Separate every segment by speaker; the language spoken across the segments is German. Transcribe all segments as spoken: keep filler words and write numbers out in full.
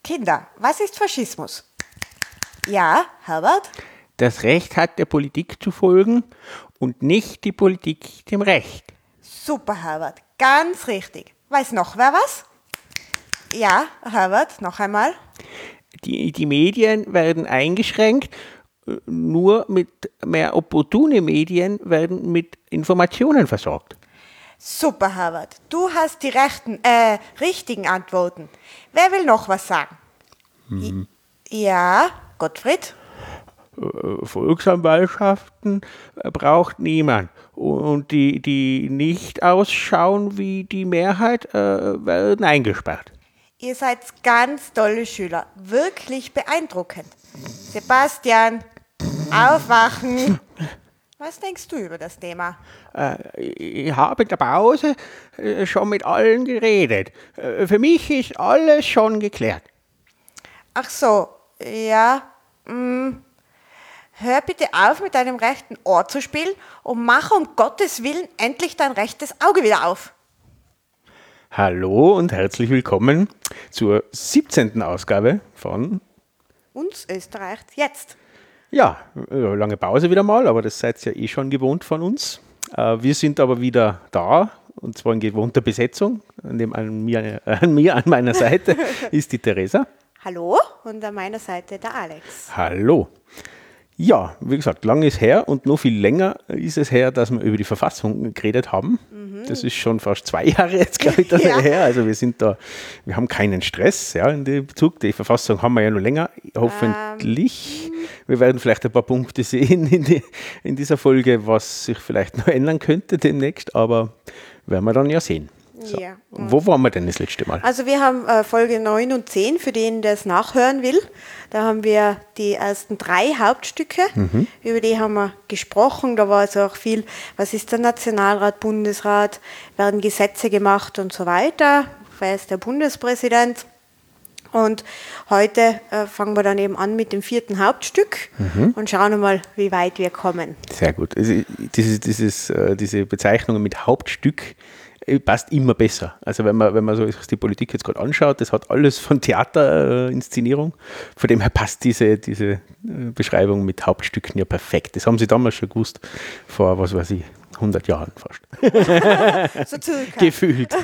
Speaker 1: Kinder, was ist Faschismus? Ja, Herbert?
Speaker 2: Das Recht hat der Politik zu folgen und nicht die Politik dem Recht.
Speaker 1: Super, Herbert, ganz richtig. Weiß noch wer was? Ja, Herbert, noch einmal.
Speaker 2: Die, die Medien werden eingeschränkt, nur mit mehr opportune Medien werden mit Informationen versorgt.
Speaker 1: Super, Herbert, du hast die rechten, äh, richtigen Antworten. Wer will noch was sagen?
Speaker 2: Hm.
Speaker 1: Ja, Gottfried?
Speaker 2: Volksanwaltschaften braucht niemand. Und die, die nicht ausschauen wie die Mehrheit, äh, werden eingesperrt.
Speaker 1: Ihr seid ganz tolle Schüler. Wirklich beeindruckend. Sebastian, aufwachen. Was denkst du über das Thema?
Speaker 2: Äh, ich habe in der Pause äh, schon mit allen geredet. Äh, für mich ist alles schon geklärt.
Speaker 1: Ach so, ja. Mh. Hör bitte auf, mit deinem rechten Ohr zu spielen und mach um Gottes Willen endlich dein rechtes Auge wieder auf.
Speaker 2: Hallo und herzlich willkommen zur siebzehnten Ausgabe von
Speaker 1: Uns Österreich jetzt.
Speaker 2: Ja, lange Pause wieder mal, aber das seid ihr ja eh schon gewohnt von uns. Wir sind aber wieder da, und zwar in gewohnter Besetzung. An, dem, an, mir, an mir, an meiner Seite ist die Theresa.
Speaker 1: Hallo, und an meiner Seite der Alex.
Speaker 2: Hallo. Ja, wie gesagt, lang ist her und noch viel länger ist es her, dass wir über die Verfassung geredet haben. Mhm. Das ist schon fast zwei Jahre jetzt, glaube ich, ja. her. Also wir sind da, wir haben keinen Stress, ja, in dem Bezug. Die Verfassung haben wir ja noch länger, hoffentlich. Ähm. Wir werden vielleicht ein paar Punkte sehen in, die, in dieser Folge, was sich vielleicht noch ändern könnte demnächst, aber werden wir dann ja sehen. So.
Speaker 1: Ja.
Speaker 2: Wo waren wir denn das letzte Mal?
Speaker 1: Also wir haben äh, Folge neun und zehn, für den, der es nachhören will. Da haben wir die ersten drei Hauptstücke, mhm. über die haben wir gesprochen. Da war also auch viel, was ist der Nationalrat, Bundesrat, werden Gesetze gemacht und so weiter. Wer ist der Bundespräsident? Und heute äh, fangen wir dann eben an mit dem vierten Hauptstück mhm. und schauen mal, wie weit wir kommen.
Speaker 2: Sehr gut. Also, dieses, dieses, äh, diese Bezeichnungen mit Hauptstück passt immer besser. Also wenn man, wenn man so die Politik jetzt gerade anschaut, das hat alles von Theaterinszenierung. Äh, von dem her passt diese, diese äh, Beschreibung mit Hauptstücken ja perfekt. Das haben sie damals schon gewusst, vor, was weiß ich, hundert Jahren fast.
Speaker 1: So circa.
Speaker 2: Gefühlt.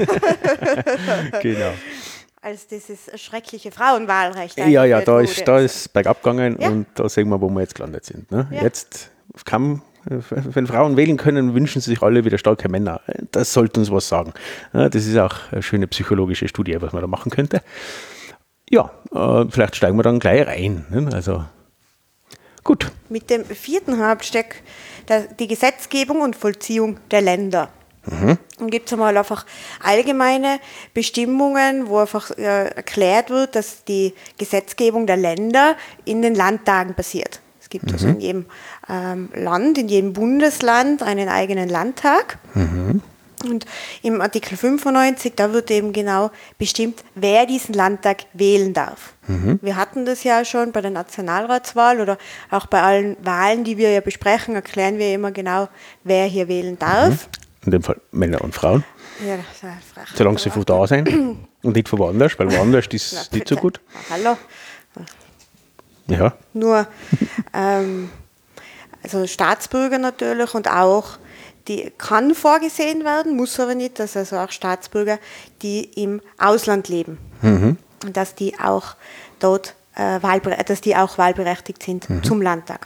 Speaker 2: Genau.
Speaker 1: Als dieses schreckliche Frauenwahlrecht.
Speaker 2: Ja, ja, da ist, da ist bergab gegangen ja. Und da sehen wir, wo wir jetzt gelandet sind. Ne?
Speaker 1: Ja.
Speaker 2: Jetzt kann Wenn Frauen wählen können, wünschen sie sich alle wieder starke Männer. Das sollte uns was sagen. Das ist auch eine schöne psychologische Studie, was man da machen könnte. Ja, vielleicht steigen wir dann gleich rein. Also gut.
Speaker 1: Mit dem vierten Hauptstück, die Gesetzgebung und Vollziehung der Länder. Mhm. Dann gibt es einmal einfach allgemeine Bestimmungen, wo einfach äh, erklärt wird, dass die Gesetzgebung der Länder in den Landtagen passiert. Es gibt mhm. also in jedem ähm, Land, in jedem Bundesland einen eigenen Landtag. Mhm. Und im Artikel fünfundneunzig, da wird eben genau bestimmt, wer diesen Landtag wählen darf. Mhm. Wir hatten das ja schon bei der Nationalratswahl oder auch bei allen Wahlen, die wir ja besprechen, erklären wir immer genau, wer hier wählen darf.
Speaker 2: Mhm. In dem Fall Männer und Frauen.
Speaker 1: Ja, das ist
Speaker 2: solange sie von da sein und nicht von woanders, weil woanders ist es nicht so gut.
Speaker 1: Hallo.
Speaker 2: Ja.
Speaker 1: Nur ähm, also Staatsbürger natürlich und auch, die kann vorgesehen werden, muss aber nicht, dass also auch Staatsbürger, die im Ausland leben, mhm. dass die auch dort äh, wahlbere- dass die auch wahlberechtigt sind mhm. zum Landtag.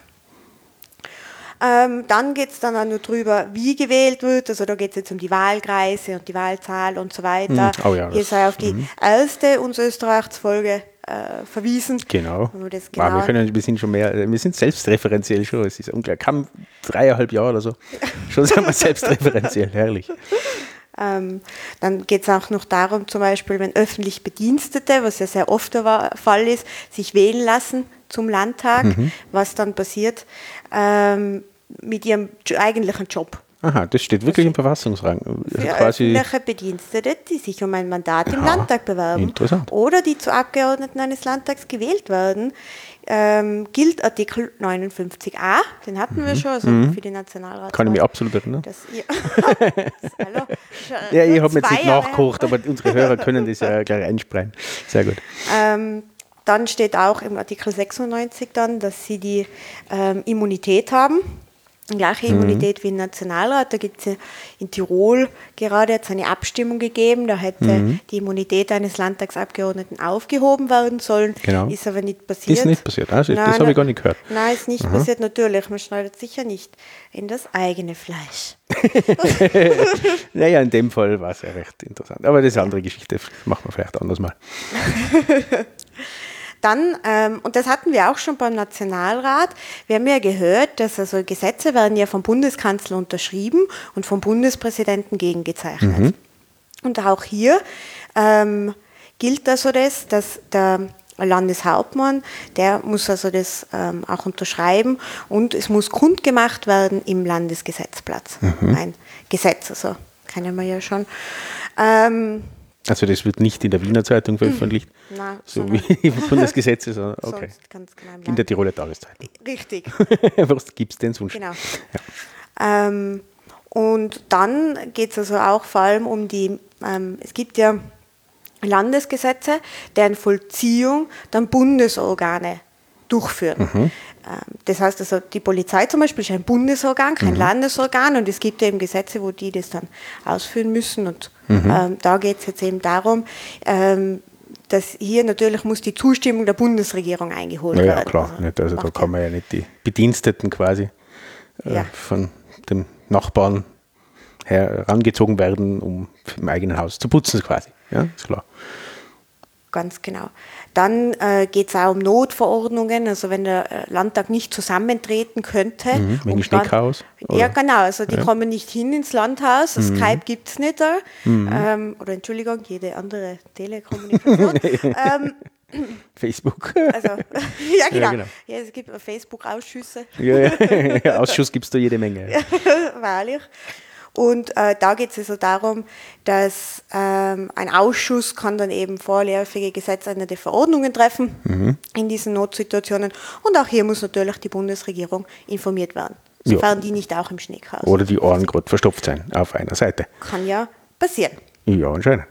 Speaker 1: Ähm, dann geht es dann auch nur drüber, wie gewählt wird. Also da geht es jetzt um die Wahlkreise und die Wahlzahl und so weiter.
Speaker 2: Oh ja,
Speaker 1: Hier sei auf die mhm. erste Uns Österreichs-Folge äh, verwiesen.
Speaker 2: Genau.
Speaker 1: Das genau
Speaker 2: wow, wir, können, wir sind schon mehr, wir sind selbstreferenziell schon. Es ist unglaublich. Kam dreieinhalb Jahre oder so. Schon sind wir selbstreferenziell, herrlich.
Speaker 1: Ähm, dann geht es auch noch darum, zum Beispiel, wenn öffentlich Bedienstete, was ja sehr oft der Fall ist, sich wählen lassen zum Landtag, mhm. was dann passiert ähm, mit ihrem eigentlichen Job.
Speaker 2: Aha, das steht wirklich also, im Verfassungsrang.
Speaker 1: Also für quasi öffentliche Bedienstete, die sich um ein Mandat im Aha, Landtag bewerben
Speaker 2: interessant.
Speaker 1: Oder die zu Abgeordneten eines Landtags gewählt werden, ähm, gilt Artikel neunundfünfzig a, den hatten mhm. wir schon, also mhm. für die Nationalratswahl.
Speaker 2: Kann ich mich absolut erinnern.
Speaker 1: Das, ja, Hallo.
Speaker 2: Ja, ich habe jetzt nicht nachgekocht, aber unsere Hörer können das ja gleich einsprechen. Sehr gut.
Speaker 1: Ähm, dann steht auch im Artikel sechsundneunzig dann, dass sie die ähm, Immunität haben. Die gleiche Immunität mhm. wie im Nationalrat. Da gibt es ja in Tirol gerade jetzt eine Abstimmung gegeben, da hätte mhm. die Immunität eines Landtagsabgeordneten aufgehoben werden sollen.
Speaker 2: Genau.
Speaker 1: Ist aber nicht passiert.
Speaker 2: Ist nicht passiert, also nein, das habe ich gar nicht gehört.
Speaker 1: Nein, ist nicht Aha. passiert, natürlich. Man schneidet sicher nicht in das eigene Fleisch.
Speaker 2: Naja, in dem Fall war es ja recht interessant. Aber das ist eine andere Geschichte, das machen wir vielleicht anders mal.
Speaker 1: Dann, ähm, und das hatten wir auch schon beim Nationalrat, wir haben ja gehört, dass also Gesetze werden ja vom Bundeskanzler unterschrieben und vom Bundespräsidenten gegengezeichnet. Mhm. Und auch hier ähm, gilt also das, dass der Landeshauptmann, der muss also das ähm, auch unterschreiben und es muss kundgemacht werden im Landesgesetzblatt. Mhm. Ein Gesetz, also kennen wir ja schon. Ähm,
Speaker 2: Also das wird nicht in der Wiener Zeitung veröffentlicht,
Speaker 1: Nein,
Speaker 2: so wie im Bundesgesetz ist. Okay. In der Tiroler Tageszeitung.
Speaker 1: Richtig.
Speaker 2: Was gibt es denn sonst?
Speaker 1: Genau. Ja. Ähm, und dann geht es also auch vor allem um die, ähm, es gibt ja Landesgesetze, deren Vollziehung dann Bundesorgane durchführen. Mhm. Das heißt also, die Polizei zum Beispiel ist ein Bundesorgan, kein mhm. Landesorgan und es gibt eben Gesetze, wo die das dann ausführen müssen und mhm. ähm, da geht es jetzt eben darum, ähm, dass hier natürlich muss die Zustimmung der Bundesregierung eingeholt
Speaker 2: ja,
Speaker 1: werden.
Speaker 2: Ja, klar, also, nicht, also da kann man ja nicht die Bediensteten quasi äh, ja. von dem Nachbarn herangezogen werden, um im eigenen Haus zu putzen quasi. Ja, ist klar.
Speaker 1: Ganz genau. Dann äh, geht es auch um Notverordnungen, also wenn der Landtag nicht zusammentreten könnte.
Speaker 2: Mhm, wegen
Speaker 1: um
Speaker 2: Schneckhaus?
Speaker 1: Dann, ja, genau, also die ja. kommen nicht hin ins Landhaus, mhm. Skype gibt es nicht da. Mhm. Ähm, oder Entschuldigung, jede andere Telekommunikation. ähm,
Speaker 2: Facebook.
Speaker 1: Also, ja, genau. Ja, genau. Ja, es gibt Facebook-Ausschüsse.
Speaker 2: Ja, ja. Ausschuss gibt es da jede Menge.
Speaker 1: Ja. Wahrlich. Und äh, da geht es also darum, dass ähm, ein Ausschuss kann dann eben vorläufige gesetzändernde Verordnungen treffen mhm. in diesen Notsituationen. Und auch hier muss natürlich die Bundesregierung informiert werden, sofern ja. die nicht auch im Schneckhaus.
Speaker 2: Oder die Ohren gerade verstopft sein auf einer Seite.
Speaker 1: Kann ja passieren.
Speaker 2: Ja, anscheinend.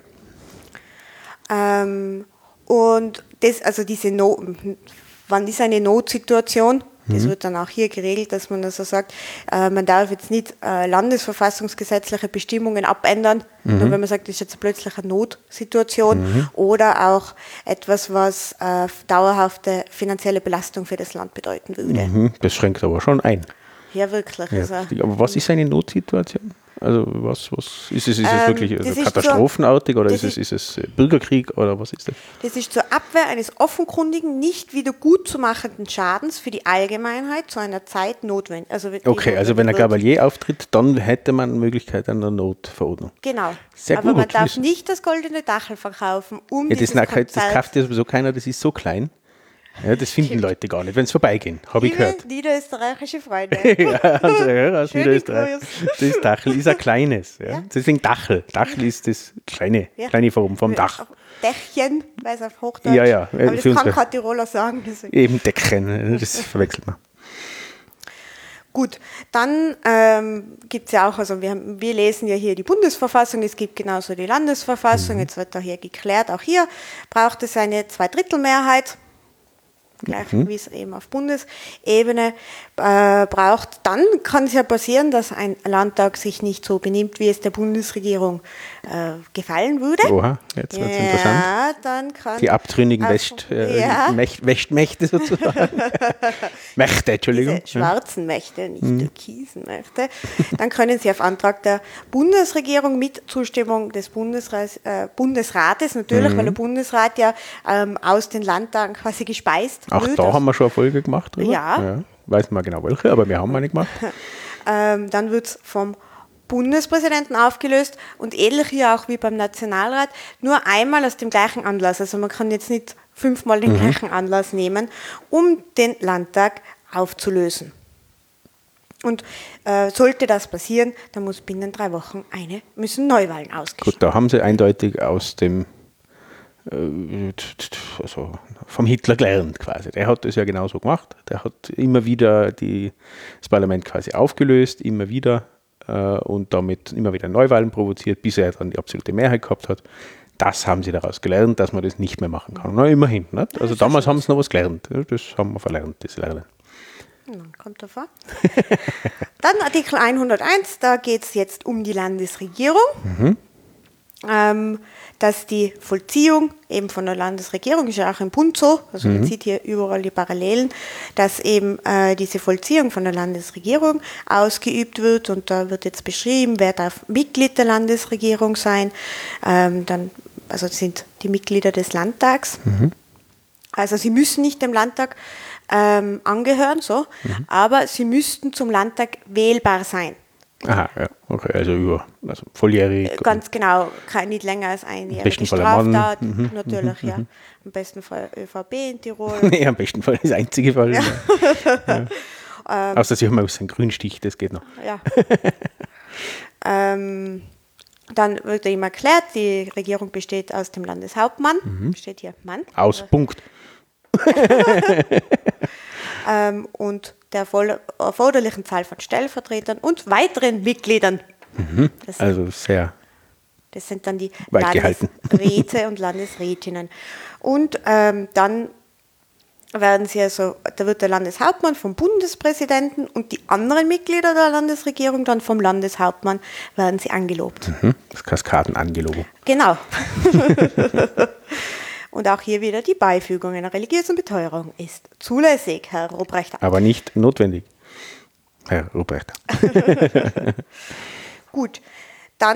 Speaker 1: Ähm, und das, also diese Not, wann ist eine Notsituation? Das mhm. wird dann auch hier geregelt, dass man also sagt, äh, man darf jetzt nicht äh, landesverfassungsgesetzliche Bestimmungen abändern, mhm. nur wenn man sagt, das ist jetzt plötzlich eine Notsituation mhm. oder auch etwas, was äh, dauerhafte finanzielle Belastung für das Land bedeuten würde.
Speaker 2: Mhm. Das schränkt aber schon ein.
Speaker 1: Ja, wirklich.
Speaker 2: Ja,
Speaker 1: also,
Speaker 2: aber was ist eine Notsituation? Also was, was ist es, ist es ähm, wirklich also katastrophenartig oder ist es, ist es Bürgerkrieg oder was ist das?
Speaker 1: Das ist zur Abwehr eines offenkundigen, nicht wieder gut zu machenden Schadens für die Allgemeinheit zu einer Zeit notwendig. Also
Speaker 2: okay, also wenn ein Gabalier auftritt, dann hätte man Möglichkeit einer Notverordnung.
Speaker 1: Genau,
Speaker 2: sehr
Speaker 1: aber
Speaker 2: gut.
Speaker 1: Man darf nicht das goldene Dachel verkaufen, um
Speaker 2: ja, das,
Speaker 1: dieses
Speaker 2: das, das kauft ja sowieso keiner, das ist so klein. Ja, das finden Stimmt. Leute gar nicht, wenn sie vorbeigehen, habe ich gehört.
Speaker 1: Niederösterreichische Freunde.
Speaker 2: Ja, unsere Hörer aus Niederösterreich. Das Dachel ist ein kleines. Ja. Ja. Deswegen Dachel. Dachel ist das kleine, ja. kleine Form vom Dach.
Speaker 1: Dächchen, weil es auf Hochdeutsch.
Speaker 2: Ja, ja.
Speaker 1: Aber das kann kein Tiroler sagen. Deswegen.
Speaker 2: Eben Deckchen, das verwechselt man.
Speaker 1: Gut, dann ähm, gibt es ja auch, also wir, haben, wir lesen ja hier die Bundesverfassung, es gibt genauso die Landesverfassung, mhm. jetzt wird da hier geklärt, auch hier braucht es eine Zweidrittelmehrheit. Gleich mhm. wie es eben auf Bundesebene äh, braucht. Dann kann es ja passieren, dass ein Landtag sich nicht so benimmt, wie es der Bundesregierung äh, gefallen würde.
Speaker 2: Oha, jetzt wird es
Speaker 1: ja,
Speaker 2: interessant.
Speaker 1: Dann kann
Speaker 2: die abtrünnigen Wächt, äh,
Speaker 1: ja.
Speaker 2: Mächt, Wächtmächte sozusagen. Mächte, Entschuldigung.
Speaker 1: Diese schwarzen Mächte, nicht mhm. türkisen Mächte. Dann können sie auf Antrag der Bundesregierung mit Zustimmung des Bundesrats, äh, Bundesrates, natürlich, mhm. weil der Bundesrat ja ähm, aus den Landtagen quasi gespeist
Speaker 2: Ach,
Speaker 1: wird.
Speaker 2: da haben wir schon eine Folge gemacht, oder?
Speaker 1: Ja.
Speaker 2: ja. Weiß man genau welche, aber wir haben eine gemacht.
Speaker 1: ähm, dann wird es vom Bundespräsidenten aufgelöst und ähnlich hier auch wie beim Nationalrat, nur einmal aus dem gleichen Anlass. Also man kann jetzt nicht fünfmal den mhm. gleichen Anlass nehmen, um den Landtag aufzulösen. Und äh, sollte das passieren, dann muss binnen drei Wochen eine, müssen Neuwahlen ausgeschrieben.
Speaker 2: Gut, da haben sie eindeutig aus dem also vom Hitler gelernt quasi. Der hat das ja genauso gemacht. Der hat immer wieder die, das Parlament quasi aufgelöst, immer wieder äh, und damit immer wieder Neuwahlen provoziert, bis er dann die absolute Mehrheit gehabt hat. Das haben sie daraus gelernt, dass man das nicht mehr machen kann. Na, immerhin. Nicht? Also damals haben sie noch was gelernt. Das haben wir verlernt, das Lernen.
Speaker 1: Kommt davor. Dann Artikel hunderteins, da geht es jetzt um die Landesregierung. Mhm. Ähm, dass die Vollziehung eben von der Landesregierung, ist ja auch im Bund so, also mhm. man sieht hier überall die Parallelen, dass eben äh, diese Vollziehung von der Landesregierung ausgeübt wird und da wird jetzt beschrieben, wer darf Mitglied der Landesregierung sein, ähm, dann, also das sind die Mitglieder des Landtags. Mhm. Also sie müssen nicht dem Landtag ähm, angehören, so, mhm. aber sie müssten zum Landtag wählbar sein.
Speaker 2: Aha, ja, okay, also über, also volljährig.
Speaker 1: Ganz genau, kein, nicht länger als einjährige Straftat, mhm. natürlich, mhm. ja. Am besten Fall ÖVP in Tirol. Nee,
Speaker 2: am besten Fall das einzige Fall. Ja. Ja. ähm, Außer sie haben aus einem Grünstich, das geht noch.
Speaker 1: Ja. ähm, dann wird ihm erklärt, die Regierung besteht aus dem Landeshauptmann, mhm. steht hier Mann.
Speaker 2: Aus, also, Punkt.
Speaker 1: ähm, und der erforderlichen Zahl von Stellvertretern und weiteren Mitgliedern.
Speaker 2: Mhm. Das sind, also sehr
Speaker 1: Das sind dann die
Speaker 2: Landesräte
Speaker 1: und Landesrätinnen. Und ähm, dann werden sie also, da wird der Landeshauptmann vom Bundespräsidenten und die anderen Mitglieder der Landesregierung dann vom Landeshauptmann werden sie angelobt.
Speaker 2: Mhm. Das Kaskadenangelobung.
Speaker 1: Genau. Und auch hier wieder die Beifügung einer religiösen Beteuerung ist zulässig, Herr Ruprechter.
Speaker 2: Aber nicht notwendig, Herr Ruprechter.
Speaker 1: Gut, dann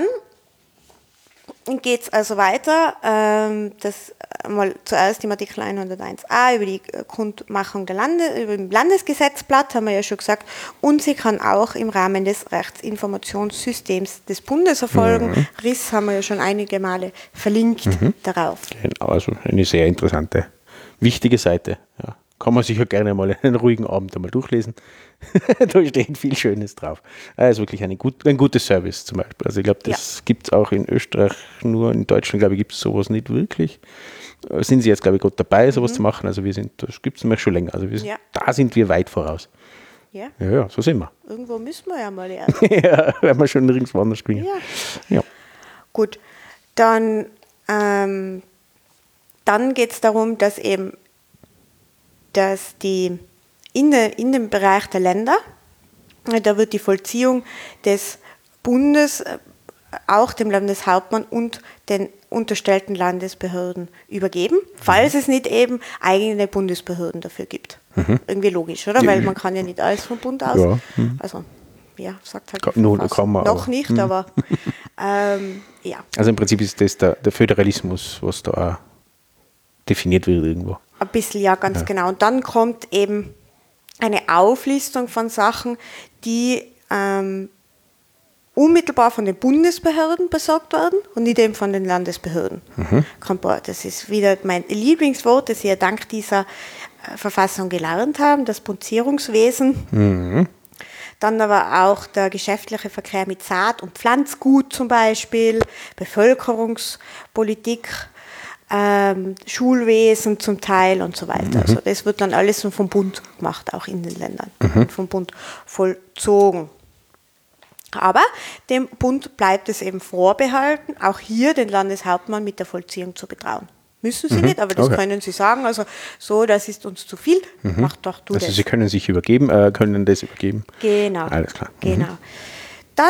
Speaker 1: geht es also weiter. Ähm, das mal zuerst im Artikel hunderteins a über die Kundmachung der Lande, über dem Landesgesetzblatt, haben wir ja schon gesagt, und sie kann auch im Rahmen des Rechtsinformationssystems des Bundes erfolgen. Mhm. R I S haben wir ja schon einige Male verlinkt mhm. darauf.
Speaker 2: Genau, also eine sehr interessante, wichtige Seite. Ja. Kann man sich ja gerne mal einen ruhigen Abend einmal durchlesen. Da steht viel Schönes drauf. Also wirklich eine gut, ein gutes Service zum Beispiel. Also ich glaube, das ja. gibt es auch in Österreich, nur in Deutschland, glaube ich, gibt es sowas nicht wirklich. Sind sie jetzt, glaube ich, gerade dabei, sowas mhm. zu machen. Also wir sind, das gibt es nämlich schon länger. Also wir sind, ja. da sind wir weit voraus.
Speaker 1: Ja.
Speaker 2: ja, ja, so sind wir.
Speaker 1: Irgendwo müssen wir ja mal lernen.
Speaker 2: Ja, wenn wir schon nirgends woanders spielen.
Speaker 1: Ja.
Speaker 2: ja.
Speaker 1: Gut, dann, ähm, dann geht es darum, dass eben dass die in, de, in dem Bereich der Länder, da wird die Vollziehung des Bundes auch dem Landeshauptmann und den unterstellten Landesbehörden übergeben, falls mhm. es nicht eben eigene Bundesbehörden dafür gibt. Mhm. Irgendwie logisch, oder? Weil man kann ja nicht alles vom Bund aus. Ja. Mhm. Also, ja, sagt halt
Speaker 2: die Nun, kann man
Speaker 1: noch
Speaker 2: aber.
Speaker 1: nicht,
Speaker 2: Mhm.
Speaker 1: aber ähm, ja.
Speaker 2: Also im Prinzip ist das der, der Föderalismus, was da auch definiert wird irgendwo.
Speaker 1: Ein bisschen, ja, ganz ja. genau. Und dann kommt eben eine Auflistung von Sachen, die ähm, unmittelbar von den Bundesbehörden besorgt werden und nicht eben von den Landesbehörden. Mhm. Das ist wieder mein Lieblingswort, das wir dank dieser äh, Verfassung gelernt haben, das Punzierungswesen. Mhm. Dann aber auch der geschäftliche Verkehr mit Saat- und Pflanzgut zum Beispiel, Bevölkerungspolitik, Ähm, Schulwesen zum Teil und so weiter. Mhm. Also das wird dann alles vom Bund gemacht, auch in den Ländern, mhm. vom Bund vollzogen. Aber dem Bund bleibt es eben vorbehalten, auch hier den Landeshauptmann mit der Vollziehung zu betrauen. Müssen sie mhm. nicht, aber das okay. können sie sagen. Also so, das ist uns zu viel, mhm. mach doch du
Speaker 2: also
Speaker 1: das.
Speaker 2: Sie können sich übergeben, äh, können das übergeben.
Speaker 1: Genau.
Speaker 2: Alles klar. Mhm.
Speaker 1: Genau. Dann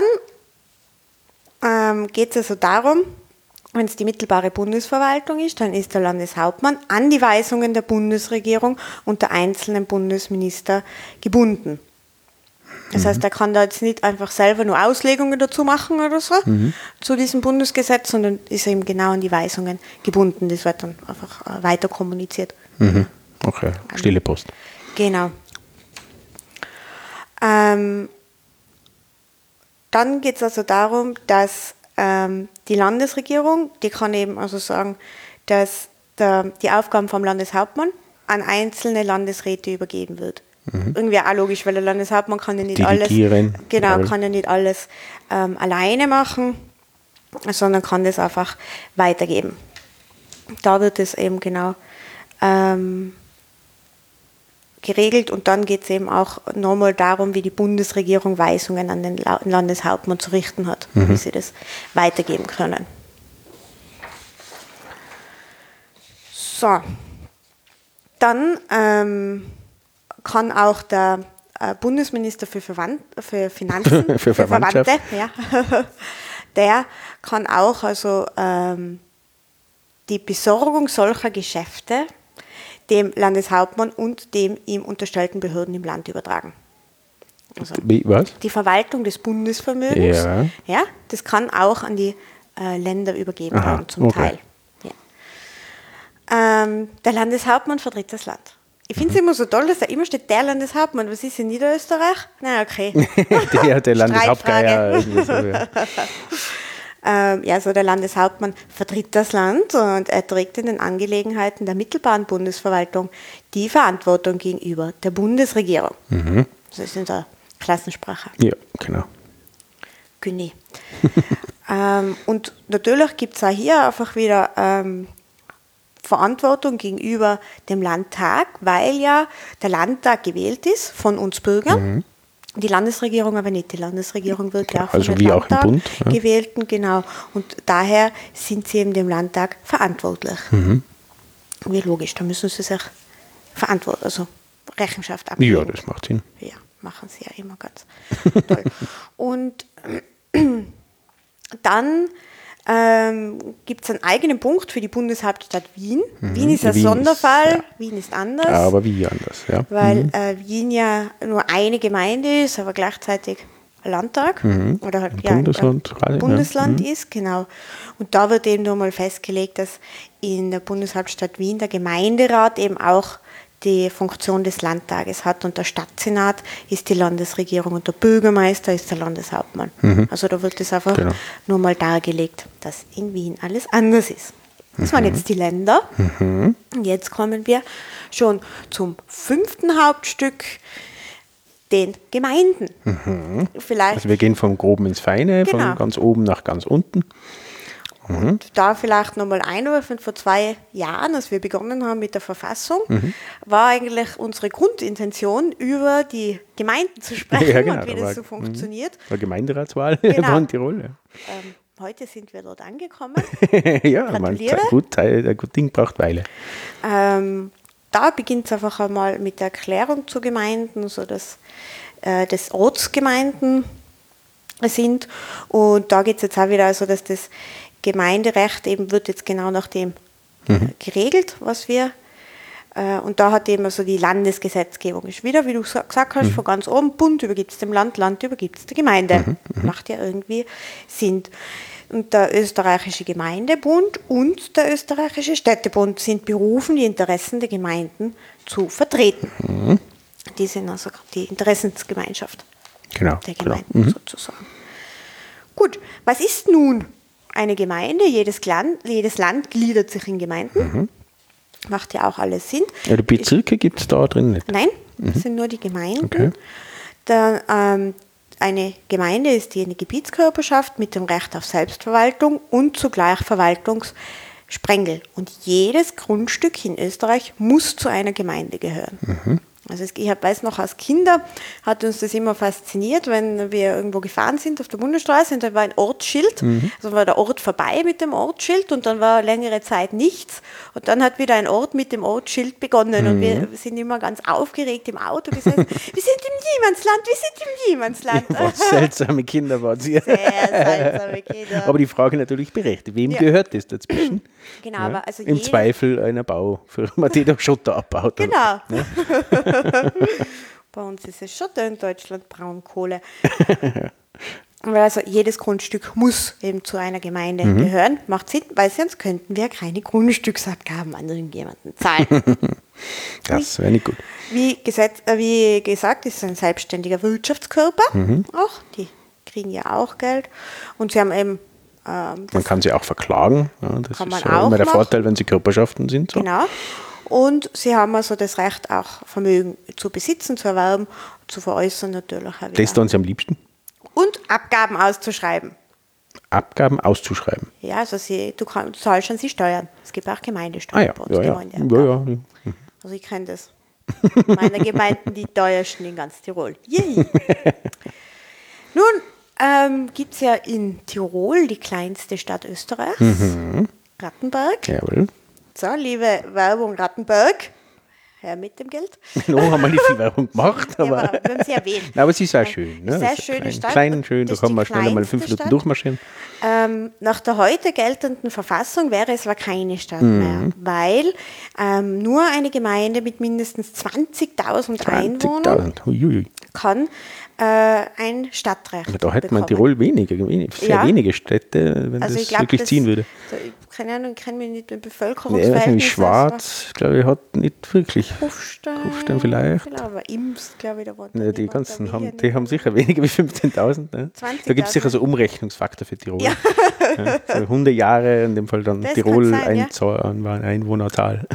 Speaker 1: ähm, geht es also darum, wenn es die mittelbare Bundesverwaltung ist, dann ist der Landeshauptmann an die Weisungen der Bundesregierung und der einzelnen Bundesminister gebunden. Das mhm. heißt, er kann da jetzt nicht einfach selber nur Auslegungen dazu machen oder so, mhm. zu diesem Bundesgesetz, sondern ist eben genau an die Weisungen gebunden. Das wird dann einfach weiter kommuniziert.
Speaker 2: Mhm. Okay, stille Post.
Speaker 1: Genau. Ähm, dann geht es also darum, dass ähm, die Landesregierung, die kann eben also sagen, dass der, die Aufgaben vom Landeshauptmann an einzelne Landesräte übergeben wird. Mhm. Irgendwie auch logisch, weil der Landeshauptmann kann ja nicht
Speaker 2: Delegieren.
Speaker 1: alles, genau, kann ja nicht alles ähm, alleine machen, sondern kann das einfach weitergeben. Da wird es eben genau ähm, geregelt und dann geht es eben auch nochmal darum, wie die Bundesregierung Weisungen an den Landeshauptmann zu richten hat, mhm. wie sie das weitergeben können. So, dann ähm, kann auch der äh, Bundesminister für, Verwand für Finanzen,
Speaker 2: für,
Speaker 1: für
Speaker 2: Verwandtschaft.
Speaker 1: Verwandte, ja, der kann auch also ähm, die Besorgung solcher Geschäfte dem Landeshauptmann und dem ihm unterstellten Behörden im Land übertragen. Also
Speaker 2: Wie, was?
Speaker 1: die Verwaltung des Bundesvermögens,
Speaker 2: Ja.
Speaker 1: ja, das kann auch an die äh, Länder übergeben
Speaker 2: Aha,
Speaker 1: werden, zum
Speaker 2: okay.
Speaker 1: Teil. Ja. Ähm, der Landeshauptmann vertritt das Land. Ich finde es immer so toll, dass da immer steht, der Landeshauptmann. Was ist in Niederösterreich? Na, okay.
Speaker 2: der der Landeshauptgeier. irgendwie so, ja.
Speaker 1: ähm, ja, so der Landeshauptmann vertritt das Land und er trägt in den Angelegenheiten der mittelbaren Bundesverwaltung die Verantwortung gegenüber der Bundesregierung.
Speaker 2: Mhm.
Speaker 1: Das ist in der Klassensprache.
Speaker 2: Ja, genau.
Speaker 1: Güni. ähm, und natürlich gibt es auch hier einfach wieder ähm, Verantwortung gegenüber dem Landtag, weil ja der Landtag gewählt ist von uns Bürgern, mhm. die Landesregierung aber nicht. Die Landesregierung wird ja auch
Speaker 2: also
Speaker 1: von
Speaker 2: wie
Speaker 1: dem
Speaker 2: auch im
Speaker 1: Landtag
Speaker 2: Bund, ja.
Speaker 1: gewählten, genau. Und daher sind sie eben dem Landtag verantwortlich.
Speaker 2: Mhm.
Speaker 1: Wie logisch, da müssen sie sich verantworten, also Rechenschaft abgeben.
Speaker 2: Ja, das macht Sinn.
Speaker 1: Ja, machen sie ja immer ganz toll. Und dann ähm, gibt es einen eigenen Punkt für die Bundeshauptstadt Wien. Mhm. Wien ist ein
Speaker 2: Wien
Speaker 1: Sonderfall,
Speaker 2: ist, ja.
Speaker 1: Wien ist anders.
Speaker 2: Aber wie anders, ja.
Speaker 1: Weil
Speaker 2: mhm.
Speaker 1: äh, Wien ja nur eine Gemeinde ist, aber gleichzeitig ein Landtag
Speaker 2: mhm.
Speaker 1: oder halt,
Speaker 2: ein
Speaker 1: ja,
Speaker 2: Bundesland,
Speaker 1: ein
Speaker 2: quasi,
Speaker 1: Bundesland
Speaker 2: ja. mhm.
Speaker 1: ist, genau. Und da wird eben nochmal festgelegt, dass in der Bundeshauptstadt Wien der Gemeinderat eben auch die Funktion des Landtages hat und der Stadtsenat ist die Landesregierung und der Bürgermeister ist der Landeshauptmann. Mhm. Also da wird es einfach genau. nur mal dargelegt, dass in Wien alles anders ist. Das mhm. waren jetzt die Länder.
Speaker 2: Mhm.
Speaker 1: Und jetzt kommen wir schon zum fünften Hauptstück, den Gemeinden.
Speaker 2: Mhm.
Speaker 1: Vielleicht,
Speaker 2: also wir gehen vom Groben ins Feine,
Speaker 1: genau.
Speaker 2: von ganz oben nach ganz unten. Mhm.
Speaker 1: Und da vielleicht nochmal einwerfen, vor zwei Jahren, als wir begonnen haben mit der Verfassung, mhm. war eigentlich unsere Grundintention, über die Gemeinden zu sprechen ja, genau, und wie das war, so funktioniert.
Speaker 2: War Gemeinderatswahl genau. in Tirol. Ja.
Speaker 1: Ähm, heute sind wir dort angekommen.
Speaker 2: ja, man, gut, ein gut Ding braucht Weile.
Speaker 1: Ähm, da beginnt es einfach einmal mit der Erklärung zu Gemeinden, so dass äh, das Ortsgemeinden sind. Und da geht es jetzt auch wieder, also dass das Gemeinderecht eben wird jetzt genau nach dem mhm. geregelt, was wir, äh, und da hat eben also die Landesgesetzgebung, ist wieder, wie du gesagt hast, mhm. von ganz oben, Bund übergibt es dem Land, Land übergibt es der Gemeinde. Mhm. Macht ja irgendwie Sinn. Und der österreichische Gemeindebund und der österreichische Städtebund sind berufen, die Interessen der Gemeinden zu vertreten.
Speaker 2: Mhm.
Speaker 1: Die sind also die Interessensgemeinschaft
Speaker 2: genau,
Speaker 1: der Gemeinden
Speaker 2: genau. Mhm.
Speaker 1: sozusagen. Gut, was ist nun eine Gemeinde? Jedes Land, jedes Land gliedert sich in Gemeinden. Mhm. Macht ja auch alles Sinn.
Speaker 2: Ja, die Bezirke gibt es da drin nicht?
Speaker 1: Nein, mhm. das sind nur die Gemeinden.
Speaker 2: Okay.
Speaker 1: Da, ähm, eine Gemeinde ist die eine Gebietskörperschaft mit dem Recht auf Selbstverwaltung und zugleich Verwaltungssprengel. Und jedes Grundstück in Österreich muss zu einer Gemeinde gehören. Mhm. Also ich weiß noch, als Kinder hat uns das immer fasziniert, wenn wir irgendwo gefahren sind auf der Bundesstraße und da war ein Ortsschild, mhm. also war der Ort vorbei mit dem Ortsschild und dann war längere Zeit nichts und dann hat wieder ein Ort mit dem Ortsschild begonnen mhm. und wir sind immer ganz aufgeregt im Auto gesessen, wir sind im Niemandsland, wir sind im Niemandsland.
Speaker 2: Ja, seltsame Kinder waren sie.
Speaker 1: Sehr seltsame Kinder.
Speaker 2: Aber die Frage natürlich berechtigt, wem ja. gehört das dazwischen?
Speaker 1: Genau,
Speaker 2: ja.
Speaker 1: aber also
Speaker 2: Im
Speaker 1: jeder,
Speaker 2: Zweifel einer Baufirma, die da Schotter abbaut.
Speaker 1: Genau.
Speaker 2: Ja.
Speaker 1: Bei uns ist es Schotter, in Deutschland Braunkohle. Weil also jedes Grundstück muss eben zu einer Gemeinde mhm. gehören. Macht Sinn, weil sonst könnten wir keine Grundstücksabgaben an irgendjemanden zahlen.
Speaker 2: Das wäre nicht gut.
Speaker 1: Wie, Gesetz, äh, wie gesagt, ist es ein selbstständiger Wirtschaftskörper. Mhm. Auch, die kriegen ja auch Geld. Und sie haben eben ähm,
Speaker 2: man kann sie auch verklagen. Ja, das
Speaker 1: kann
Speaker 2: ist
Speaker 1: man auch
Speaker 2: immer der
Speaker 1: machen.
Speaker 2: Vorteil, wenn sie Körperschaften sind. So.
Speaker 1: Genau. Und sie haben also das Recht, auch Vermögen zu besitzen, zu erwerben, zu veräußern natürlich. Auch
Speaker 2: das tun sie am liebsten.
Speaker 1: Und Abgaben auszuschreiben.
Speaker 2: Abgaben auszuschreiben?
Speaker 1: Ja, also sie, du, kann, du zahlst an sie Steuern. Es gibt auch Gemeindesteuern.
Speaker 2: Ah ja,
Speaker 1: bei uns,
Speaker 2: ja, ja. ja, ja. Mhm.
Speaker 1: Also ich kenne das. Meine Gemeinden, die teuersten in ganz Tirol. Yay. Nun ähm, gibt es ja in Tirol die kleinste Stadt Österreichs,
Speaker 2: mhm.
Speaker 1: Rattenberg.
Speaker 2: Jawohl.
Speaker 1: So, liebe Werbung Rattenberg, her mit dem Geld.
Speaker 2: Noch haben wir nicht viel Werbung gemacht, aber,
Speaker 1: ja, aber wir haben sie erwähnt.
Speaker 2: Nein, aber sie ist auch schön. Ne?
Speaker 1: Sehr
Speaker 2: ist
Speaker 1: schöne
Speaker 2: klein,
Speaker 1: Stadt.
Speaker 2: Klein, schön, da
Speaker 1: Das
Speaker 2: kann man
Speaker 1: ist die
Speaker 2: schnell mal fünf
Speaker 1: kleinste
Speaker 2: Minuten
Speaker 1: Stadt.
Speaker 2: durchmarschieren.
Speaker 1: Ähm, nach der heute geltenden Verfassung wäre es aber keine Stadt
Speaker 2: Mhm.
Speaker 1: mehr, weil ähm, nur eine Gemeinde mit mindestens zwanzigtausend Einwohnern
Speaker 2: zwanzigtausend. Uiuiui.
Speaker 1: kann äh, ein Stadtrecht
Speaker 2: Aber da hätte man in
Speaker 1: bekommen.
Speaker 2: Tirol wenige, wenig, sehr
Speaker 1: Ja.
Speaker 2: wenige Städte, wenn
Speaker 1: Also
Speaker 2: das
Speaker 1: ich glaub,
Speaker 2: wirklich
Speaker 1: das-
Speaker 2: ziehen würde.
Speaker 1: Da, ich keine Ahnung, ich kenne mich nicht mit
Speaker 2: Nee, ich weiß
Speaker 1: Bevölkerungsverhältnissen.
Speaker 2: nicht, Schwarz, glaube ich, hat nicht wirklich.
Speaker 1: Kufstein,
Speaker 2: Kufstein vielleicht.
Speaker 1: aber Imst, glaube ich, da war
Speaker 2: Ja, die ganzen haben, die haben sicher weniger wie fünfzehntausend. Ne? Da gibt es sicher so Umrechnungsfaktor für Tirol.
Speaker 1: Ja.
Speaker 2: Ja, so hundert Jahre, in dem Fall dann
Speaker 1: Das
Speaker 2: Tirol
Speaker 1: kann sein, ja.
Speaker 2: Einzahl- Einwohnerzahl.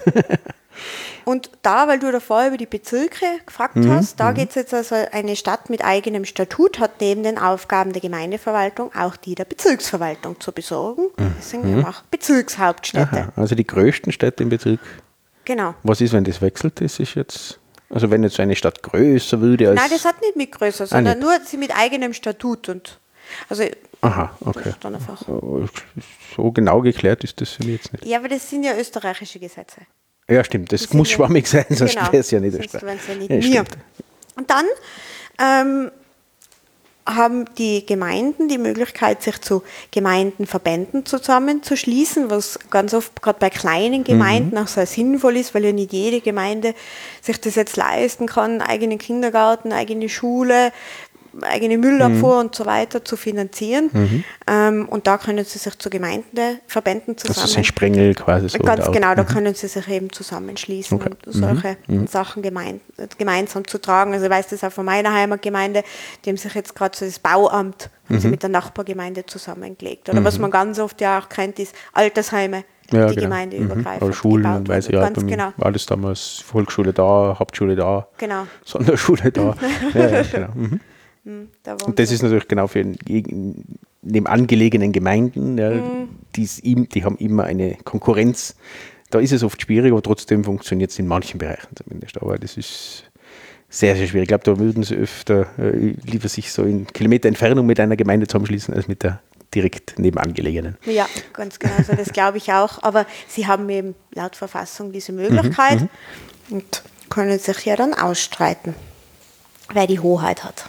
Speaker 1: Und da, weil du davor über die Bezirke gefragt
Speaker 2: Mhm,
Speaker 1: hast, da geht es jetzt also eine Stadt mit eigenem Statut, hat neben den Aufgaben der Gemeindeverwaltung auch die der Bezirksverwaltung zu besorgen. Deswegen haben wir auch Bezirkshauptstädte.
Speaker 2: Mhm. Aha, also die größten Städte im Bezirk.
Speaker 1: Genau.
Speaker 2: Was ist, wenn das wechselt? Das ist jetzt, also wenn jetzt eine Stadt größer würde als.
Speaker 1: Nein, das hat nicht mit größer, sondern
Speaker 2: nicht.
Speaker 1: nur sie mit eigenem Statut. Und also
Speaker 2: Aha,
Speaker 1: das
Speaker 2: okay.
Speaker 1: ist dann einfach.
Speaker 2: So genau geklärt ist das für mich jetzt nicht.
Speaker 1: Ja, aber das sind ja österreichische Gesetze.
Speaker 2: Ja, stimmt, das
Speaker 1: Das
Speaker 2: muss
Speaker 1: sind ja-
Speaker 2: schwammig sein, sonst
Speaker 1: Genau,
Speaker 2: wäre es ja nicht
Speaker 1: sonst
Speaker 2: Österreich.
Speaker 1: wären es ja nicht
Speaker 2: Ja,
Speaker 1: mir.
Speaker 2: stimmt.
Speaker 1: Und dann ähm, haben die Gemeinden die Möglichkeit, sich zu Gemeindenverbänden zusammenzuschließen, was ganz oft gerade bei kleinen Gemeinden
Speaker 2: Mhm.
Speaker 1: auch sehr sinnvoll ist, weil ja nicht jede Gemeinde sich das jetzt leisten kann, einen eigenen Kindergarten, eigene Schule, eigene Müllabfuhr
Speaker 2: Mhm.
Speaker 1: und so weiter zu finanzieren. Ähm, und da können sie sich zu Gemeindeverbänden
Speaker 2: Das ist ein
Speaker 1: zusammen
Speaker 2: Sprengel quasi so.
Speaker 1: Ganz
Speaker 2: laut.
Speaker 1: genau, da können sie sich eben zusammenschließen
Speaker 2: Okay.
Speaker 1: und solche Sachen gemein, gemeinsam zu tragen. Also ich weiß das auch von meiner Heimatgemeinde, die haben sich jetzt gerade so das Bauamt haben sie mit der Nachbargemeinde zusammengelegt. Oder was man ganz oft ja auch kennt, ist Altersheime,
Speaker 2: Ja,
Speaker 1: die
Speaker 2: genau.
Speaker 1: Gemeinde
Speaker 2: Mhm.
Speaker 1: übergreifend
Speaker 2: Aber Schulen,
Speaker 1: gebaut
Speaker 2: weiß ich
Speaker 1: wurden.
Speaker 2: ja,
Speaker 1: Ganz
Speaker 2: bei mir
Speaker 1: genau.
Speaker 2: war das damals Volksschule da, Hauptschule da,
Speaker 1: Genau.
Speaker 2: Sonderschule da. ja, ja, genau. Mhm.
Speaker 1: Da waren
Speaker 2: Und das
Speaker 1: sie-
Speaker 2: ist natürlich genau für den nebenan gelegenen Gemeinden, ja,
Speaker 1: Mhm.
Speaker 2: die's ihm, die haben immer eine Konkurrenz. Da ist es oft schwierig, aber trotzdem funktioniert es in manchen Bereichen zumindest. Aber das ist sehr, sehr schwierig. Ich glaube, da würden sie öfter äh, lieber sich so in Kilometer Entfernung mit einer Gemeinde zusammenschließen, als mit der direkt nebenan gelegenen.
Speaker 1: Ja, ganz genau, also das glaube ich auch. Aber sie haben eben laut Verfassung diese Möglichkeit und können sich ja dann ausstreiten, wer die Hoheit hat.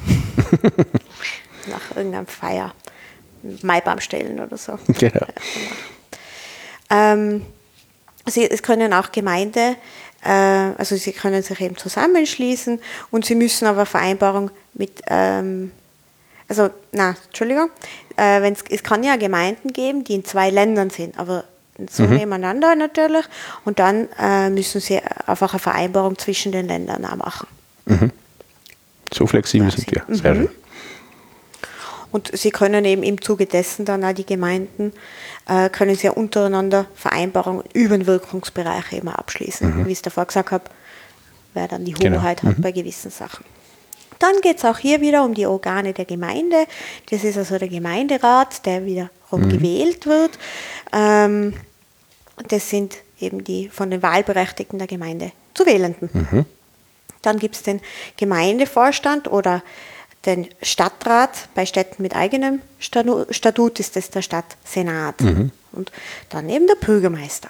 Speaker 1: Nach irgendeinem Feier. Maibaum stellen oder so.
Speaker 2: Genau.
Speaker 1: Ähm, sie, es können auch Gemeinde, äh, also sie können sich eben zusammenschließen und sie müssen aber Vereinbarung mit, ähm, also, na, Entschuldigung, äh, wenn's, es kann ja Gemeinden geben, die in zwei Ländern sind, aber so nebeneinander natürlich und dann äh, müssen sie einfach eine Vereinbarung zwischen den Ländern auch machen.
Speaker 2: So flexibel
Speaker 1: Quasi.
Speaker 2: sind wir. Sehr schön.
Speaker 1: Und sie können eben im Zuge dessen dann auch die Gemeinden, äh, können sie ja untereinander Vereinbarungen über den Wirkungsbereich eben abschließen. Wie ich es davor gesagt habe, wer dann die
Speaker 2: Genau.
Speaker 1: Hoheit hat bei gewissen Sachen. Dann geht es auch hier wieder um die Organe der Gemeinde. Das ist also der Gemeinderat, der wiederum gewählt wird. Ähm, das sind eben die von den Wahlberechtigten der Gemeinde zu Wählenden. Dann gibt es den Gemeindevorstand oder den Stadtrat. Bei Städten mit eigenem Stanu- Statut ist das der Stadtsenat. Und dann eben der Bürgermeister,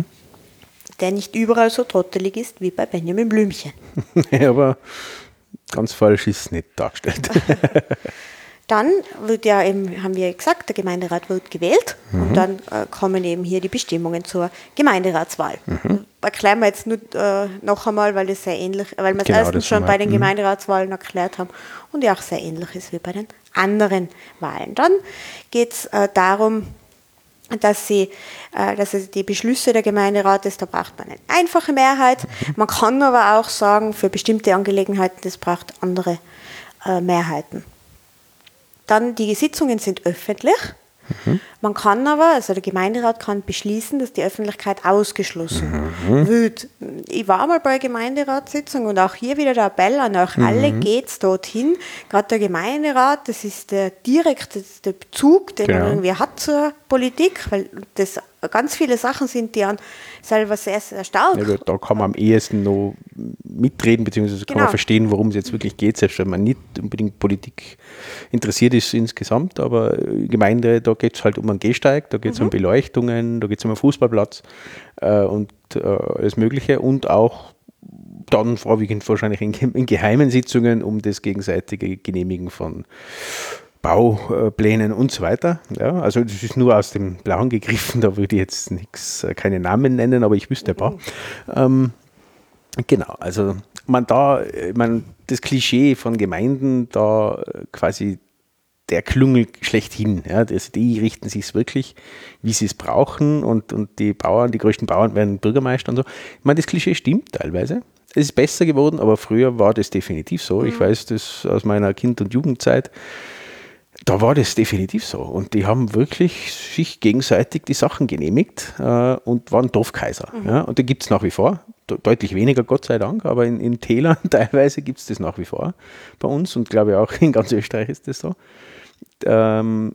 Speaker 1: der nicht überall so trottelig ist wie bei Benjamin Blümchen.
Speaker 2: Aber ganz falsch ist es nicht dargestellt.
Speaker 1: Dann wird ja eben, haben wir gesagt, der Gemeinderat wird gewählt und dann äh, kommen eben hier die Bestimmungen zur Gemeinderatswahl. Erklären wir jetzt nur äh, noch einmal, weil das sehr ähnlich, weil wir es
Speaker 2: Genau,
Speaker 1: erstens
Speaker 2: das
Speaker 1: schon
Speaker 2: haben wir.
Speaker 1: bei den
Speaker 2: Mhm.
Speaker 1: Gemeinderatswahlen erklärt haben und ja auch sehr ähnlich ist wie bei den anderen Wahlen. Dann geht es äh, darum, dass sie, äh, dass es die Beschlüsse der Gemeinderates, da braucht man eine einfache Mehrheit. Man kann aber auch sagen, für bestimmte Angelegenheiten, das braucht andere äh, Mehrheiten. Dann die Sitzungen sind öffentlich. Man kann aber, also der Gemeinderat kann beschließen, dass die Öffentlichkeit ausgeschlossen wird. Ich war mal bei der Gemeinderatssitzung und auch hier wieder der Appell an euch alle, geht's dorthin. Gerade der Gemeinderat, das ist der direkte der Bezug, den
Speaker 2: Genau.
Speaker 1: man irgendwie hat zur Politik, weil das ganz viele Sachen sind, die an selber sehr, sehr stark.
Speaker 2: Ja, da kann man am ehesten noch mitreden, beziehungsweise kann
Speaker 1: Genau.
Speaker 2: man verstehen, worum es jetzt wirklich geht, selbst wenn man nicht unbedingt Politik interessiert ist insgesamt, aber Gemeinde, da geht es halt um einen Gehsteig, da geht es mhm. um Beleuchtungen, da geht es um einen Fußballplatz äh, und äh, alles Mögliche und auch dann vorwiegend wahrscheinlich in, in geheimen Sitzungen um das gegenseitige Genehmigen von Bauplänen und so weiter. Ja, also das ist nur aus dem Blauen gegriffen, da würde ich jetzt nichts, keine Namen nennen, aber ich wüsste ein paar. Mhm. Ähm, genau, also man da, man, das Klischee von Gemeinden, da quasi der Klüngel schlechthin, ja, das, die richten sich es wirklich, wie sie es brauchen und, und die Bauern, die größten Bauern werden Bürgermeister und so. Ich meine, das Klischee stimmt teilweise. Es ist besser geworden, aber früher war das definitiv so. Mhm. Ich weiß das aus meiner Kind- und Jugendzeit. Da war das definitiv so. Und die haben wirklich sich gegenseitig die Sachen genehmigt äh, und waren Dorfkaiser. Mhm. Ja? Und die gibt es nach wie vor. De- deutlich weniger, Gott sei Dank, aber in, in Tälern teilweise gibt es das nach wie vor bei uns und glaube ich auch in ganz Österreich ist das so. Ähm,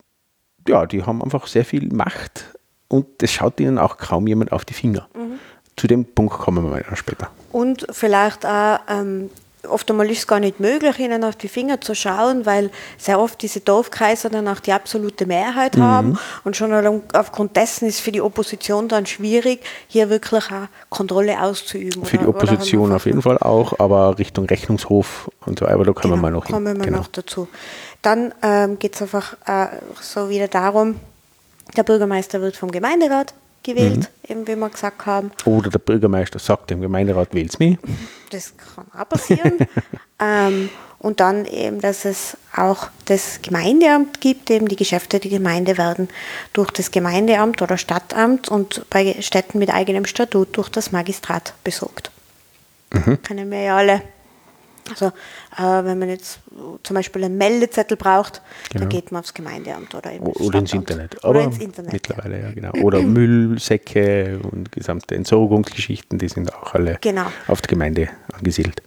Speaker 2: ja, die haben einfach sehr viel Macht und das schaut ihnen auch kaum jemand auf die Finger. Mhm. Zu dem Punkt kommen wir mal später.
Speaker 1: Und vielleicht auch, ähm, oft einmal ist es gar nicht möglich, ihnen auf die Finger zu schauen, weil sehr oft diese Dorfkaiser dann auch die absolute Mehrheit mhm. haben und schon aufgrund dessen ist für die Opposition dann schwierig, hier wirklich auch Kontrolle auszuüben.
Speaker 2: Für
Speaker 1: oder,
Speaker 2: die Opposition auf jeden Fall auch, aber Richtung Rechnungshof und so, aber da kommen
Speaker 1: genau,
Speaker 2: wir mal noch hin.
Speaker 1: kommen wir
Speaker 2: genau.
Speaker 1: noch dazu. Dann ähm, geht es einfach äh, so wieder darum, der Bürgermeister wird vom Gemeinderat gewählt, mhm. eben wie wir gesagt haben.
Speaker 2: Oder der Bürgermeister sagt dem Gemeinderat, wählt's mich.
Speaker 1: Das kann auch passieren. ähm, und dann eben, dass es auch das Gemeindeamt gibt, eben die Geschäfte der Gemeinde werden durch das Gemeindeamt oder Stadtamt und bei Städten mit eigenem Statut durch das Magistrat besorgt. Mhm. Kennen wir ja alle. Also äh, wenn man jetzt zum Beispiel einen Meldezettel braucht, genau. dann geht man aufs Gemeindeamt oder, eben
Speaker 2: oder ins Internet.
Speaker 1: Oder
Speaker 2: Aber
Speaker 1: ins Internet.
Speaker 2: Mittlerweile, ja, genau. Oder Müllsäcke und gesamte Entsorgungsgeschichten, die sind auch alle
Speaker 1: genau.
Speaker 2: auf die Gemeinde angesiedelt.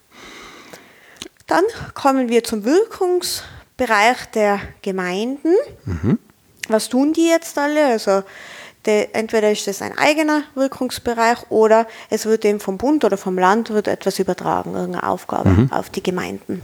Speaker 1: Dann kommen wir zum Wirkungsbereich der Gemeinden. Mhm. Was tun die jetzt alle? Also De, entweder ist das ein eigener Wirkungsbereich oder es wird eben vom Bund oder vom Land wird etwas übertragen, irgendeine Aufgabe mhm. auf die Gemeinden.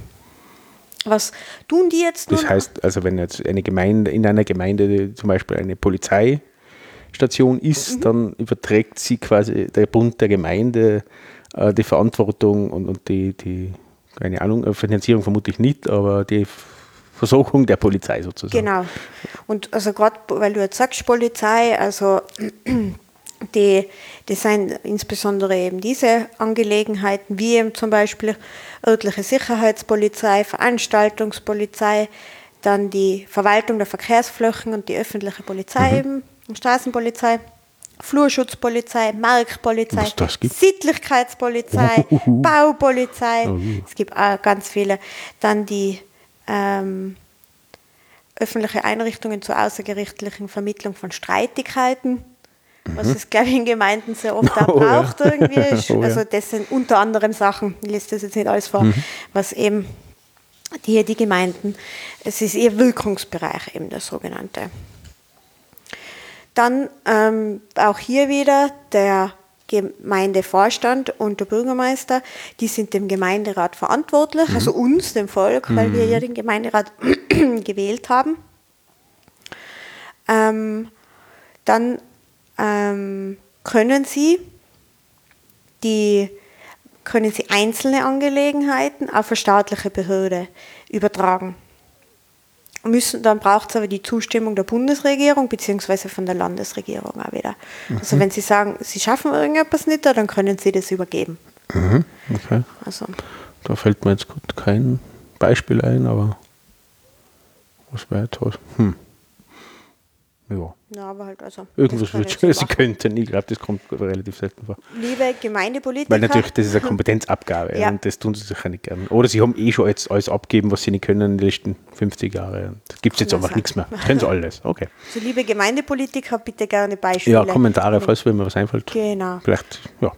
Speaker 1: Was tun die jetzt nun?
Speaker 2: Das heißt, also wenn jetzt eine Gemeinde, in einer Gemeinde zum Beispiel eine Polizeistation ist, mhm. dann überträgt sie quasi der Bund der Gemeinde äh, die Verantwortung und, und die, die, keine Ahnung, Finanzierung vermutlich nicht, aber die Versorgung der Polizei sozusagen.
Speaker 1: Genau. Und also gerade, weil du jetzt sagst Polizei, also die, das sind insbesondere eben diese Angelegenheiten, wie eben zum Beispiel örtliche Sicherheitspolizei, Veranstaltungspolizei, dann die Verwaltung der Verkehrsflächen und die öffentliche Polizei mhm. eben, Straßenpolizei, Flurschutzpolizei, Marktpolizei, Sittlichkeitspolizei, Uhuhu. Baupolizei, Uhuhu. Es gibt auch ganz viele, dann die Ähm, öffentliche Einrichtungen zur außergerichtlichen Vermittlung von Streitigkeiten, mhm. was es, glaube ich, in Gemeinden sehr oft auch oh, braucht ja. irgendwie.
Speaker 2: Oh,
Speaker 1: also
Speaker 2: ja.
Speaker 1: das sind unter anderem Sachen, ich lese das jetzt nicht alles vor, mhm. was eben hier die Gemeinden, es ist ihr Wirkungsbereich eben der sogenannte. Dann ähm, auch hier wieder der Gemeindevorstand und der Bürgermeister, die sind dem Gemeinderat verantwortlich, mhm. also uns, dem Volk, weil mhm. wir ja den Gemeinderat gewählt haben. Ähm, dann ähm, können sie die können sie einzelne Angelegenheiten auf eine staatliche Behörde übertragen. Müssen, dann braucht es aber die Zustimmung der Bundesregierung bzw. von der Landesregierung auch wieder. Mhm. Also wenn Sie sagen, Sie schaffen irgendetwas nicht, dann können Sie das übergeben.
Speaker 2: Mhm. Okay.
Speaker 1: Also.
Speaker 2: Da fällt mir jetzt gut kein Beispiel ein, aber was wäre toll? Hm. Ja.
Speaker 1: Ja, aber halt also.
Speaker 2: Irgendwas wird schon, Sie könnten, ich glaube, das kommt relativ selten vor.
Speaker 1: Liebe Gemeindepolitiker.
Speaker 2: Weil natürlich, das ist eine Kompetenzabgabe ja. und das tun sie sicher nicht gerne. Oder sie haben eh schon jetzt alles abgegeben, was sie nicht können in den letzten fünfzig Jahren. Da gibt es jetzt einfach nichts mehr. Das können sie alles. Okay.
Speaker 1: So, liebe Gemeindepolitiker, bitte gerne Beispiele.
Speaker 2: Ja, Kommentare, falls mir was einfällt.
Speaker 1: Genau.
Speaker 2: Vielleicht, ja.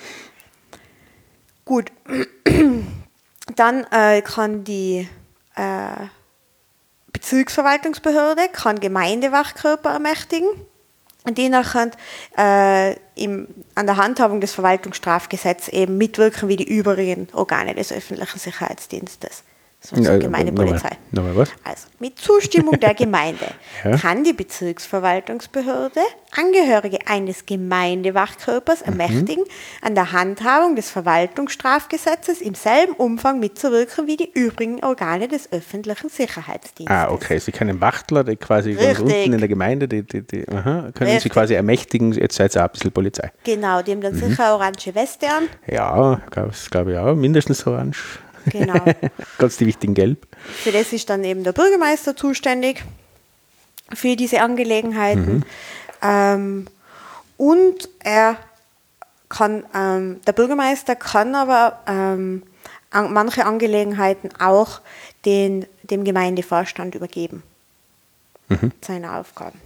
Speaker 1: Gut. Dann äh, kann die äh, Bezirksverwaltungsbehörde kann Gemeindewachkörper ermächtigen, die nachher äh, im, an der Handhabung des Verwaltungsstrafgesetzes eben mitwirken wie die übrigen Organe des öffentlichen Sicherheitsdienstes. So ist die Gemeindepolizei.
Speaker 2: Nochmal was?
Speaker 1: Also, mit Zustimmung der Gemeinde
Speaker 2: ja.
Speaker 1: kann die Bezirksverwaltungsbehörde Angehörige eines Gemeindewachkörpers mhm. ermächtigen, an der Handhabung des Verwaltungsstrafgesetzes im selben Umfang mitzuwirken wie die übrigen Organe des öffentlichen Sicherheitsdienstes.
Speaker 2: Ah, okay. Sie können Wachtler, die quasi ganz unten in der Gemeinde, die, die, die, aha, können Richtig. Sie quasi ermächtigen, jetzt seid ihr auch ein bisschen Polizei.
Speaker 1: Genau, die haben dann mhm. sicher eine orange Weste an.
Speaker 2: Ja, das glaube ich auch, mindestens orange.
Speaker 1: Genau.
Speaker 2: Ganz die wichtigen Gelb.
Speaker 1: Für das ist dann eben der Bürgermeister zuständig, für diese Angelegenheiten. Mhm. Ähm, und er kann, ähm, der Bürgermeister kann aber ähm, an, manche Angelegenheiten auch den, dem Gemeindevorstand übergeben. Mhm. Seine Aufgaben.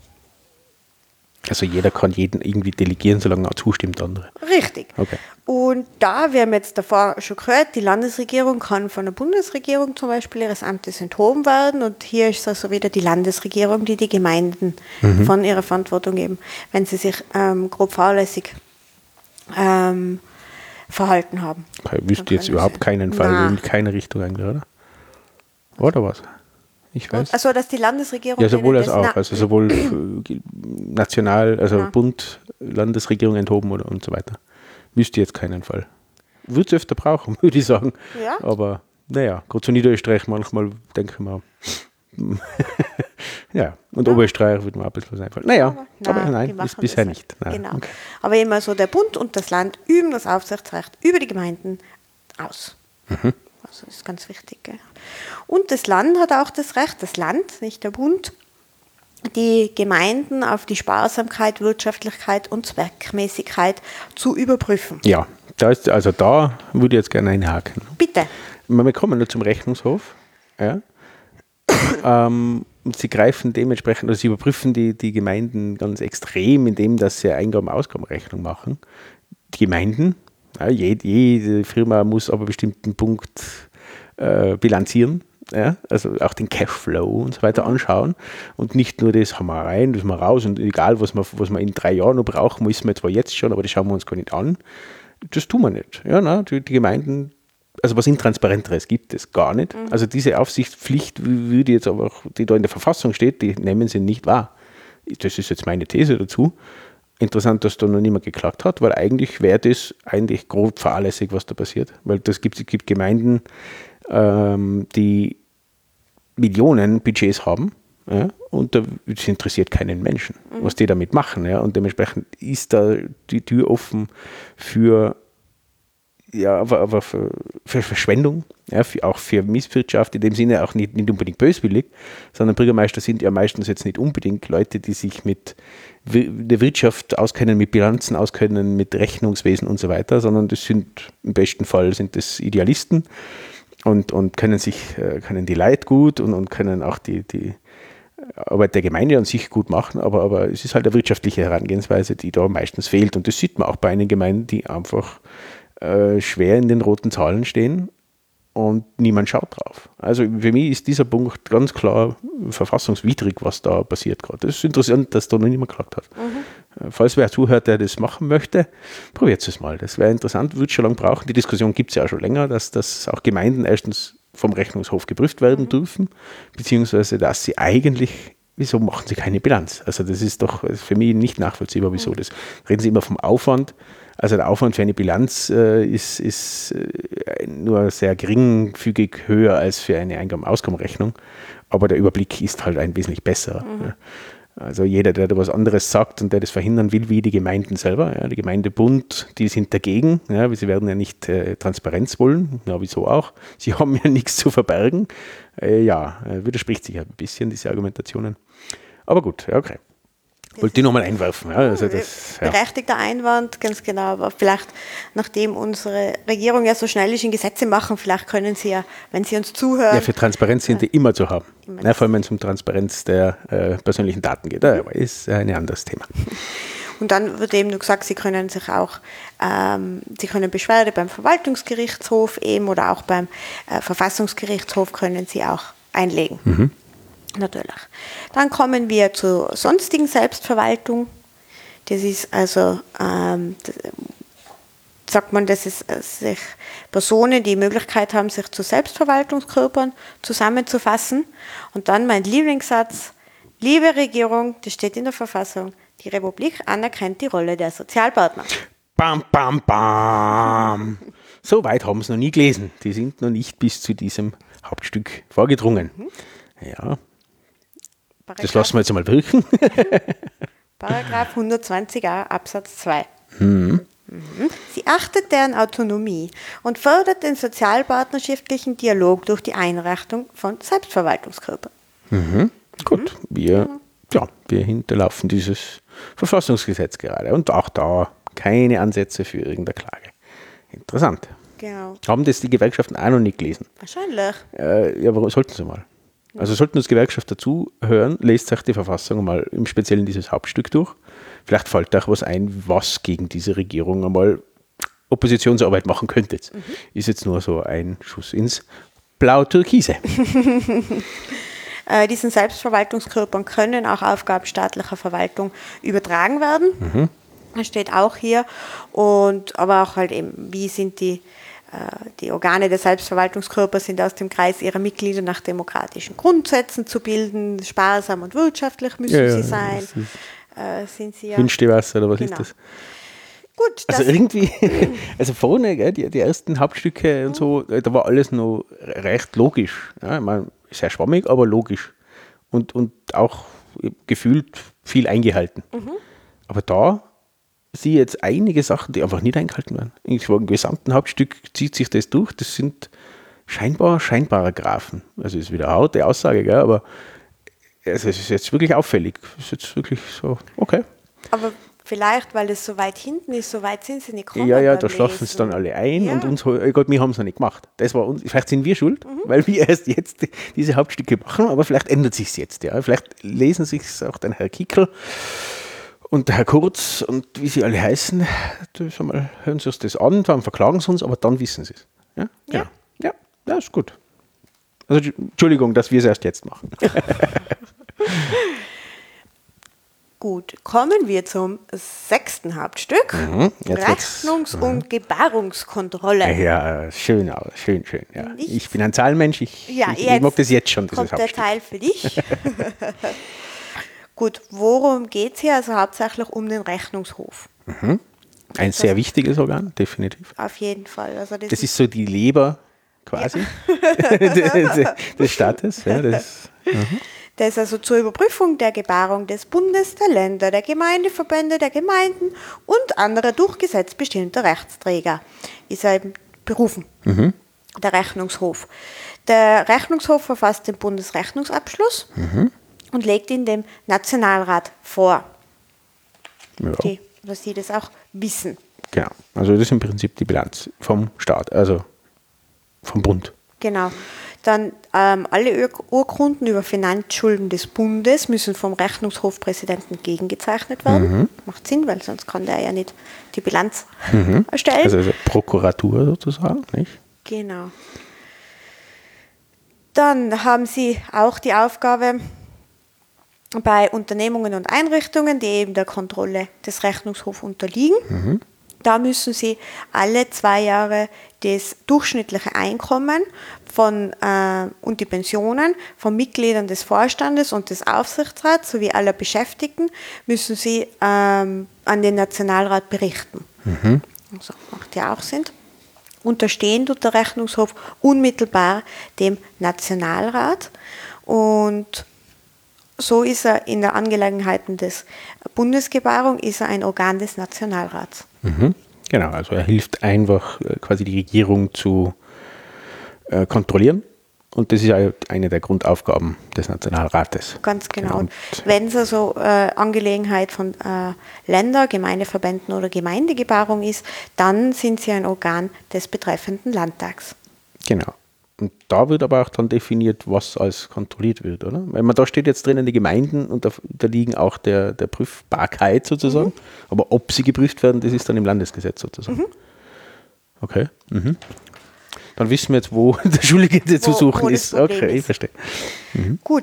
Speaker 2: Also jeder kann jeden irgendwie delegieren, solange er zustimmt, andere.
Speaker 1: Richtig.
Speaker 2: Okay.
Speaker 1: Und da, wir haben jetzt davor schon gehört, die Landesregierung kann von der Bundesregierung zum Beispiel ihres Amtes enthoben werden. Und hier ist es also wieder die Landesregierung, die die Gemeinden mhm. von ihrer Verantwortung geben, wenn sie sich ähm, grob fahrlässig ähm, verhalten haben.
Speaker 2: Okay, wüsste jetzt überhaupt keinen Fall Na. in keine Richtung eigentlich, oder? Oder was? Ich weiß.
Speaker 1: Also, dass die Landesregierung...
Speaker 2: Ja, sowohl als auch. Also sowohl national, also ja. Bund, Landesregierung enthoben oder und so weiter. Wüsste jetzt keinen Fall. Würde es öfter brauchen, würde ich sagen.
Speaker 1: Ja.
Speaker 2: Aber naja, gerade zu Niederösterreich manchmal denke ich mal. ja, und ja. Oberösterreich würde mir auch ein bisschen was einfallen. Naja, aber, na, aber nein, ist bisher nicht. Nein.
Speaker 1: Genau.
Speaker 2: Okay.
Speaker 1: Aber immer so, der Bund und das Land üben das Aufsichtsrecht über die Gemeinden aus. Mhm. Also das ist ganz wichtig. Gell? Und das Land hat auch das Recht, das Land, nicht der Bund, die Gemeinden auf die Sparsamkeit, Wirtschaftlichkeit und Zweckmäßigkeit zu überprüfen.
Speaker 2: Ja, da ist, also da würde ich jetzt gerne einhaken.
Speaker 1: Bitte.
Speaker 2: Wir kommen nur zum Rechnungshof. Ja. ähm, und sie greifen dementsprechend, also sie überprüfen die, die Gemeinden ganz extrem, indem dass sie Eingaben-Ausgabenrechnung machen. Die Gemeinden, ja, jede, jede Firma muss aber einen bestimmten Punkt äh, bilanzieren. Ja, also auch den Cashflow und so weiter anschauen und nicht nur das haben wir rein, das haben wir raus und egal, was wir, was wir in drei Jahren noch brauchen, wissen wir zwar jetzt schon, aber das schauen wir uns gar nicht an. Das tun wir nicht. Ja, na, die, die Gemeinden, also was Intransparenteres gibt es gar nicht. Mhm. Also diese Aufsichtspflicht, würde jetzt aber auch, die da in der Verfassung steht, die nehmen sie nicht wahr. Das ist jetzt meine These dazu. Interessant, dass da noch niemand geklagt hat, weil eigentlich wäre das eigentlich grob fahrlässig, was da passiert. Weil das gibt, es gibt Gemeinden, ähm, die Millionen Budgets haben, ja, und das interessiert keinen Menschen, mhm. was die damit machen. Ja, und dementsprechend ist da die Tür offen für, ja, aber, aber für, für Verschwendung, ja, für, auch für Misswirtschaft, in dem Sinne auch nicht, nicht unbedingt böswillig, sondern Bürgermeister sind ja meistens jetzt nicht unbedingt Leute, die sich mit der Wirtschaft auskennen, mit Bilanzen auskennen, mit Rechnungswesen und so weiter, sondern das sind im besten Fall sind das Idealisten, Und, und können sich, können die Leute gut und, und können auch die, die Arbeit der Gemeinde an sich gut machen, aber, aber es ist halt eine wirtschaftliche Herangehensweise, die da meistens fehlt. Und das sieht man auch bei einigen Gemeinden, die einfach äh, schwer in den roten Zahlen stehen und niemand schaut drauf. Also für mich ist dieser Punkt ganz klar verfassungswidrig, was da passiert gerade. Das ist interessant, dass da noch niemand geklagt hat. Mhm. Falls wer zuhört, der das machen möchte, probiert es mal. Das wäre interessant, wird schon lange brauchen. Die Diskussion gibt es ja auch schon länger, dass, dass auch Gemeinden erstens vom Rechnungshof geprüft werden mhm. dürfen, beziehungsweise dass sie eigentlich, wieso machen sie keine Bilanz? Also das ist doch für mich nicht nachvollziehbar, wieso mhm. das. Reden Sie immer vom Aufwand. Also der Aufwand für eine Bilanz äh, ist, ist äh, nur sehr geringfügig höher als für eine Eingaben-Ausgabenrechnung, aber der Überblick ist halt ein wesentlich besser. Mhm. Ja. Also jeder, der da was anderes sagt und der das verhindern will, wie die Gemeinden selber, ja, die Gemeindebund, die sind dagegen, ja, weil sie werden ja nicht äh, Transparenz wollen, ja wieso auch, sie haben ja nichts zu verbergen, äh, ja, äh, widerspricht sich ein bisschen diese Argumentationen, aber gut, ja, okay. Wollte ich nochmal einwerfen. Ja, also das, ja.
Speaker 1: Berechtigter Einwand, ganz genau. Aber vielleicht, nachdem unsere Regierung ja so schnell ist in Gesetze machen, vielleicht können Sie ja, wenn Sie uns zuhören.
Speaker 2: Ja, für Transparenz sind die immer zu haben. Ja, vor allem, wenn es um Transparenz der äh, persönlichen Daten geht. Das ist ein anderes Thema.
Speaker 1: Und dann wird eben nur gesagt, Sie können sich auch, ähm, Sie können Beschwerde beim Verwaltungsgerichtshof eben oder auch beim äh, Verfassungsgerichtshof können Sie auch einlegen. Mhm. Natürlich. Dann kommen wir zur sonstigen Selbstverwaltung. Das ist also, ähm, das, sagt man, dass es äh, sich Personen, die, die Möglichkeit haben, sich zu Selbstverwaltungskörpern zusammenzufassen. Und dann mein Lieblingssatz: Liebe Regierung, das steht in der Verfassung, die Republik anerkennt die Rolle der Sozialpartner.
Speaker 2: Bam, bam, bam. So weit haben sie noch nie gelesen. Die sind noch nicht bis zu diesem Hauptstück vorgedrungen. Mhm. Ja, Paragraph, das lassen wir jetzt mal wirken.
Speaker 1: Paragraph hundertzwanzig a Absatz zwei. Mhm. Mhm. Sie achtet deren Autonomie und fördert den sozialpartnerschaftlichen Dialog durch die Einrichtung von Selbstverwaltungskörpern.
Speaker 2: Mhm. Gut, wir, ja, wir hinterlaufen dieses Verfassungsgesetz gerade und auch da keine Ansätze für irgendeine Klage. Interessant.
Speaker 1: Genau.
Speaker 2: Haben das die Gewerkschaften auch noch nicht gelesen?
Speaker 1: Wahrscheinlich.
Speaker 2: Äh, ja, warum sollten sie mal? Also sollten uns Gewerkschaften dazu hören, lest euch die Verfassung mal im Speziellen dieses Hauptstück durch. Vielleicht fällt euch was ein, was gegen diese Regierung einmal Oppositionsarbeit machen könnte. Mhm. Ist jetzt nur so ein Schuss ins Blau-Türkise.
Speaker 1: äh, diesen Selbstverwaltungskörpern können auch Aufgaben staatlicher Verwaltung übertragen werden. Mhm. Das steht auch hier. Und, aber auch halt eben, wie sind die, äh, die Organe der Selbstverwaltungskörper sind aus dem Kreis ihrer Mitglieder nach demokratischen Grundsätzen zu bilden. Sparsam und wirtschaftlich müssen ja, sie sein. Äh, sind sie ja.
Speaker 2: Wünschte Wasser oder was genau. ist das?
Speaker 1: Gut,
Speaker 2: also irgendwie, also vorne, gell, die, die ersten Hauptstücke und so, da war alles noch recht logisch. Ja, ich meine, sehr schwammig, aber logisch. Und, und auch gefühlt viel eingehalten. Mhm. Aber da sehe ich jetzt einige Sachen, die einfach nicht eingehalten werden. Im gesamten Hauptstück zieht sich das durch. Das sind scheinbar Scheinparagraphen. Also ist wieder eine harte Aussage, gell, aber also es ist jetzt wirklich auffällig. Es ist jetzt wirklich so, okay.
Speaker 1: Aber vielleicht, weil es so weit hinten ist, so weit sind sie nicht gekommen.
Speaker 2: Ja, ja, da schlafen sie dann alle ein ja. und uns, oh Gott, wir haben es noch nicht gemacht. Das war uns, vielleicht sind wir schuld, mhm. weil wir erst jetzt diese Hauptstücke machen, aber vielleicht ändert sich es jetzt. Ja. Vielleicht lesen sich auch dann Herr Kickl und der Herr Kurz und wie sie alle heißen, das einmal, hören sie uns das an, dann verklagen sie uns, aber dann wissen sie es. Ja, genau. Ja, ja, ja, ist gut. Also Entschuldigung, dass wir es erst jetzt machen.
Speaker 1: Gut, kommen wir zum sechsten Hauptstück. Mhm, Rechnungs- und Gebarungskontrolle.
Speaker 2: Ja, schön, schön, schön. Ja. Ich, ich bin ein Zahlenmensch, ich, ja, ich, ich mag das jetzt schon, dieses
Speaker 1: kommt Hauptstück. Der Teil für dich. Gut, worum geht es hier? Also hauptsächlich um den Rechnungshof.
Speaker 2: Mhm. Ein das sehr wichtiges Organ, definitiv.
Speaker 1: Auf jeden Fall. Also das,
Speaker 2: das ist so die Leber quasi ja. des, des Staates. Ja, das, mhm.
Speaker 1: Das ist also zur Überprüfung der Gebarung des Bundes, der Länder, der Gemeindeverbände, der Gemeinden und anderer durch Gesetz bestimmter Rechtsträger ist er eben berufen, mhm. der Rechnungshof. Der Rechnungshof verfasst den Bundesrechnungsabschluss mhm. und legt ihn dem Nationalrat vor. Ja. Die, dass sie das auch wissen.
Speaker 2: Genau, also das ist im Prinzip die Bilanz vom Staat, also vom Bund.
Speaker 1: Genau. Dann ähm, alle Ur- Urkunden über Finanzschulden des Bundes müssen vom Rechnungshofpräsidenten gegengezeichnet werden. Mhm. Macht Sinn, weil sonst kann der ja nicht die Bilanz mhm. erstellen.
Speaker 2: Also, also Prokuratur sozusagen, nicht?
Speaker 1: Genau. Dann haben Sie auch die Aufgabe bei Unternehmungen und Einrichtungen, die eben der Kontrolle des Rechnungshofs unterliegen. Mhm. Da müssen Sie alle zwei Jahre das durchschnittliche Einkommen von, äh, und die Pensionen von Mitgliedern des Vorstandes und des Aufsichtsrats sowie aller Beschäftigten müssen Sie ähm, an den Nationalrat berichten. Mhm. Also macht ja auch Sinn. Unterstehen tut der Rechnungshof unmittelbar dem Nationalrat und so ist er in der Angelegenheiten des Bundesgebarung, ist er ein Organ des Nationalrats.
Speaker 2: Mhm. Genau, also er hilft einfach äh, quasi die Regierung zu äh, kontrollieren und das ist ja eine der Grundaufgaben des Nationalrates.
Speaker 1: Ganz genau. genau. Wenn es also äh, Angelegenheit von äh, Länder, Gemeindeverbänden oder Gemeindegebarung ist, dann sind sie ein Organ des betreffenden Landtags.
Speaker 2: Genau. Und da wird aber auch dann definiert, was als kontrolliert wird, oder? Weil man da steht jetzt drinnen die Gemeinden und da, da liegen auch der, der Prüfbarkeit sozusagen. Mhm. Aber ob sie geprüft werden, das ist dann im Landesgesetz sozusagen. Mhm. Okay. Mhm. Dann wissen wir jetzt, wo der Schuldige zu suchen wo ist. Okay, ist. Ich verstehe.
Speaker 1: Mhm. Gut.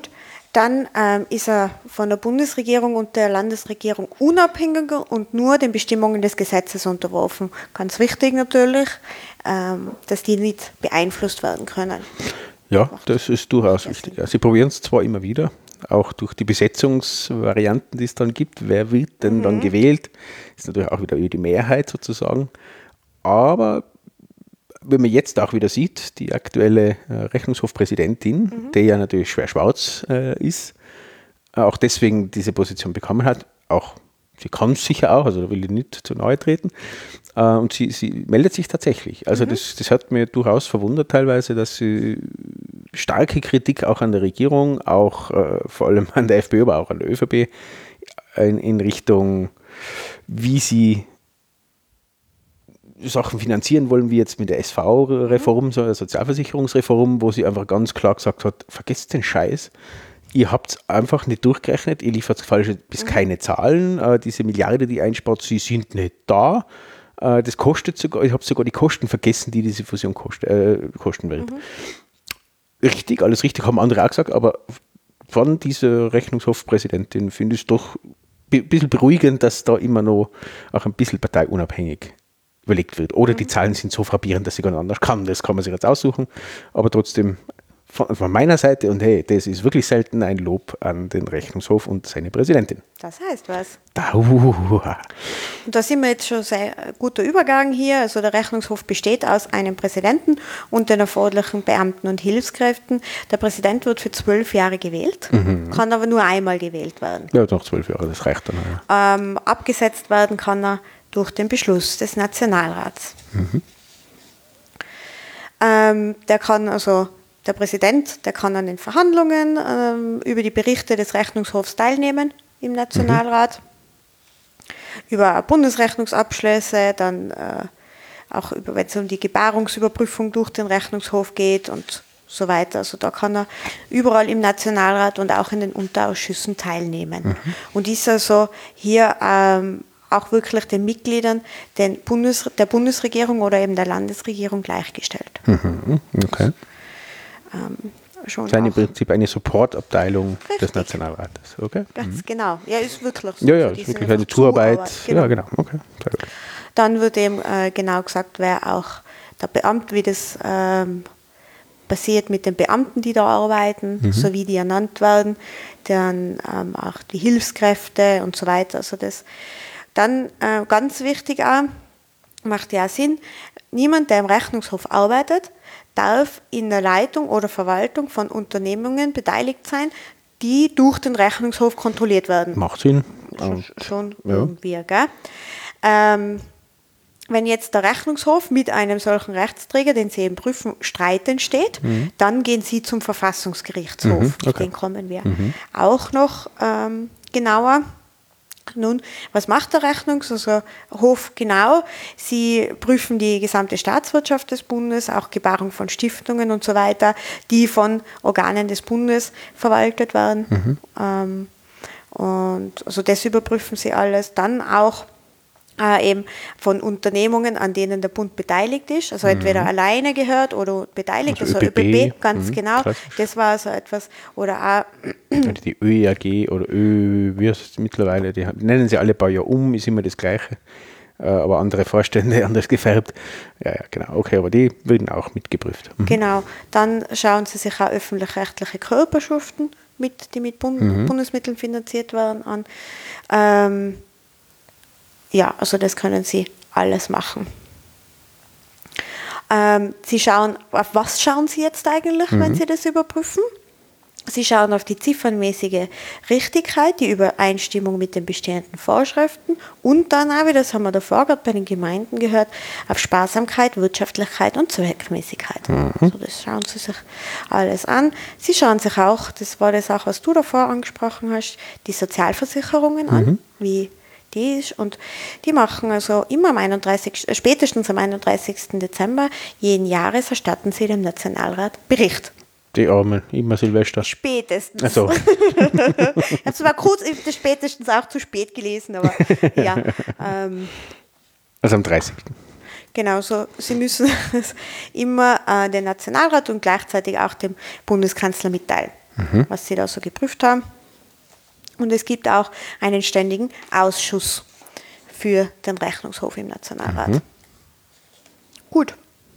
Speaker 1: Dann ähm, ist er von der Bundesregierung und der Landesregierung unabhängiger und nur den Bestimmungen des Gesetzes unterworfen. Ganz wichtig natürlich, ähm, dass die nicht beeinflusst werden können.
Speaker 2: Ja, das ist durchaus wichtig. Ja, sie probieren es zwar immer wieder, auch durch die Besetzungsvarianten, die es dann gibt. Wer wird denn mhm. dann gewählt? Ist natürlich auch wieder über die Mehrheit sozusagen. Aber wenn man jetzt auch wieder sieht, die aktuelle äh, Rechnungshofpräsidentin, mhm. die ja natürlich schwer schwarz äh, ist, auch deswegen diese Position bekommen hat, auch sie kann es sicher auch, also da will ich nicht zu nahe treten, äh, und sie, sie meldet sich tatsächlich. Also mhm. das, das hat mir durchaus verwundert teilweise, dass sie starke Kritik auch an der Regierung, auch äh, vor allem an der FPÖ, aber auch an der ÖVP in, in Richtung, wie sie Sachen finanzieren wollen, wie jetzt mit der S V-Reform, so der Sozialversicherungsreform, wo sie einfach ganz klar gesagt hat, vergesst den Scheiß, ihr habt es einfach nicht durchgerechnet, ihr liefert falsche bis mhm. keine Zahlen, äh, diese Milliarde, die ihr einspart, sie sind nicht da, äh, das kostet sogar, ich habe sogar die Kosten vergessen, die diese Fusion kost, äh, kosten wird. Mhm. Richtig, alles richtig, haben andere auch gesagt, aber von dieser Rechnungshofpräsidentin finde ich es doch ein bisschen beruhigend, dass da immer noch auch ein bisschen parteiunabhängig überlegt wird. Oder mhm. die Zahlen sind so frappierend, dass sie gar nicht anders kann. Das kann man sich jetzt aussuchen. Aber trotzdem von, von meiner Seite, und hey, das ist wirklich selten, ein Lob an den Rechnungshof und seine Präsidentin.
Speaker 1: Das heißt was.
Speaker 2: Da, uh,
Speaker 1: und da sind wir jetzt schon sehr guter Übergang hier. Also der Rechnungshof besteht aus einem Präsidenten und den erforderlichen Beamten und Hilfskräften. Der Präsident wird für zwölf Jahre gewählt, mhm. kann aber nur einmal gewählt werden.
Speaker 2: Ja, noch zwölf Jahre, das reicht dann.
Speaker 1: Ja. Ähm, abgesetzt werden kann er durch den Beschluss des Nationalrats. Mhm. Ähm, der kann also, der Präsident, der kann an den Verhandlungen ähm, über die Berichte des Rechnungshofs teilnehmen im Nationalrat, mhm. über Bundesrechnungsabschlüsse, dann äh, auch über, wenn es um die Gebarungsüberprüfung durch den Rechnungshof geht und so weiter. Also da kann er überall im Nationalrat und auch in den Unterausschüssen teilnehmen. Mhm. Und ist also hier ähm, auch wirklich den Mitgliedern den Bundes, der Bundesregierung oder eben der Landesregierung gleichgestellt.
Speaker 2: Mhm, okay. Ähm, schon das ist im Prinzip eine Supportabteilung des Nationalrates, okay?
Speaker 1: Ganz mhm. genau. Ja, ist wirklich so.
Speaker 2: Ja, ja, ist wirklich eine Zuarbeit. Genau. Ja, genau. Okay. Sehr gut.
Speaker 1: Dann wird eben äh, genau gesagt, wer auch der Beamte, wie das ähm, passiert mit den Beamten, die da arbeiten, mhm. sowie die ernannt werden, dann ähm, auch die Hilfskräfte und so weiter. Also das Dann äh, ganz wichtig auch, macht ja Sinn, niemand, der im Rechnungshof arbeitet, darf in der Leitung oder Verwaltung von Unternehmungen beteiligt sein, die durch den Rechnungshof kontrolliert werden.
Speaker 2: Macht Sinn.
Speaker 1: Schon, schon ja. irgendwie, gell? Ähm, wenn jetzt der Rechnungshof mit einem solchen Rechtsträger, den sie eben prüfen, Streit entsteht, mhm. dann gehen sie zum Verfassungsgerichtshof. Mhm, okay. Auf den kommen wir mhm. auch noch ähm, genauer. Nun, was macht der Rechnungshof genau? Sie prüfen die gesamte Staatswirtschaft des Bundes, auch Gebarung von Stiftungen und so weiter, die von Organen des Bundes verwaltet werden. Mhm. Ähm, und also das überprüfen sie alles. Dann auch äh, eben von Unternehmungen, an denen der Bund beteiligt ist, also mhm. entweder alleine gehört oder beteiligt, also, also ÖBB, ÖBB ganz mhm, genau, klassisch. Das war so etwas, oder auch
Speaker 2: die ÖIAG oder Ö, wie heißt es mittlerweile, die nennen sie alle ein paar Jahre um, ist immer das Gleiche, äh, aber andere Vorstände, anders gefärbt. Ja, ja, genau, okay, aber die werden auch mitgeprüft. Mhm.
Speaker 1: Genau, dann schauen sie sich auch öffentlich-rechtliche Körperschaften, mit, die mit Bund, mhm. Bundesmitteln finanziert werden, an. Ähm, Ja, also das können Sie alles machen. Ähm, Sie schauen, auf was schauen Sie jetzt eigentlich, mhm. wenn Sie das überprüfen? Sie schauen auf die ziffernmäßige Richtigkeit, die Übereinstimmung mit den bestehenden Vorschriften und dann auch, wie das haben wir davor gerade bei den Gemeinden gehört, auf Sparsamkeit, Wirtschaftlichkeit und Zweckmäßigkeit. Mhm. Also das schauen Sie sich alles an. Sie schauen sich auch, das war das auch, was du davor angesprochen hast, die Sozialversicherungen mhm. an, wie die ist, und die machen also immer am einunddreißigsten spätestens am einunddreißigsten Dezember jeden Jahres erstatten sie dem Nationalrat Bericht.
Speaker 2: Die Armen, immer Silvester.
Speaker 1: Spätestens.
Speaker 2: Ach so.
Speaker 1: Ich habe zwar kurz das spätestens auch zu spät gelesen, aber ja. Ähm,
Speaker 2: also am dreißigsten
Speaker 1: Genau, so, sie müssen es immer äh, den Nationalrat und gleichzeitig auch dem Bundeskanzler mitteilen. mhm. was sie da so geprüft haben. Und es gibt auch einen ständigen Ausschuss für den Rechnungshof im Nationalrat. Mhm. Gut.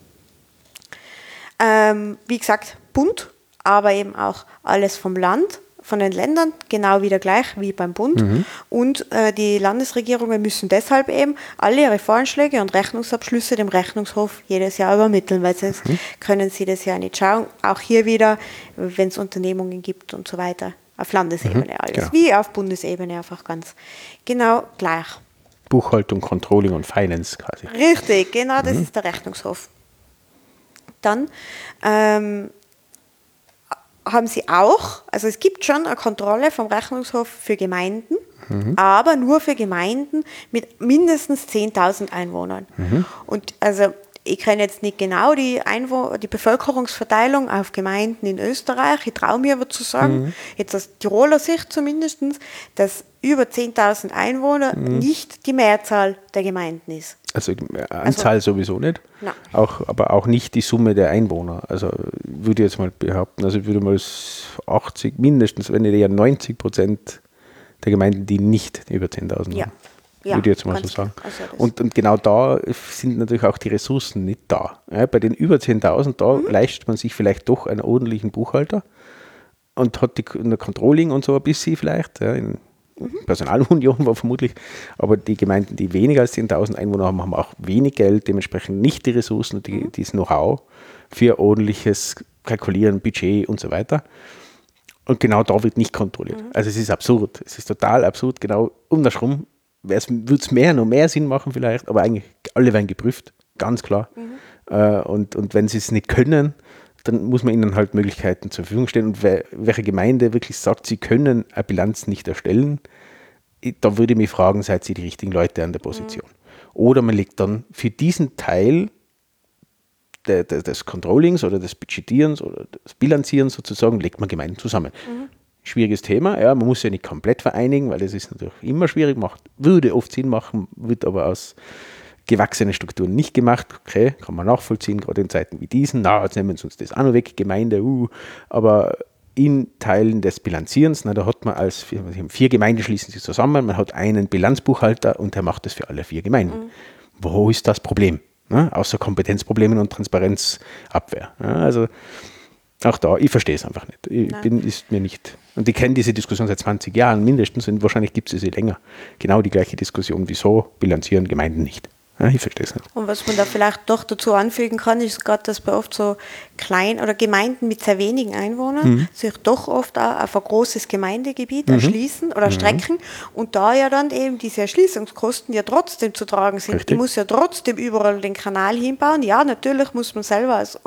Speaker 1: Ähm, wie gesagt, Bund, aber eben auch alles vom Land, von den Ländern, genau wieder gleich wie beim Bund. Mhm. Und äh, die Landesregierungen müssen deshalb eben alle ihre Voranschläge und Rechnungsabschlüsse dem Rechnungshof jedes Jahr übermitteln, weil sonst mhm. können sie das ja nicht schauen. Auch hier wieder, wenn es Unternehmungen gibt und so weiter, auf Landesebene mhm, alles, genau. Wie auf Bundesebene einfach ganz genau gleich.
Speaker 2: Buchhaltung, Controlling und Finance quasi.
Speaker 1: Richtig, genau, das mhm. ist der Rechnungshof. Dann ähm, haben sie auch, also es gibt schon eine Kontrolle vom Rechnungshof für Gemeinden, mhm. aber nur für Gemeinden mit mindestens zehntausend Einwohnern. Mhm. Und also ich kenne jetzt nicht genau die, Einwo- die Bevölkerungsverteilung auf Gemeinden in Österreich. Ich traue mir aber zu sagen, mhm. jetzt aus Tiroler Sicht zumindest, dass über zehntausend Einwohner mhm. nicht die Mehrzahl der Gemeinden ist.
Speaker 2: Also Anzahl also, sowieso nicht, auch, aber auch nicht die Summe der Einwohner. Also würde ich jetzt mal behaupten, also ich würde mal achtzig, mindestens, wenn nicht eher neunzig Prozent der Gemeinden, die nicht über zehntausend
Speaker 1: ja.
Speaker 2: haben. Ja, würde ich jetzt mal so sagen. Also und, und genau da sind natürlich auch die Ressourcen nicht da. Ja, bei den über zehntausend, da mhm. leistet man sich vielleicht doch einen ordentlichen Buchhalter und hat die in der Controlling und so ein bisschen vielleicht. Ja, in mhm. Personalunion war vermutlich, aber die Gemeinden, die weniger als zehntausend Einwohner haben, haben auch wenig Geld, dementsprechend nicht die Ressourcen, die, mhm. das Know-how für ordentliches Kalkulieren, Budget und so weiter. Und genau da wird nicht kontrolliert. Mhm. Also es ist absurd. Es ist total absurd, genau andersrum. Würde es mehr, noch mehr Sinn machen vielleicht, aber eigentlich alle werden geprüft, ganz klar. Mhm. Äh, und, und wenn sie es nicht können, dann muss man ihnen halt Möglichkeiten zur Verfügung stellen. Und wer, welche Gemeinde wirklich sagt, sie können eine Bilanz nicht erstellen, da würde ich mich fragen, seid ihr die richtigen Leute an der Position? Mhm. Oder man legt dann für diesen Teil de, de, des Controllings oder des Budgetierens oder des Bilanzierens sozusagen, legt man Gemeinden zusammen. Mhm. Schwieriges Thema, ja, man muss ja nicht komplett vereinigen, weil das ist natürlich immer schwierig, macht, würde oft Sinn machen, wird aber aus gewachsenen Strukturen nicht gemacht. Okay, kann man nachvollziehen, gerade in Zeiten wie diesen. Na, jetzt nehmen wir uns das auch noch weg, Gemeinde, uh, aber in Teilen des Bilanzierens, na, da hat man als, vier, vier Gemeinden schließen sich zusammen, man hat einen Bilanzbuchhalter und der macht das für alle vier Gemeinden. Mhm. Wo ist das Problem? Na, außer Kompetenzproblemen und Transparenzabwehr. Ja, also auch da, ich verstehe es einfach nicht. Ich bin, ist mir nicht. Und ich kenne diese Diskussion seit zwanzig Jahren mindestens und wahrscheinlich gibt es sie länger. Genau die gleiche Diskussion. Wieso bilanzieren Gemeinden nicht? Ja, ich verstehe es nicht.
Speaker 1: Und was man da vielleicht doch dazu anfügen kann, ist gerade, dass bei oft so klein oder Gemeinden mit sehr wenigen Einwohnern mhm. sich doch oft auch auf ein großes Gemeindegebiet mhm. erschließen oder mhm. strecken und da ja dann eben diese Erschließungskosten ja trotzdem zu tragen sind. Richtig. Ich muss ja trotzdem überall den Kanal hinbauen. Ja, natürlich muss man selber als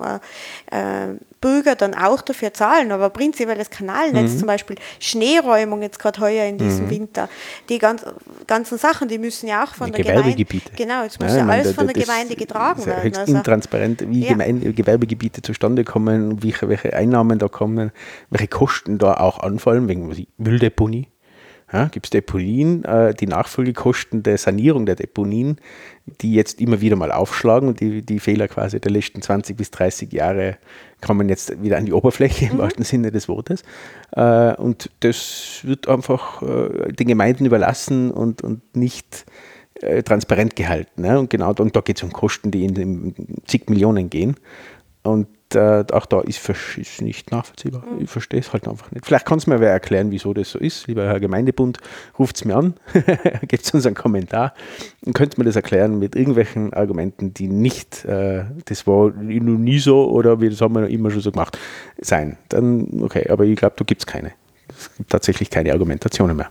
Speaker 1: äh, Bürger dann auch dafür zahlen, aber prinzipiell das Kanalnetz, mhm. zum Beispiel Schneeräumung jetzt gerade heuer in diesem mhm. Winter, die ganz, ganzen Sachen, die müssen ja auch von die der
Speaker 2: Gewerbegebiete.
Speaker 1: Gemeinde, genau, jetzt muss ja, ja alles meine, von der Gemeinde getragen werden.
Speaker 2: Höchst also intransparent, wie ja. Gemeinde, Gewerbegebiete zustande kommen, welche, welche Einnahmen da kommen, welche Kosten da auch anfallen, wegen Mülldeponie. Ja, gibt es Deponien, äh, die Nachfolgekosten der Sanierung der Deponien, die jetzt immer wieder mal aufschlagen und die, die Fehler quasi der letzten zwanzig bis dreißig Jahre kommen jetzt wieder an die Oberfläche im mhm. wahrsten Sinne des Wortes. Äh, und das wird einfach äh, den Gemeinden überlassen und, und nicht äh, transparent gehalten. Ne? Und genau und da geht es um Kosten, die in, in zig Millionen gehen. Und äh, auch da ist es nicht nachvollziehbar. Mhm. Ich verstehe es halt einfach nicht. Vielleicht kann es mir wer erklären, wieso das so ist. Lieber Herr Gemeindebund, ruft es mir an, gebt uns einen Kommentar und könnt mir das erklären mit irgendwelchen Argumenten, die nicht, äh, das war noch nie so oder wir das haben wir noch immer schon so gemacht, sein. Dann, okay, aber ich glaube, da gibt es keine. Es gibt tatsächlich keine Argumentationen mehr.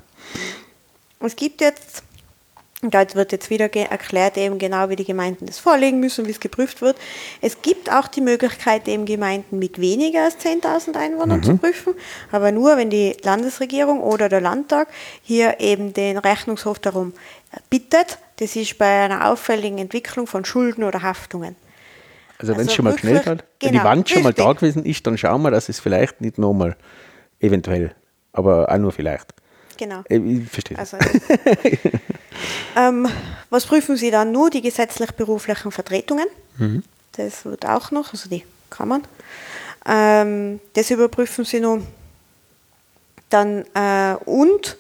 Speaker 1: Es gibt jetzt Und da wird jetzt wieder ge- erklärt, eben genau, wie die Gemeinden das vorlegen müssen, wie es geprüft wird. Es gibt auch die Möglichkeit, eben Gemeinden mit weniger als zehntausend Einwohnern mhm. zu prüfen, aber nur, wenn die Landesregierung oder der Landtag hier eben den Rechnungshof darum bittet. Das ist bei einer auffälligen Entwicklung von Schulden oder Haftungen.
Speaker 2: Also wenn es also schon mal geschnellt hat, wenn genau, die Wand schon richtig. mal da gewesen ist, dann schauen wir, dass es vielleicht nicht nochmal eventuell, aber auch nur vielleicht.
Speaker 1: Genau.
Speaker 2: Ich verstehe das. Also,
Speaker 1: ähm, was prüfen Sie dann? Nur die gesetzlich-beruflichen Vertretungen. Mhm. Das wird auch noch, also die kann man. Ähm, das überprüfen Sie nur. Dann, äh, und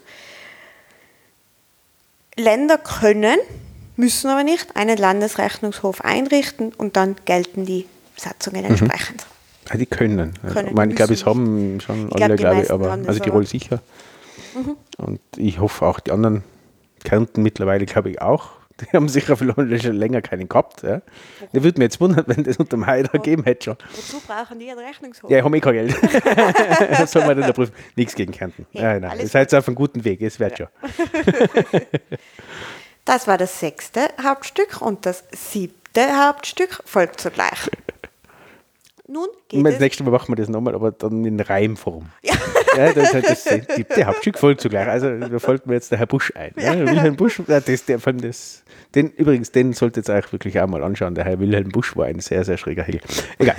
Speaker 1: Länder können, müssen aber nicht, einen Landesrechnungshof einrichten und dann gelten die Satzungen entsprechend.
Speaker 2: Mhm. Ja, die können.
Speaker 1: können
Speaker 2: ich meine, ich glaube, es
Speaker 1: nicht.
Speaker 2: haben schon
Speaker 1: Ich
Speaker 2: alle,
Speaker 1: glaub, die
Speaker 2: glaube ich,
Speaker 1: meisten
Speaker 2: aber
Speaker 1: haben das
Speaker 2: also Tirol
Speaker 1: aber.
Speaker 2: sicher. Mhm. Und ich hoffe auch die anderen, Kärnten mittlerweile, glaube ich, auch. Die haben sicher vielleicht schon länger keinen gehabt. Ja. Der würde mir jetzt wundern, wenn das unter dem Haider gegeben hätte schon.
Speaker 1: Wozu brauchen die einen Rechnungshof?
Speaker 2: Ja, ich habe eh kein Geld. Was soll man denn da prüfen? Nichts gegen Kärnten.
Speaker 1: Hey,
Speaker 2: ja, nein,
Speaker 1: alles
Speaker 2: ihr seid auf einem guten Weg, es wird ja. schon.
Speaker 1: Das war das sechste Hauptstück und das siebte Hauptstück folgt zugleich. Nun geht
Speaker 2: Das
Speaker 1: es...
Speaker 2: nächste Mal machen wir das nochmal, aber dann in Reimform. Ja. Ja, das ist halt das siebte Hauptstück folgt zugleich. Also da folgt mir jetzt der Herr Busch ein. Ja. Ja, Wilhelm Busch, das, der, von das, den, übrigens, den solltet ihr euch wirklich auch mal anschauen. Der Herr Wilhelm Busch war ein sehr, sehr schräger Hegel. Egal.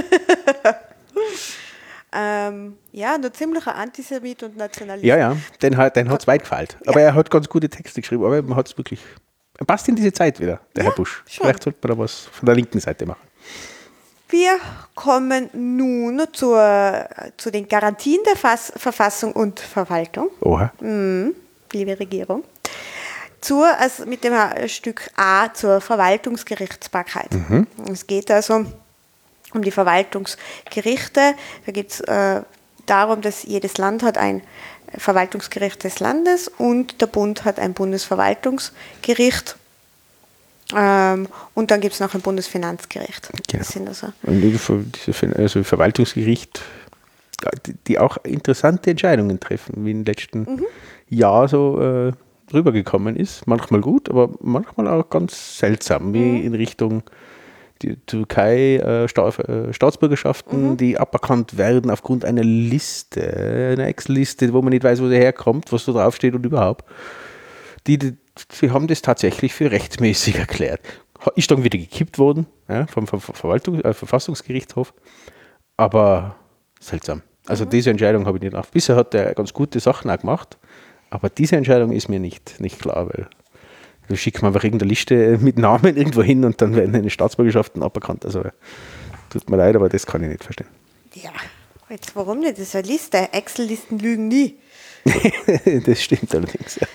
Speaker 1: ähm, ja, ein ziemlicher Antisemit und Nationalist.
Speaker 2: Ja, ja, den hat den hat's weit gefallen. Aber ja. Er hat ganz gute Texte geschrieben, aber man hat es wirklich, er passt in diese Zeit wieder, der ja, Herr Busch. Schon. Vielleicht sollte man da was von der linken Seite machen.
Speaker 1: Wir kommen nun zur, zu den Garantien der Fass, Verfassung und Verwaltung.
Speaker 2: Oha.
Speaker 1: Mhm, liebe Regierung. Zur, also mit dem Stück A zur Verwaltungsgerichtsbarkeit. Mhm. Es geht also um die Verwaltungsgerichte. Da geht es äh, darum, dass jedes Land hat ein Verwaltungsgericht des Landes und der Bund hat ein Bundesverwaltungsgericht. Ähm, und dann gibt es noch ein Bundesfinanzgericht.
Speaker 2: Genau.
Speaker 1: Das sind also
Speaker 2: und diese also Verwaltungsgericht, die, die auch interessante Entscheidungen treffen, wie im letzten mhm. Jahr so äh, rübergekommen ist. Manchmal gut, aber manchmal auch ganz seltsam, wie mhm. in Richtung die Türkei äh, Sta äh, Staatsbürgerschaften, mhm. die aberkannt werden aufgrund einer Liste, einer Excel-Liste, wo man nicht weiß, wo sie herkommt, was da draufsteht und überhaupt. Die, die Sie haben das tatsächlich für rechtsmäßig erklärt. Ist dann wieder gekippt worden, ja, vom Ver Verwaltung, äh, Verfassungsgerichtshof, aber seltsam. Also mhm. diese Entscheidung habe ich nicht nach. Bisher hat er ganz gute Sachen auch gemacht, aber diese Entscheidung ist mir nicht, nicht klar, weil da schickt man einfach irgendeine Liste mit Namen irgendwo hin und dann werden eine Staatsbürgerschaften aberkannt. Also tut mir leid, aber das kann ich nicht verstehen.
Speaker 1: Ja, jetzt warum nicht? Das ist eine Liste. Excel-Listen lügen nie.
Speaker 2: Das stimmt allerdings, ja.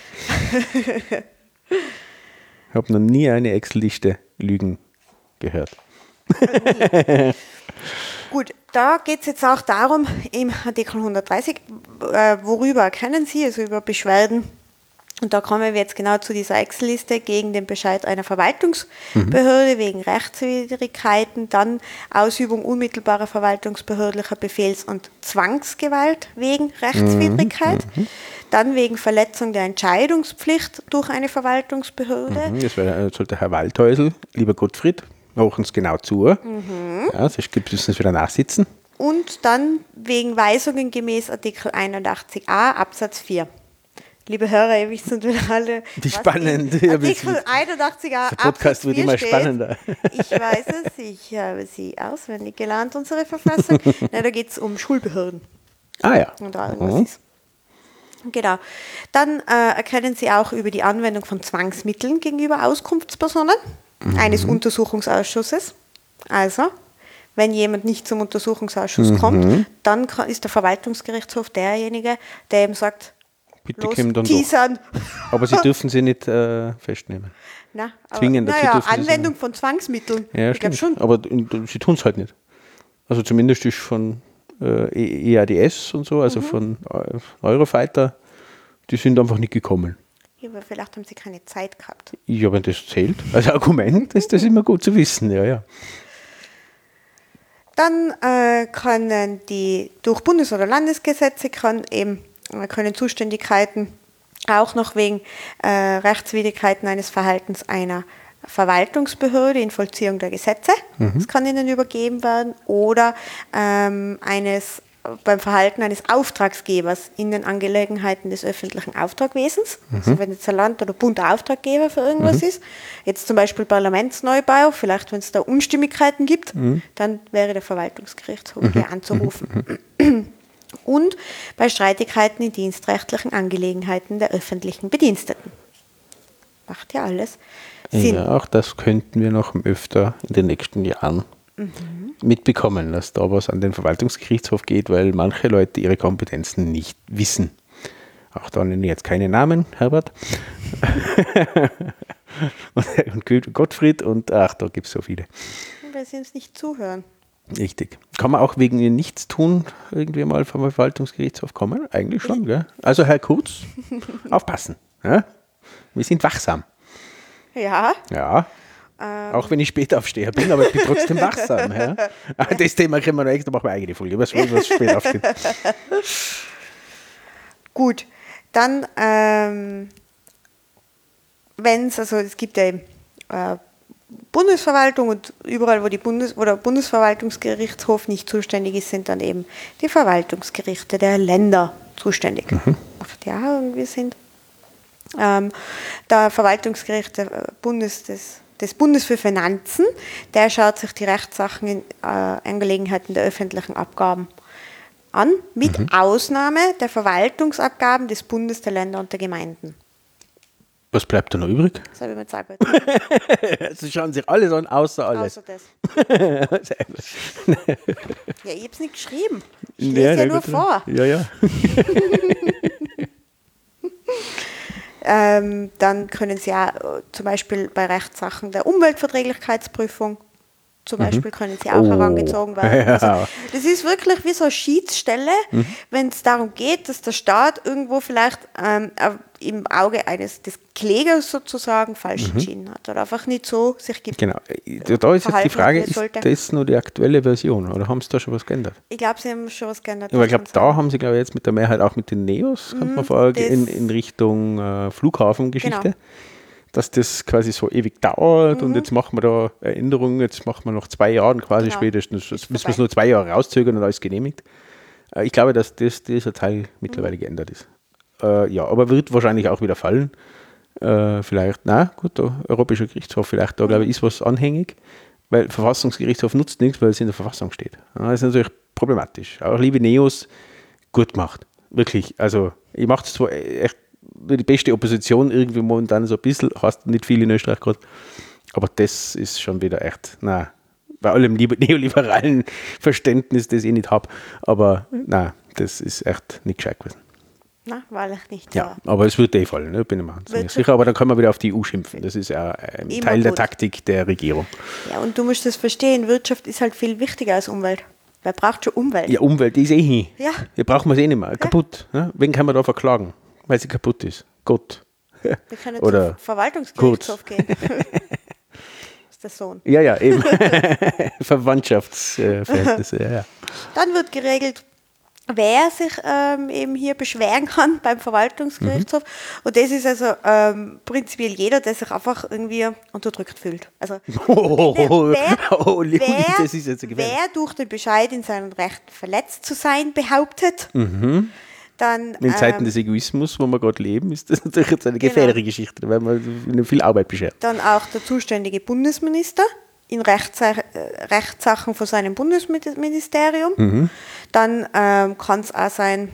Speaker 2: Ich habe noch nie eine Excel-Liste Lügen gehört.
Speaker 1: Gut, da geht es jetzt auch darum, im Artikel hundertdreißig, äh, worüber erkennen Sie, also über Beschwerden. Und da kommen wir jetzt genau zu dieser Excel-Liste gegen den Bescheid einer Verwaltungsbehörde mhm. wegen Rechtswidrigkeiten, dann Ausübung unmittelbarer verwaltungsbehördlicher Befehls- und Zwangsgewalt wegen Rechtswidrigkeit, mhm. dann wegen Verletzung der Entscheidungspflicht durch eine Verwaltungsbehörde.
Speaker 2: Mhm. Das wäre, sollte Herr Waldhäusl, lieber Gottfried, machen es genau zu. Mhm. Ja, sonst müssen Sie wieder nachsitzen.
Speaker 1: Und dann wegen Weisungen gemäß Artikel einundachtzig a Absatz vier. Liebe Hörer, ihr wisst natürlich alle,
Speaker 2: wie spannend.
Speaker 1: Artikel einundachtzig a
Speaker 2: Der Podcast wird immer
Speaker 1: steht.
Speaker 2: Spannender.
Speaker 1: Ich weiß es, ich habe sie auswendig gelernt, unsere Verfassung. Na, da geht es um Schulbehörden.
Speaker 2: Ah ja.
Speaker 1: Und da irgendwas mhm. ist. Genau. Dann äh, erkennen Sie auch über die Anwendung von Zwangsmitteln gegenüber Auskunftspersonen mhm. eines Untersuchungsausschusses. Also, wenn jemand nicht zum Untersuchungsausschuss mhm. kommt, dann kann, ist der Verwaltungsgerichtshof derjenige, der eben sagt,
Speaker 2: bitte
Speaker 1: los,
Speaker 2: kommen dann
Speaker 1: teasern.
Speaker 2: Doch. Aber Sie dürfen sie nicht äh, festnehmen.
Speaker 1: Na, aber,
Speaker 2: Zwingen dazu
Speaker 1: naja,
Speaker 2: dürfen
Speaker 1: Anwendung
Speaker 2: sie
Speaker 1: von Zwangsmitteln.
Speaker 2: Ja,
Speaker 1: ich glaube
Speaker 2: stimmt.
Speaker 1: schon.
Speaker 2: Aber sie tun es halt nicht. Also zumindest ist von äh, E A D S und so, also mhm. von äh, Eurofighter, die sind einfach nicht gekommen.
Speaker 1: Ja, aber vielleicht haben sie keine Zeit gehabt.
Speaker 2: Ja, wenn das zählt. Als Argument ist das immer gut zu wissen, ja, ja.
Speaker 1: Dann äh, können die durch Bundes- oder Landesgesetze kann eben, können Zuständigkeiten auch noch wegen äh, Rechtswidrigkeiten eines Verhaltens einer Verwaltungsbehörde in Vollziehung der Gesetze, mhm. das kann ihnen übergeben werden, oder ähm, eines beim Verhalten eines Auftragsgebers in den Angelegenheiten des öffentlichen Auftragwesens, mhm. also wenn jetzt ein Land oder Bund Auftraggeber für irgendwas mhm. ist, jetzt zum Beispiel Parlamentsneubau, vielleicht wenn es da Unstimmigkeiten gibt, mhm. dann wäre der Verwaltungsgerichtshof mhm. hier anzurufen. Mhm. Und bei Streitigkeiten in dienstrechtlichen Angelegenheiten der öffentlichen Bediensteten. Macht ja alles Sinn.
Speaker 2: Ja, auch das könnten wir noch öfter in den nächsten Jahren mhm. mitbekommen, dass da was an den Verwaltungsgerichtshof geht, weil manche Leute ihre Kompetenzen nicht wissen. Auch da nenne ich jetzt keine Namen, Herbert. und Gottfried und ach, da gibt es so viele.
Speaker 1: Weil sie uns nicht zuhören.
Speaker 2: Richtig. Kann man auch wegen ihr Nichtstun irgendwie mal vom Verwaltungsgerichtshof kommen? Eigentlich schon, gell? Also Herr Kurz, aufpassen. Ja? Wir sind wachsam.
Speaker 1: Ja.
Speaker 2: Ja. Ähm. Auch wenn ich Spätaufsteher bin, aber ich bin trotzdem wachsam. Ja? Das Thema können wir noch extra, machen wir eine eigene Folge, was, was spät aufsteht.
Speaker 1: Gut, dann, ähm, wenn es, also es gibt ja eben äh, Bundesverwaltung und überall, wo, die Bundes- wo der Bundesverwaltungsgerichtshof nicht zuständig ist, sind dann eben die Verwaltungsgerichte der Länder zuständig, mhm. auf die auch irgendwie sind. Ähm, der Verwaltungsgericht der Bundes, des, des Bundes für Finanzen, der schaut sich die Rechtssachen in äh, Angelegenheiten der öffentlichen Abgaben an, mit mhm. Ausnahme der Verwaltungsabgaben des Bundes, der Länder und der Gemeinden.
Speaker 2: Was bleibt da noch übrig?
Speaker 1: Das habe ich mir Zeit
Speaker 2: Sie schauen sich alles an, außer alles.
Speaker 1: Außer das. Ja, ich habe es nicht geschrieben. Ich lese ja, ja nur gut. vor.
Speaker 2: Ja, ja.
Speaker 1: ähm, dann können Sie ja zum Beispiel bei Rechtssachen der Umweltverträglichkeitsprüfung zum Beispiel mhm. können sie auch oh. herangezogen werden. Also, das ist wirklich wie so eine Schiedsstelle, mhm. wenn es darum geht, dass der Staat irgendwo vielleicht ähm, im Auge eines des Klägers sozusagen falsch mhm. entschieden hat oder einfach nicht so sich gibt.
Speaker 2: Genau. Da ist jetzt die Frage, ist das nur die aktuelle Version oder haben Sie da schon was geändert?
Speaker 1: Ich glaube, Sie haben schon was geändert.
Speaker 2: Ja, aber ich glaube, da sagen. haben Sie glaube ich jetzt mit der Mehrheit auch mit den Neos, mhm, kommt man vor, in, in Richtung äh, Flughafengeschichte. Genau. Dass das quasi so ewig dauert mhm. und jetzt machen wir da Änderungen, jetzt machen wir nach zwei Jahren quasi genau. spätestens, jetzt müssen wir es nur zwei Jahre rauszögern und alles genehmigt. Ich glaube, dass das, dieser Teil mittlerweile mhm. geändert ist. Äh, ja, aber wird wahrscheinlich auch wieder fallen. Äh, vielleicht, na gut, der Europäische Gerichtshof, vielleicht da, glaube ich, ist was anhängig, weil Verfassungsgerichtshof nutzt nichts, weil es in der Verfassung steht. Das ist natürlich problematisch. Auch liebe Neos, gut gemacht. Wirklich, also ich mache es zwar echt die beste Opposition irgendwie momentan so ein bisschen, hast nicht viel in Österreich gerade, aber das ist schon wieder echt, na, bei allem neoliberalen Verständnis, das ich nicht habe, aber na, das ist echt nicht gescheit gewesen.
Speaker 1: Na, wahrlich nicht.
Speaker 2: Ja, so. Aber es wird eh fallen, ne? Bin ich mir ziemlich sicher, aber dann kann man wieder auf die E U schimpfen, das ist ja ein Immer Teil gut. der Taktik der Regierung.
Speaker 1: Ja, und du musst das verstehen, Wirtschaft ist halt viel wichtiger als Umwelt. Wer braucht schon Umwelt?
Speaker 2: Ja, Umwelt ist eh hin.
Speaker 1: Ja.
Speaker 2: Wir brauchen wir es eh nicht mehr, ja. kaputt. Ne? Wen kann man da verklagen? Weil sie kaputt ist. Gott.
Speaker 1: Wir können
Speaker 2: Oder
Speaker 1: zum Verwaltungsgerichtshof gehen. Das ist der Sohn.
Speaker 2: Ja, ja, eben. Verwandtschaftsverhältnisse, ja, ja.
Speaker 1: Dann wird geregelt, wer sich ähm, eben hier beschweren kann beim Verwaltungsgerichtshof. Mhm. Und das ist also ähm, prinzipiell jeder, der sich einfach irgendwie unterdrückt fühlt. Also
Speaker 2: oh,
Speaker 1: wer,
Speaker 2: oh, Leonie,
Speaker 1: wer,
Speaker 2: das ist jetzt
Speaker 1: wer durch den Bescheid in seinen Rechten verletzt zu sein behauptet,
Speaker 2: mhm.
Speaker 1: Dann,
Speaker 2: in Zeiten
Speaker 1: ähm,
Speaker 2: des Egoismus, wo wir gerade leben, ist das natürlich jetzt eine gefährliche genau. Geschichte, weil man viel Arbeit beschert.
Speaker 1: Dann auch der zuständige Bundesminister in Rechtssachen, Rechtssachen von seinem Bundesministerium. Mhm. Dann ähm, kann es auch sein,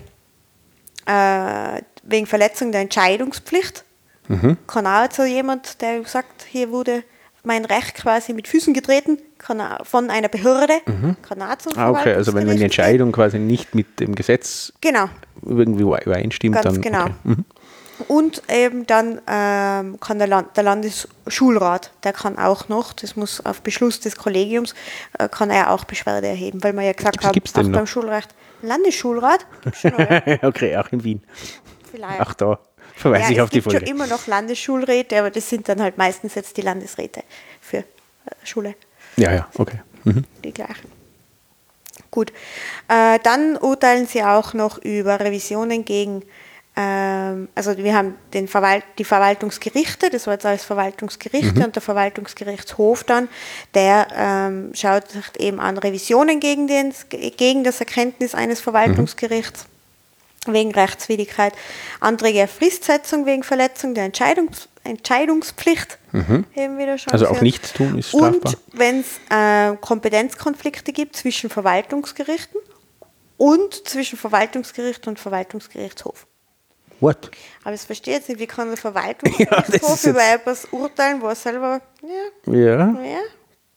Speaker 1: äh, wegen Verletzung der Entscheidungspflicht. Mhm. Kann auch so jemand, der sagt, hier wurde mein Recht quasi mit Füßen getreten, kann von einer Behörde, mhm. kann auch zum
Speaker 2: ah, okay, also wenn, wenn die Entscheidung quasi nicht mit dem Gesetz
Speaker 1: genau.
Speaker 2: irgendwie übereinstimmt,
Speaker 1: Ganz
Speaker 2: dann...
Speaker 1: genau.
Speaker 2: Okay. Mhm.
Speaker 1: Und eben dann ähm, kann der, Land, der Landesschulrat, der kann auch noch, das muss auf Beschluss des Kollegiums, äh, kann er auch Beschwerde erheben, weil wir ja gesagt haben, auch beim Schulrecht, Landesschulrat gibt's schon noch, ja.
Speaker 2: Okay, auch in Wien.
Speaker 1: Vielleicht.
Speaker 2: Ach da. Verweise
Speaker 1: ja,
Speaker 2: ich auf die
Speaker 1: Folge. Es gibt schon immer noch Landesschulräte, aber das sind dann halt meistens jetzt die Landesräte für äh, Schule.
Speaker 2: Ja, ja, okay. Mhm.
Speaker 1: Die gleichen. Gut. Äh, dann urteilen sie auch noch über Revisionen gegen, ähm, also wir haben den Verwalt- die Verwaltungsgerichte, das war jetzt alles Verwaltungsgerichte mhm. und der Verwaltungsgerichtshof dann, der ähm, schaut sich eben an Revisionen gegen, den, gegen das Erkenntnis eines Verwaltungsgerichts. Mhm. Wegen Rechtswidrigkeit, Anträge auf Fristsetzung wegen Verletzung der Entscheidungs- Entscheidungspflicht.
Speaker 2: Mhm.
Speaker 1: Eben wieder schon
Speaker 2: also auch nichts tun ist strafbar.
Speaker 1: Und wenn es äh, Kompetenzkonflikte gibt zwischen Verwaltungsgerichten und zwischen Verwaltungsgericht und Verwaltungsgerichtshof.
Speaker 2: What?
Speaker 1: Aber ich verstehe jetzt nicht, wie kann der Verwaltungsgerichtshof ja, über etwas urteilen, wo er selber... Ja.
Speaker 2: Ja.
Speaker 1: ja.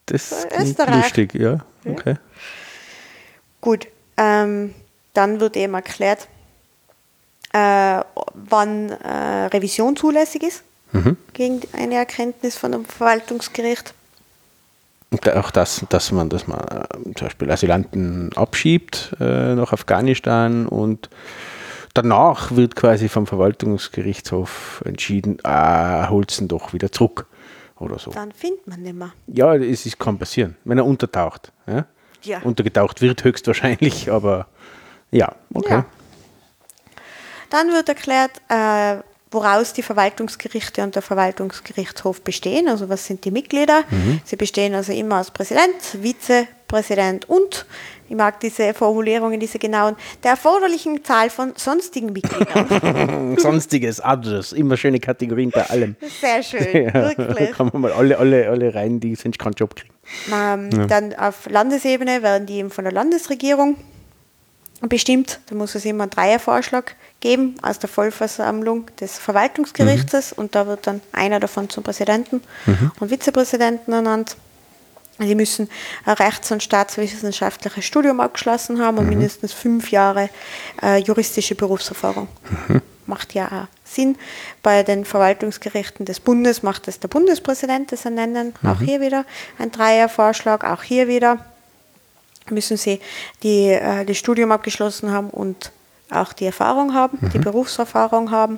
Speaker 2: Das klingt lustig, ja. Okay. Ja.
Speaker 1: Gut, ähm, dann wird eben erklärt, äh, wann äh, Revision zulässig ist mhm. gegen eine Erkenntnis von einem Verwaltungsgericht.
Speaker 2: Und auch das, dass man, dass man äh, zum Beispiel Asylanten abschiebt äh, nach Afghanistan und danach wird quasi vom Verwaltungsgerichtshof entschieden, ah, holt's ihn doch wieder zurück oder so.
Speaker 1: Dann findet man nicht mehr.
Speaker 2: Ja, es ist, kann passieren, wenn er untertaucht. Ja? Ja. Untergetaucht wird höchstwahrscheinlich, aber ja, okay. Ja.
Speaker 1: Dann wird erklärt, äh, woraus die Verwaltungsgerichte und der Verwaltungsgerichtshof bestehen, also was sind die Mitglieder. Mhm. Sie bestehen also immer aus Präsident, Vizepräsident und, ich mag diese Formulierungen, diese genauen, der erforderlichen Zahl von sonstigen Mitgliedern.
Speaker 2: Sonstiges, others, immer schöne Kategorien bei allem.
Speaker 1: Sehr schön, ja, wirklich.
Speaker 2: Kann man mal alle, alle, alle rein, die sonst keinen Job kriegen.
Speaker 1: Ähm, ja. Dann auf Landesebene werden die eben von der Landesregierung bestimmt. Da muss es immer einen Dreiervorschlag geben aus der Vollversammlung des Verwaltungsgerichtes mhm. und da wird dann einer davon zum Präsidenten mhm. und Vizepräsidenten ernannt. Sie müssen ein rechts- und staatswissenschaftliches Studium abgeschlossen haben und mhm. mindestens fünf Jahre äh, juristische Berufserfahrung. Mhm. Macht ja auch Sinn. Bei den Verwaltungsgerichten des Bundes macht es der Bundespräsident das ernennen. Mhm. Auch hier wieder ein Dreiervorschlag, auch hier wieder müssen sie die, äh, das Studium abgeschlossen haben und auch die Erfahrung haben, mhm. die Berufserfahrung haben.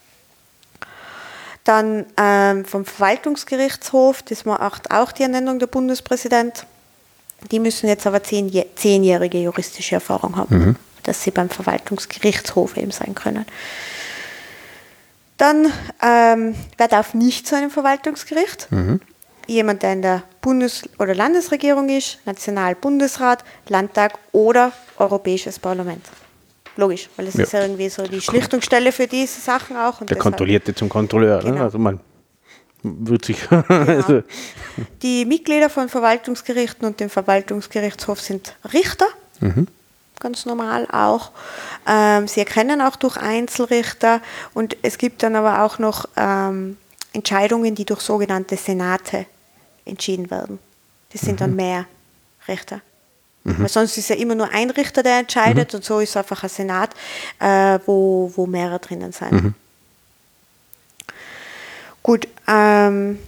Speaker 1: Dann ähm, vom Verwaltungsgerichtshof, das macht auch die Ernennung der Bundespräsident. Die müssen jetzt aber zehn, zehnjährige juristische Erfahrung haben, mhm. dass sie beim Verwaltungsgerichtshof eben sein können. Dann, ähm, wer darf nicht zu einem Verwaltungsgericht? Mhm. Jemand, der in der Bundes- oder Landesregierung ist, Nationalbundesrat, Landtag oder Europäisches Parlament. Logisch, weil es ja. ist ja irgendwie so die Schlichtungsstelle für diese Sachen auch. Und
Speaker 2: der Kontrollierte zum Kontrolleur. Genau. Ne? Also man wird sich. Genau. also.
Speaker 1: Die Mitglieder von Verwaltungsgerichten und dem Verwaltungsgerichtshof sind Richter, mhm. ganz normal auch. Ähm, sie erkennen auch durch Einzelrichter und es gibt dann aber auch noch ähm, Entscheidungen, die durch sogenannte Senate entschieden werden. Das sind mhm. dann mehr Richter. Mhm. Weil sonst ist ja immer nur ein Richter, der entscheidet mhm. und so ist einfach ein Senat, äh, wo, wo mehrere drinnen sind. Mhm. Gut, ähm,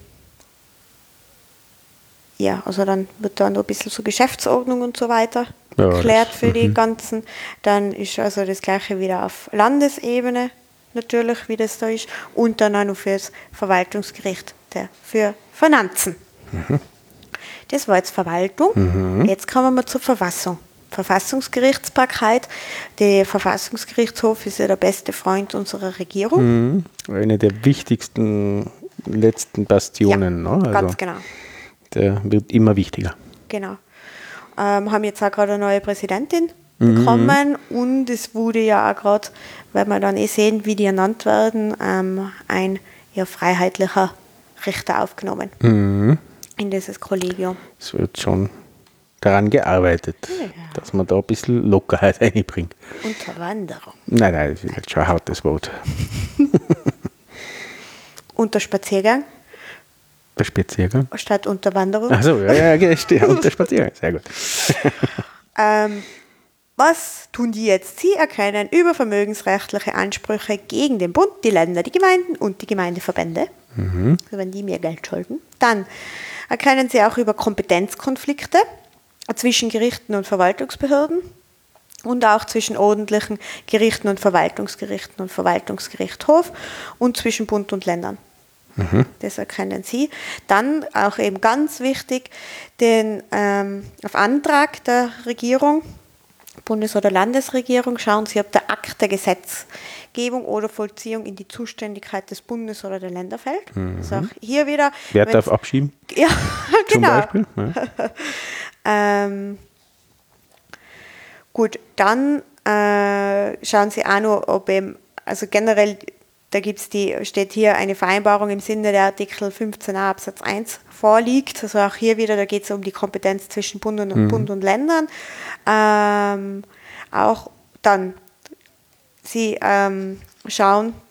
Speaker 1: ja, also dann wird da noch ein bisschen so Geschäftsordnung und so weiter ja, erklärt für mhm. die ganzen. Dann ist also das Gleiche wieder auf Landesebene natürlich, wie das da ist, und dann auch noch für das Verwaltungsgericht der, für Finanzen. Mhm. Das war jetzt Verwaltung. Mhm. Jetzt kommen wir zur Verfassung. Verfassungsgerichtsbarkeit. Der Verfassungsgerichtshof ist ja der beste Freund unserer Regierung.
Speaker 2: Mhm. Eine der wichtigsten letzten Bastionen. Ja, ne? Also
Speaker 1: ganz genau. Der
Speaker 2: wird immer wichtiger.
Speaker 1: Genau. Ähm, haben jetzt auch gerade eine neue Präsidentin bekommen mhm. und es wurde ja auch gerade, weil wir dann eh sehen, wie die ernannt werden, ähm, ein ja, freiheitlicher Richter aufgenommen. Mhm. In dieses Kollegium.
Speaker 2: Es wird schon daran gearbeitet, ja. dass man da ein bisschen Lockerheit reinbringt.
Speaker 1: Unterwanderung.
Speaker 2: Nein, nein, das ist jetzt schon ein hartes Wort.
Speaker 1: Unter Spaziergang.
Speaker 2: Der Spaziergang?
Speaker 1: Statt Unterwanderung.
Speaker 2: Ach so, ja, ja, ja, unter Spaziergang, sehr gut.
Speaker 1: ähm, was tun die jetzt? Sie erkennen über vermögensrechtliche Ansprüche gegen den Bund, die Länder, die Gemeinden und die Gemeindeverbände, mhm. also wenn die mehr Geld schulden. Dann erkennen sie auch über Kompetenzkonflikte zwischen Gerichten und Verwaltungsbehörden und auch zwischen ordentlichen Gerichten und Verwaltungsgerichten und Verwaltungsgerichtshof und zwischen Bund und Ländern. Mhm. Das erkennen sie. Dann auch eben ganz wichtig, den, ähm, auf Antrag der Regierung, Bundes- oder Landesregierung, schauen sie, ob der Akt der Gesetzgebung oder Vollziehung in die Zuständigkeit des Bundes oder der Länder fällt. Mhm. Also auch hier wieder.
Speaker 2: Wer darf abschieben?
Speaker 1: Ja, genau.
Speaker 2: Zum Beispiel? Ja.
Speaker 1: ähm, gut, dann äh, schauen Sie auch noch, ob eben, also generell, da gibt's die, steht hier eine Vereinbarung im Sinne der Artikel fünfzehn a Absatz eins vorliegt. Also auch hier wieder, da geht es um die Kompetenz zwischen Bund und, mhm. Bund und Ländern. Ähm, auch dann, Sie ähm, schauen,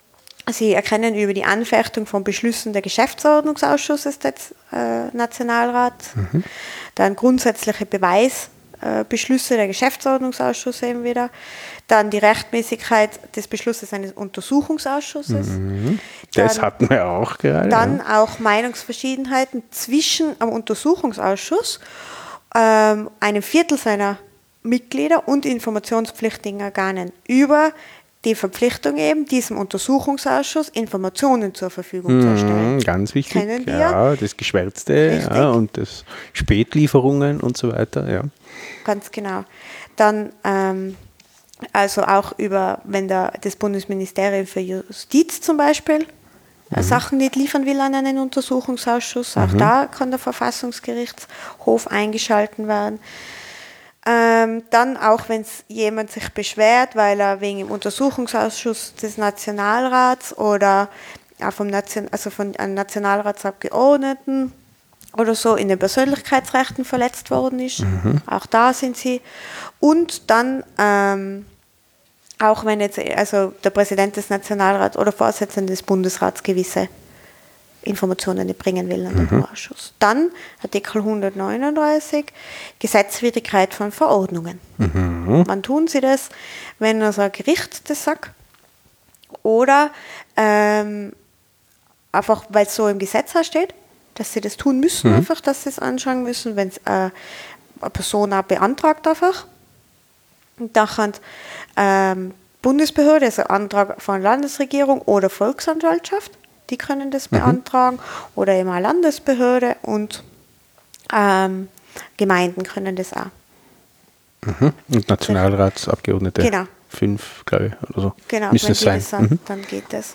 Speaker 1: Sie erkennen über die Anfechtung von Beschlüssen der Geschäftsordnungsausschusses des äh, Nationalrats, mhm. dann grundsätzliche Beweisbeschlüsse äh, der Geschäftsordnungsausschüsse eben wieder, dann die Rechtmäßigkeit des Beschlusses eines Untersuchungsausschusses.
Speaker 2: Mhm. Das dann, hatten wir auch gerade.
Speaker 1: Dann
Speaker 2: ja.
Speaker 1: auch Meinungsverschiedenheiten zwischen am Untersuchungsausschuss, ähm, einem Viertel seiner Mitglieder und informationspflichtigen Organen über die Verpflichtung eben, diesem Untersuchungsausschuss Informationen zur Verfügung zu stellen.
Speaker 2: Ganz wichtig, kennen wir. Ja, das Geschwärzte ja, und das Spätlieferungen und so weiter. Ja.
Speaker 1: Ganz genau. Dann ähm, also auch über, wenn der, das Bundesministerium für Justiz zum Beispiel mhm. Sachen nicht liefern will an einen Untersuchungsausschuss, auch mhm. da kann der Verfassungsgerichtshof eingeschalten werden. Ähm, dann auch, wenn jemand sich beschwert, weil er wegen dem Untersuchungsausschuss des Nationalrats oder auch vom Nation, also von einem Nationalratsabgeordneten oder so in den Persönlichkeitsrechten verletzt worden ist. Mhm. Auch da sind sie. Und dann ähm, auch wenn jetzt also der Präsident des Nationalrats oder Vorsitzende des Bundesrats gewisse Informationen nicht bringen will an den mhm. Ausschuss. Dann Artikel hundertneununddreißig, Gesetzwidrigkeit von Verordnungen. Mhm. Wann tun sie das? Wenn also ein Gericht das sagt oder ähm, einfach, weil es so im Gesetz steht, dass sie das tun müssen, mhm. einfach, dass sie es anschauen müssen, wenn es äh, eine Person auch beantragt einfach. Und dann ähm, Bundesbehörde, also Antrag von Landesregierung oder Volksanwaltschaft, die können das mhm. beantragen, oder eben eine Landesbehörde und ähm, Gemeinden können das auch.
Speaker 2: Mhm. Und Nationalratsabgeordnete, genau. fünf, glaube ich, oder so.
Speaker 1: Genau,
Speaker 2: müssen
Speaker 1: wenn
Speaker 2: es
Speaker 1: die
Speaker 2: sein.
Speaker 1: das sind,
Speaker 2: Mhm.
Speaker 1: dann geht das.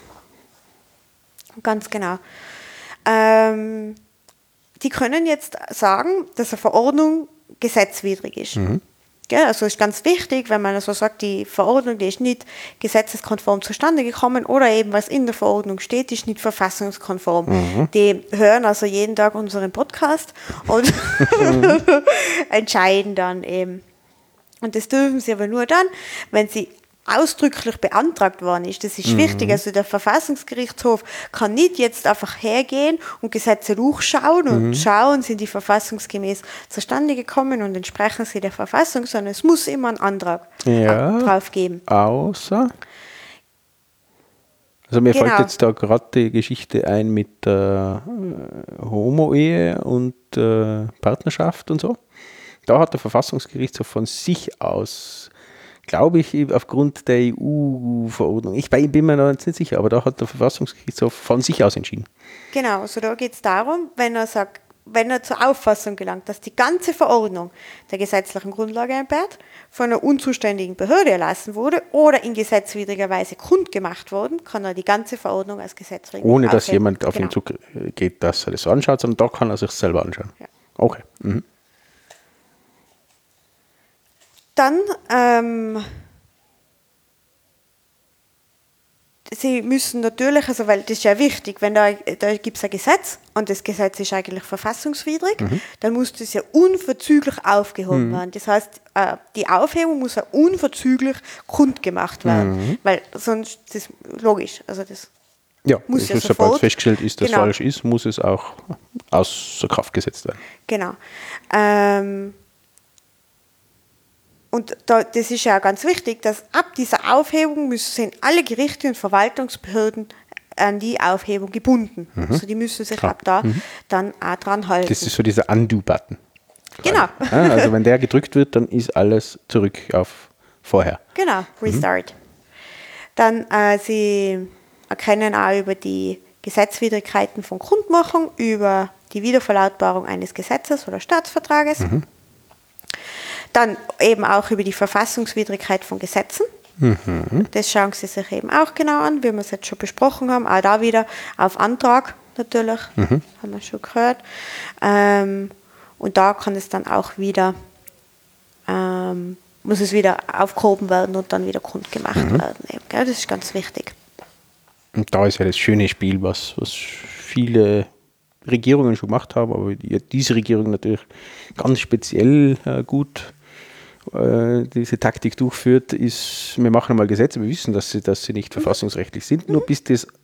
Speaker 1: Ganz genau. Ähm, die können jetzt sagen, dass eine Verordnung gesetzwidrig ist. Mhm. Gell? Also ist ganz wichtig, wenn man also sagt, die Verordnung, die ist nicht gesetzeskonform zustande gekommen oder eben, was in der Verordnung steht, ist nicht verfassungskonform. Mhm. Die hören also jeden Tag unseren Podcast und entscheiden dann eben. Und das dürfen sie aber nur dann, wenn sie ausdrücklich beantragt worden ist. Das ist mhm. wichtig. Also der Verfassungsgerichtshof kann nicht jetzt einfach hergehen und Gesetze durchschauen und mhm. schauen, sind die verfassungsgemäß zustande gekommen und entsprechen sie der Verfassung, sondern es muss immer einen Antrag
Speaker 2: ja,
Speaker 1: drauf geben.
Speaker 2: Außer, also mir genau. fällt jetzt da gerade die Geschichte ein mit der äh, Homo-Ehe und äh, Partnerschaft und so. Da hat der Verfassungsgerichtshof von sich aus, glaube ich, aufgrund der E U-Verordnung, ich bin mir noch nicht sicher, aber da hat der Verfassungsgerichtshof von sich aus entschieden.
Speaker 1: Genau, also da geht es darum, wenn er sagt, wenn er zur Auffassung gelangt, dass die ganze Verordnung der gesetzlichen Grundlage entbehrt, von einer unzuständigen Behörde erlassen wurde oder in gesetzwidriger Weise kundgemacht worden, kann er die ganze Verordnung als gesetzwidrig
Speaker 2: Ohne dass
Speaker 1: aufheben.
Speaker 2: jemand auf genau. ihn zugeht, dass er das so anschaut, sondern da kann er sich selber anschauen. Ja. Okay. Mhm.
Speaker 1: Dann, ähm, Sie müssen natürlich, also weil das ist ja wichtig, wenn da, da gibt es ein Gesetz und das Gesetz ist eigentlich verfassungswidrig, mhm. dann muss das ja unverzüglich aufgehoben mhm. werden. Das heißt, äh, die Aufhebung muss ja unverzüglich kundgemacht werden, mhm. weil sonst, das ist logisch, also das
Speaker 2: ja,
Speaker 1: muss ja
Speaker 2: sobald
Speaker 1: sofort,
Speaker 2: festgestellt ist, dass
Speaker 1: genau.
Speaker 2: falsch ist, muss es auch außer Kraft gesetzt werden.
Speaker 1: Genau. Ähm, Und da, das ist ja ganz wichtig, dass ab dieser Aufhebung müssen alle Gerichte und Verwaltungsbehörden an die Aufhebung gebunden. Mhm. Also die müssen sich Klar. ab da mhm. dann auch dran halten.
Speaker 2: Das ist so dieser Undo-Button.
Speaker 1: Genau.
Speaker 2: Ja, also wenn der gedrückt wird, dann ist alles zurück auf vorher.
Speaker 1: Genau, Restart. Mhm. Dann äh, Sie erkennen auch über die Gesetzwidrigkeiten von Kundmachung, über die Wiederverlautbarung eines Gesetzes oder Staatsvertrages. Mhm. Dann eben auch über die Verfassungswidrigkeit von Gesetzen. Mhm. Das schauen Sie sich eben auch genau an, wie wir es jetzt schon besprochen haben. Auch da wieder auf Antrag natürlich, mhm. haben wir schon gehört. Ähm, und da kann es dann auch wieder, ähm, muss es wieder aufgehoben werden und dann wieder kundgemacht mhm. werden. Eben, gell? Das ist ganz wichtig.
Speaker 2: Und da ist ja das schöne Spiel, was, was viele Regierungen schon gemacht haben, aber die, diese Regierung natürlich ganz speziell äh, gut äh, diese Taktik durchführt, ist, wir machen einmal Gesetze, wir wissen, dass sie, dass sie nicht verfassungsrechtlich sind, nur bis das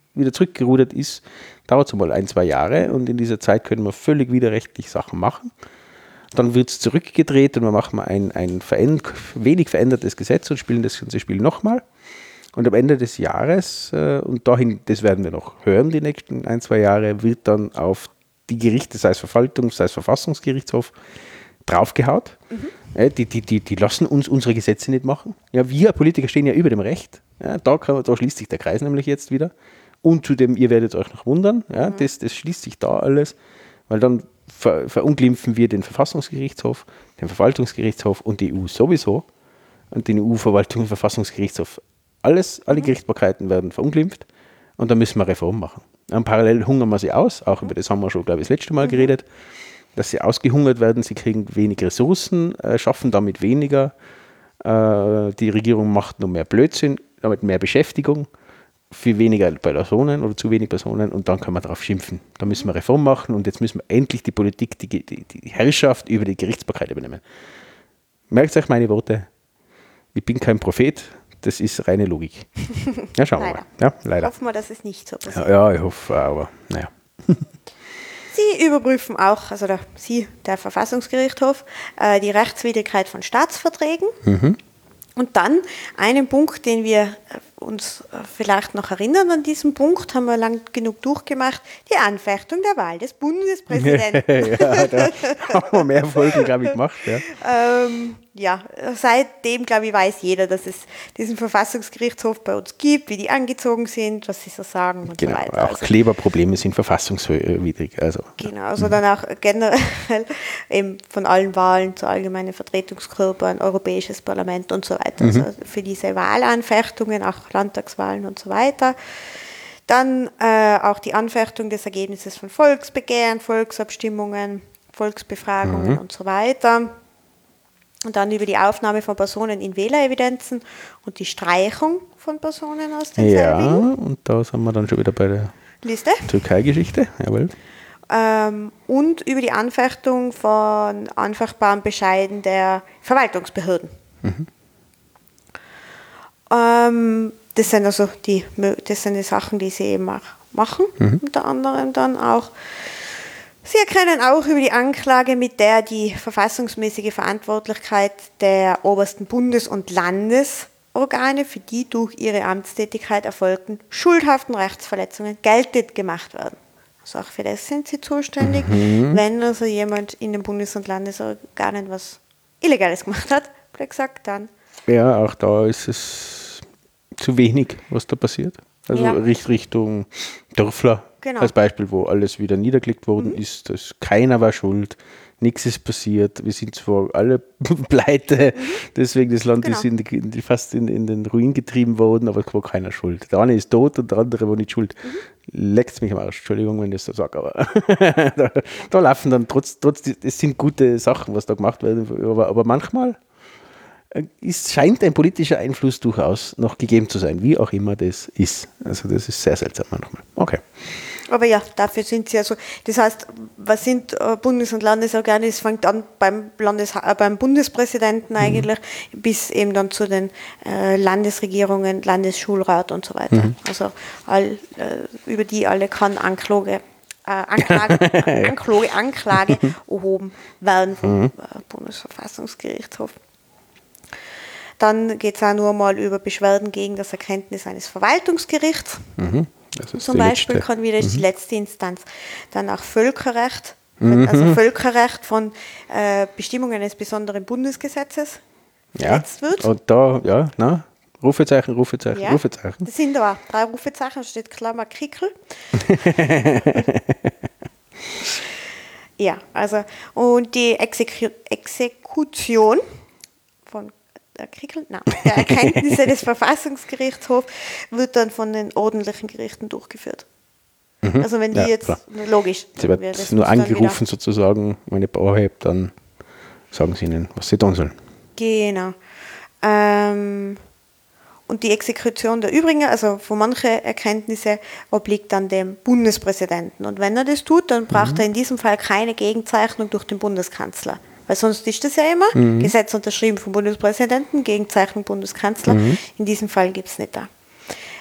Speaker 2: wieder zurückgerudert ist, dauert es mal ein, zwei Jahre und in dieser Zeit können wir völlig widerrechtlich Sachen machen. Dann wird es zurückgedreht und wir machen ein, ein veränd- wenig verändertes Gesetz und spielen das ganze Spiel nochmal. Und am Ende des Jahres, äh, und dahin, das werden wir noch hören, die nächsten ein, zwei Jahre, wird dann auf die Gerichte, sei es Verwaltungs-, sei es Verfassungsgerichtshof, draufgehaut. Mhm. Ja, die, die, die, die lassen uns unsere Gesetze nicht machen. Ja, wir Politiker stehen ja über dem Recht. Ja, da, kann, da schließt sich der Kreis nämlich jetzt wieder. Und zudem, ihr werdet euch noch wundern, ja, mhm. das, das schließt sich da alles, weil dann ver, verunglimpfen wir den Verfassungsgerichtshof, den Verwaltungsgerichtshof und die E U sowieso. Und den E U-Verwaltungs- und Verfassungsgerichtshof. Alles, alle mhm. Gerichtsbarkeiten werden verunglimpft und da müssen wir Reform machen. Und parallel hungern wir sie aus, auch über das haben wir schon, glaube ich, das letzte Mal mhm. geredet, dass sie ausgehungert werden, sie kriegen wenig Ressourcen, äh, schaffen damit weniger, äh, die Regierung macht nur mehr Blödsinn, damit mehr Beschäftigung, viel weniger Personen oder zu wenig Personen und dann kann man darauf schimpfen. Da müssen wir Reform machen und jetzt müssen wir endlich die Politik, die, die, die Herrschaft über die Gerichtsbarkeit übernehmen. Merkt euch meine Worte, ich bin kein Prophet, das ist reine Logik. Ja, schauen wir mal. Ja, leider.
Speaker 1: Hoffen wir, dass es nicht so passiert.
Speaker 2: Ja, ja, ich hoffe, aber naja.
Speaker 1: Sie überprüfen auch, also der, Sie, der Verfassungsgerichtshof, äh, die Rechtswidrigkeit von Staatsverträgen. Mhm. Und dann einen Punkt, den wir uns vielleicht noch erinnern, an diesen Punkt haben wir lang genug durchgemacht, die Anfechtung der Wahl des Bundespräsidenten.
Speaker 2: Ja, da haben wir mehr Folgen, glaube ich, gemacht. Ja.
Speaker 1: ähm, ja, seitdem, glaube ich, weiß jeder, dass es diesen Verfassungsgerichtshof bei uns gibt, wie die angezogen sind, was sie so sagen und
Speaker 2: genau,
Speaker 1: so weiter.
Speaker 2: Auch also, Kleberprobleme sind verfassungswidrig. Also.
Speaker 1: Genau, also mhm. dann auch generell eben von allen Wahlen zu allgemeinen Vertretungskörpern, Europäisches Parlament und so weiter. Mhm. Also für diese Wahlanfechtungen, auch Landtagswahlen und so weiter. Dann äh, auch die Anfechtung des Ergebnisses von Volksbegehren, Volksabstimmungen, Volksbefragungen mhm. und so weiter. Und dann über die Aufnahme von Personen in Wählerevidenzen und die Streichung von Personen aus den
Speaker 2: Ja,
Speaker 1: selbigen.
Speaker 2: und da sind wir dann schon wieder bei der
Speaker 1: Liste.
Speaker 2: Türkei-Geschichte. Jawohl.
Speaker 1: Ähm, und über die Anfechtung von anfechtbaren Bescheiden der Verwaltungsbehörden. Mhm. Ähm, das sind also die, das sind die Sachen, die sie eben auch machen. Mhm. Unter anderem dann auch. Sie erkennen auch über die Anklage, mit der die verfassungsmäßige Verantwortlichkeit der obersten Bundes- und Landesorgane für die durch ihre Amtstätigkeit erfolgten schuldhaften Rechtsverletzungen geltend gemacht werden. Also auch für das sind sie zuständig, mhm. wenn also jemand in den Bundes- und Landesorganen was Illegales gemacht hat, blöd gesagt, dann.
Speaker 2: Ja, auch da ist es zu wenig, was da passiert. Also ja. Richtung Dörfler. Genau. Als Beispiel, wo alles wieder niedergelegt worden mhm. ist, dass keiner war schuld, nichts ist passiert, wir sind zwar alle pleite, mhm. deswegen das Land genau. ist in die, in die, fast in, in den Ruin getrieben worden, aber es war keiner schuld. Der eine ist tot und der andere war nicht schuld. Mhm. Leckt mich am Arsch, Entschuldigung, wenn ich das so sage, aber da, da laufen dann trotz, trotz, es sind gute Sachen, was da gemacht werden, aber, aber manchmal es scheint ein politischer Einfluss durchaus noch gegeben zu sein, wie auch immer das ist. Also das ist sehr seltsam manchmal. Okay.
Speaker 1: Aber ja, dafür sind sie also, das heißt, was sind Bundes- und Landesorgane? Es fängt an beim, Landes- äh, beim Bundespräsidenten eigentlich, mhm. bis eben dann zu den äh, Landesregierungen, Landesschulrat und so weiter. Mhm. Also all, äh, über die alle kann Anklage, äh, Anklage, Anklage, Anklage erhoben werden vom mhm. äh, Bundesverfassungsgerichtshof. Dann geht es auch nur mal über Beschwerden gegen das Erkenntnis eines Verwaltungsgerichts. Mhm. Zum Beispiel letzte. kann wieder mhm. die letzte Instanz. Dann auch Völkerrecht, mhm. also Völkerrecht von äh, Bestimmungen eines besonderen Bundesgesetzes verletzt ja. wird.
Speaker 2: Und da, ja, na, Rufezeichen, Rufezeichen, ja. Rufezeichen.
Speaker 1: Das sind aber drei Rufezeichen, steht Klammer Krickel. Ja, also, und die Exeku- Exekution von Krickel, nein, der Erkenntnisse des Verfassungsgerichtshofs wird dann von den ordentlichen Gerichten durchgeführt. Mhm. Also wenn die ja, jetzt, klar. logisch.
Speaker 2: Sie wird das nur angerufen sozusagen, wenn ihr Bauer habt, dann sagen sie ihnen, was sie tun sollen.
Speaker 1: Genau. Ähm, und die Exekution der übrigen, also von manchen Erkenntnisse, obliegt dann dem Bundespräsidenten. Und wenn er das tut, dann braucht mhm. er in diesem Fall keine Gegenzeichnung durch den Bundeskanzler. Weil sonst ist das ja immer, mhm. Gesetz unterschrieben vom Bundespräsidenten, Gegenzeichnung Bundeskanzler. Mhm. In diesem Fall gibt es nicht da.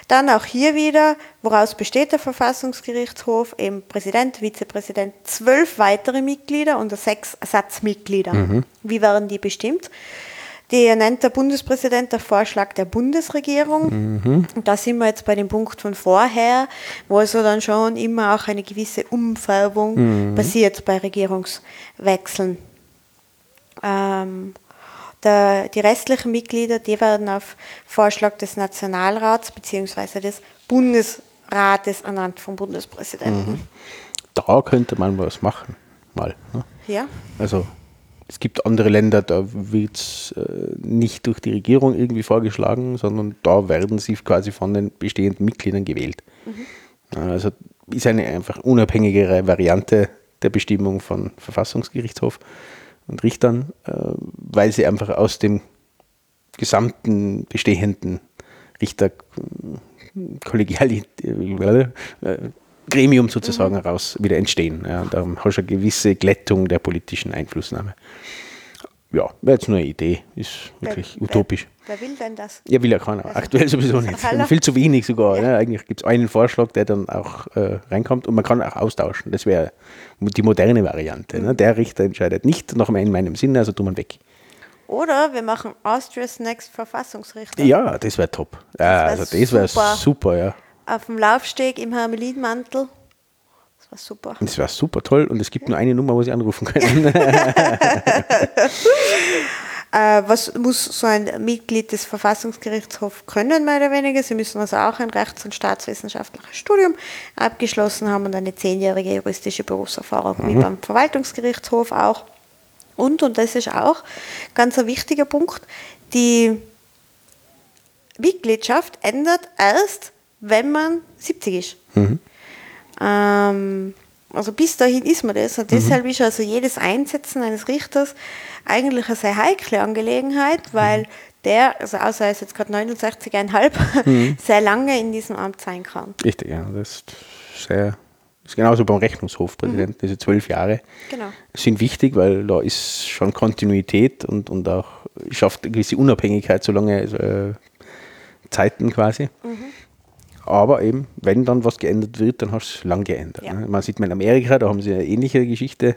Speaker 1: Dann auch hier wieder, woraus besteht der Verfassungsgerichtshof? Eben Präsident, Vizepräsident, zwölf weitere Mitglieder und sechs Ersatzmitglieder. Mhm. Wie werden die bestimmt? Die nennt der Bundespräsident der Vorschlag der Bundesregierung. Mhm. Und da sind wir jetzt bei dem Punkt von vorher, wo also dann schon immer auch eine gewisse Umfärbung mhm. passiert bei Regierungswechseln. Ähm, der, die restlichen Mitglieder, die werden auf Vorschlag des Nationalrats bzw. des Bundesrates ernannt vom Bundespräsidenten. Mhm.
Speaker 2: Da könnte man was machen, mal. Ne?
Speaker 1: Ja.
Speaker 2: Also es gibt andere Länder, da wird es äh, nicht durch die Regierung irgendwie vorgeschlagen, sondern da werden sie quasi von den bestehenden Mitgliedern gewählt. Mhm. Also ist eine einfach unabhängigere Variante der Bestimmung von Verfassungsgerichtshof und Richtern, äh, weil sie einfach aus dem gesamten bestehenden Richter kollegial äh, Gremium sozusagen mhm. heraus wieder entstehen. Ja, und darum hast du eine gewisse Glättung der politischen Einflussnahme. Ja, wäre jetzt nur eine Idee, ist wirklich wer, utopisch.
Speaker 1: Wer, wer will denn das?
Speaker 2: Ja, will ja keiner. Also, aktuell sowieso nicht. Viel zu wenig sogar. Ja. Ne? Eigentlich gibt es einen Vorschlag, der dann auch äh, reinkommt und man kann auch austauschen. Das wäre die moderne Variante. Mhm. Ne? Der Richter entscheidet nicht nach in meinem Sinne, also tun wir weg.
Speaker 1: Oder wir machen Austria's Next Verfassungsrichter.
Speaker 2: Ja, das wäre top. Das wär also das wäre super. super, ja.
Speaker 1: Auf dem Laufsteg im Hermelinmantel. Das war super.
Speaker 2: Das war super toll und es gibt ja. nur eine Nummer, wo Sie anrufen können.
Speaker 1: äh, was muss so ein Mitglied des Verfassungsgerichtshofs können, mehr oder weniger? Sie müssen also auch ein rechts- und staatswissenschaftliches Studium abgeschlossen haben und eine zehnjährige juristische Berufserfahrung, mhm. wie beim Verwaltungsgerichtshof auch. Und, und das ist auch ganz ein wichtiger Punkt, die Mitgliedschaft ändert erst, wenn man siebzig ist. Mhm. Ähm, also bis dahin ist man das. Und deshalb mhm. ist also jedes Einsetzen eines Richters eigentlich eine sehr heikle Angelegenheit, weil der, also außer er ist jetzt gerade neunundsechzig Komma fünf, mhm. sehr lange in diesem Amt sein kann.
Speaker 2: Richtig, ja. Das ist sehr, das ist genauso beim Rechnungshofpräsidenten. Mhm. Diese zwölf Jahre
Speaker 1: genau. sind
Speaker 2: wichtig, weil da ist schon Kontinuität und, und auch schafft eine gewisse Unabhängigkeit, solange äh, Zeiten quasi. Mhm. Aber eben, wenn dann was geändert wird, dann hast du es lang geändert. Ja. Ne? Man sieht mal in Amerika, da haben sie eine ähnliche Geschichte,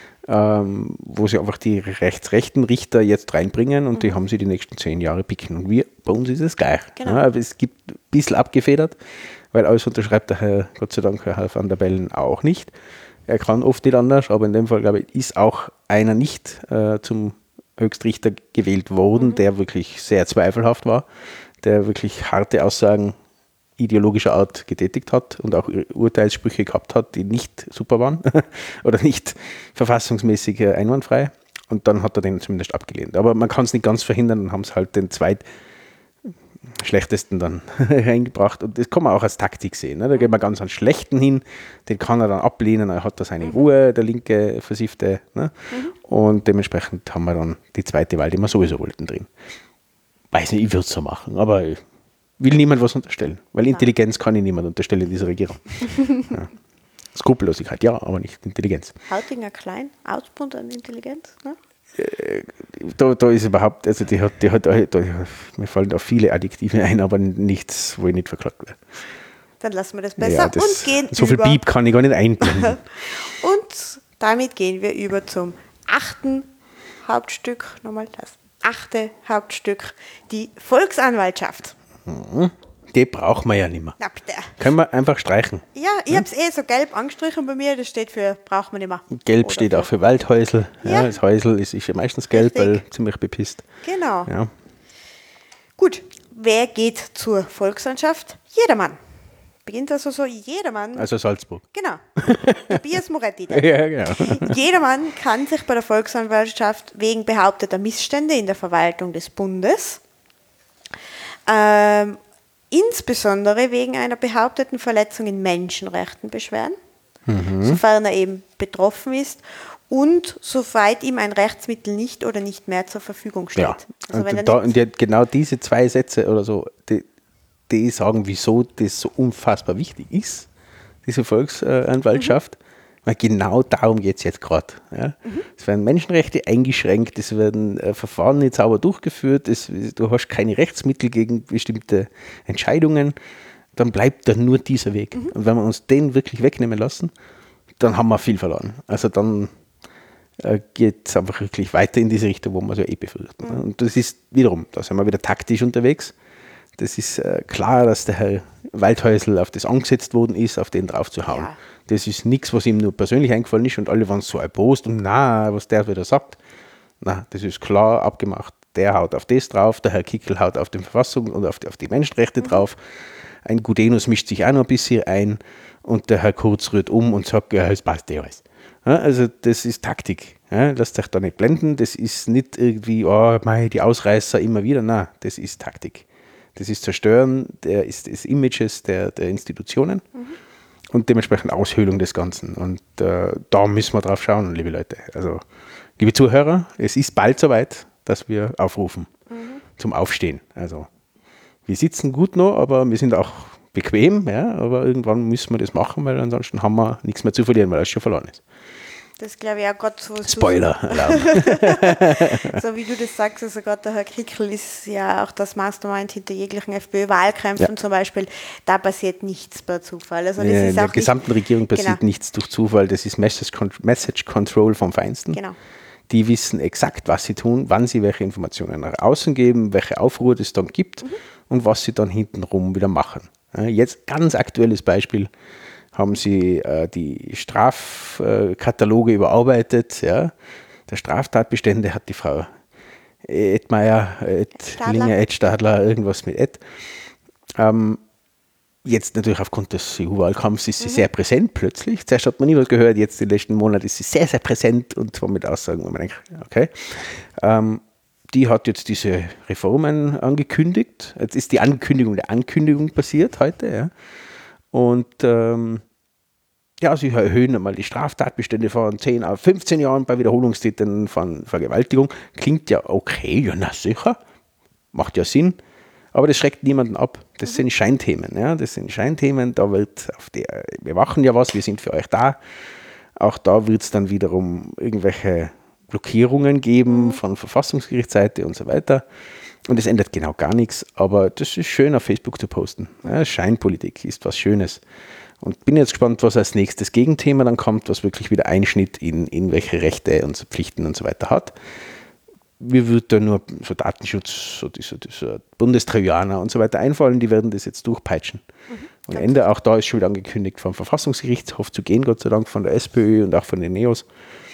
Speaker 2: ähm, wo sie einfach die rechtsrechten Richter jetzt reinbringen und mhm. die haben sie die nächsten zehn Jahre picken. Und wir, bei uns ist es gleich. Genau. Ja, aber es gibt ein bisschen abgefedert, weil alles unterschreibt der Herr, Gott sei Dank, Herr van der Bellen auch nicht. Er kann oft nicht anders, aber in dem Fall, glaube ich, ist auch einer nicht äh, zum Höchstrichter gewählt worden, mhm. der wirklich sehr zweifelhaft war, der wirklich harte Aussagen ideologischer Art getätigt hat und auch Urteilssprüche gehabt hat, die nicht super waren oder nicht verfassungsmäßig einwandfrei. Und dann hat er den zumindest abgelehnt. Aber man kann es nicht ganz verhindern, dann haben sie halt den zweitschlechtesten dann reingebracht. Und das kann man auch als Taktik sehen. Ne? Da geht man ganz an Schlechten hin, den kann er dann ablehnen, er hat da seine Ruhe, der linke Versiffte. Ne? Mhm. Und dementsprechend haben wir dann die zweite Wahl, die wir sowieso wollten, drin. Weiß nicht, ich würde es so machen, aber ich will niemand was unterstellen, weil Intelligenz kann ich niemand unterstellen in dieser Regierung. Ja. Skrupellosigkeit, ja, aber nicht Intelligenz.
Speaker 1: Hautinger klein, Output an Intelligenz, ne?
Speaker 2: Äh, da, da ist überhaupt, also die hat, die hat, da, mir fallen da viele Adjektive ein, aber nichts, wo ich nicht verklagt werde.
Speaker 1: Dann lassen wir das besser ja, das, und gehen
Speaker 2: so
Speaker 1: über.
Speaker 2: So viel Piep kann ich gar nicht einblenden.
Speaker 1: Und damit gehen wir über zum achten Hauptstück, nochmal das achte Hauptstück, die Volksanwaltschaft.
Speaker 2: Die braucht man ja nicht mehr.
Speaker 1: Na, bitte.
Speaker 2: Können wir einfach streichen.
Speaker 1: Ja, ich ja? habe es eh so gelb angestrichen bei mir, das steht für braucht man nicht mehr.
Speaker 2: Gelb Oder steht für. auch für Waldhäusl. Ja. Ja, das Häusl ist, ist ja meistens gelb, Richtig. weil ziemlich bepisst.
Speaker 1: Genau.
Speaker 2: Ja.
Speaker 1: Gut, wer geht zur Volksanwaltschaft? Jedermann. Beginnt also so jedermann.
Speaker 2: Also Salzburg.
Speaker 1: Genau. Tobias Moretti.
Speaker 2: Ja, genau.
Speaker 1: Jedermann kann sich bei der Volksanwaltschaft wegen behaupteter Missstände in der Verwaltung des Bundes Ähm, insbesondere wegen einer behaupteten Verletzung in Menschenrechten beschweren, mhm. sofern er eben betroffen ist und soweit ihm ein Rechtsmittel nicht oder nicht mehr zur Verfügung steht.
Speaker 2: Ja.
Speaker 1: Also
Speaker 2: und,
Speaker 1: wenn er
Speaker 2: da, und die, genau diese zwei Sätze oder so, die, die sagen, wieso das so unfassbar wichtig ist, diese Volksanwaltschaft. Mhm. Weil genau darum geht es jetzt gerade. Ja. Mhm. Es werden Menschenrechte eingeschränkt, es werden äh, Verfahren nicht sauber durchgeführt, es, du hast keine Rechtsmittel gegen bestimmte Entscheidungen. dann bleibt da nur dieser Weg. Mhm. Und wenn wir uns den wirklich wegnehmen lassen, dann haben wir viel verloren. Also dann äh, geht es einfach wirklich weiter in diese Richtung, wo wir so eh befürchten. Mhm. Und das ist wiederum, da sind wir wieder taktisch unterwegs. Das ist äh, klar, dass der Herr Waldhäusl auf das angesetzt worden ist, auf den drauf zu hauen. Ja. Das ist nichts, was ihm nur persönlich eingefallen ist und alle waren so erbost und na, was der wieder sagt. Na, das ist klar abgemacht. Der haut auf das drauf, der Herr Kickl haut auf die Verfassung und auf die, auf die Menschenrechte mhm. drauf. Ein Gudenus mischt sich auch noch ein bisschen ein und der Herr Kurz rührt um und sagt, ja, es passt eh alles. Ja, also das ist Taktik. Ja, lasst euch da nicht blenden. Das ist nicht irgendwie, oh, mei, die Ausreißer immer wieder. Nein, das ist Taktik. Das ist Zerstören der, ist, des Images der, der Institutionen mhm. und dementsprechend Aushöhlung des Ganzen. Und äh, da müssen wir drauf schauen, liebe Leute. Also, liebe Zuhörer, es ist bald soweit, dass wir aufrufen mhm. zum Aufstehen. Also wir sitzen gut noch, aber wir sind auch bequem, ja, aber irgendwann müssen wir das machen, weil ansonsten haben wir nichts mehr zu verlieren, weil das schon verloren ist.
Speaker 1: Das glaube ich auch Gott so.
Speaker 2: Spoiler.
Speaker 1: So wie du das sagst, also gerade der Herr Kickl ist ja auch das Mastermind hinter jeglichen FPÖ-Wahlkämpfen ja. zum Beispiel. Da passiert nichts per Zufall. Also das
Speaker 2: ja,
Speaker 1: ist
Speaker 2: in der
Speaker 1: auch
Speaker 2: gesamten
Speaker 1: nicht,
Speaker 2: Regierung passiert
Speaker 1: genau.
Speaker 2: nichts durch Zufall. Das ist Message, Message Control vom Feinsten.
Speaker 1: Genau.
Speaker 2: Die wissen exakt, was sie tun, wann sie welche Informationen nach außen geben, welche Aufruhr es dann gibt mhm. und was sie dann hintenrum wieder machen. Jetzt ganz aktuelles Beispiel, haben sie äh, die Strafkataloge äh, überarbeitet. Ja. Der Straftatbestände hat die Frau Edmeier, Edlinger, Edstadler, irgendwas mit Ed. Ähm, jetzt natürlich aufgrund des E U-Wahlkampfs ist sie mhm. sehr präsent plötzlich. Zuerst hat man nie was gehört, jetzt den letzten Monat ist sie sehr, sehr präsent und zwar mit Aussagen, wo man denkt, okay. Ähm, die hat jetzt diese Reformen angekündigt. Jetzt ist die Ankündigung der Ankündigung passiert heute. Ja. Und ähm, ja, sie erhöhen einmal die Straftatbestände von zehn auf fünfzehn Jahren bei Wiederholungstätern von Vergewaltigung. Klingt ja okay, ja na sicher, macht ja Sinn. Aber das schreckt niemanden ab. Das mhm. sind Scheinthemen. Ja. Das sind Scheinthemen, da wird auf die, wir machen ja was, wir sind für euch da. Auch da wird es dann wiederum irgendwelche Blockierungen geben von Verfassungsgerichtsseite und so weiter. Und es ändert genau gar nichts, aber das ist schön auf Facebook zu posten. Ja, Scheinpolitik ist was Schönes. Und bin jetzt gespannt, was als nächstes Gegenthema dann kommt, was wirklich wieder Einschnitt in, in welche Rechte und Pflichten und so weiter hat. Mir wird da nur so Datenschutz, so dieser, dieser Bundestrojaner und so weiter einfallen, die werden das jetzt durchpeitschen. Mhm, und Ende, auch da ist schon wieder angekündigt, vom Verfassungsgerichtshof zu gehen, Gott sei Dank, von der SPÖ und auch von den Neos.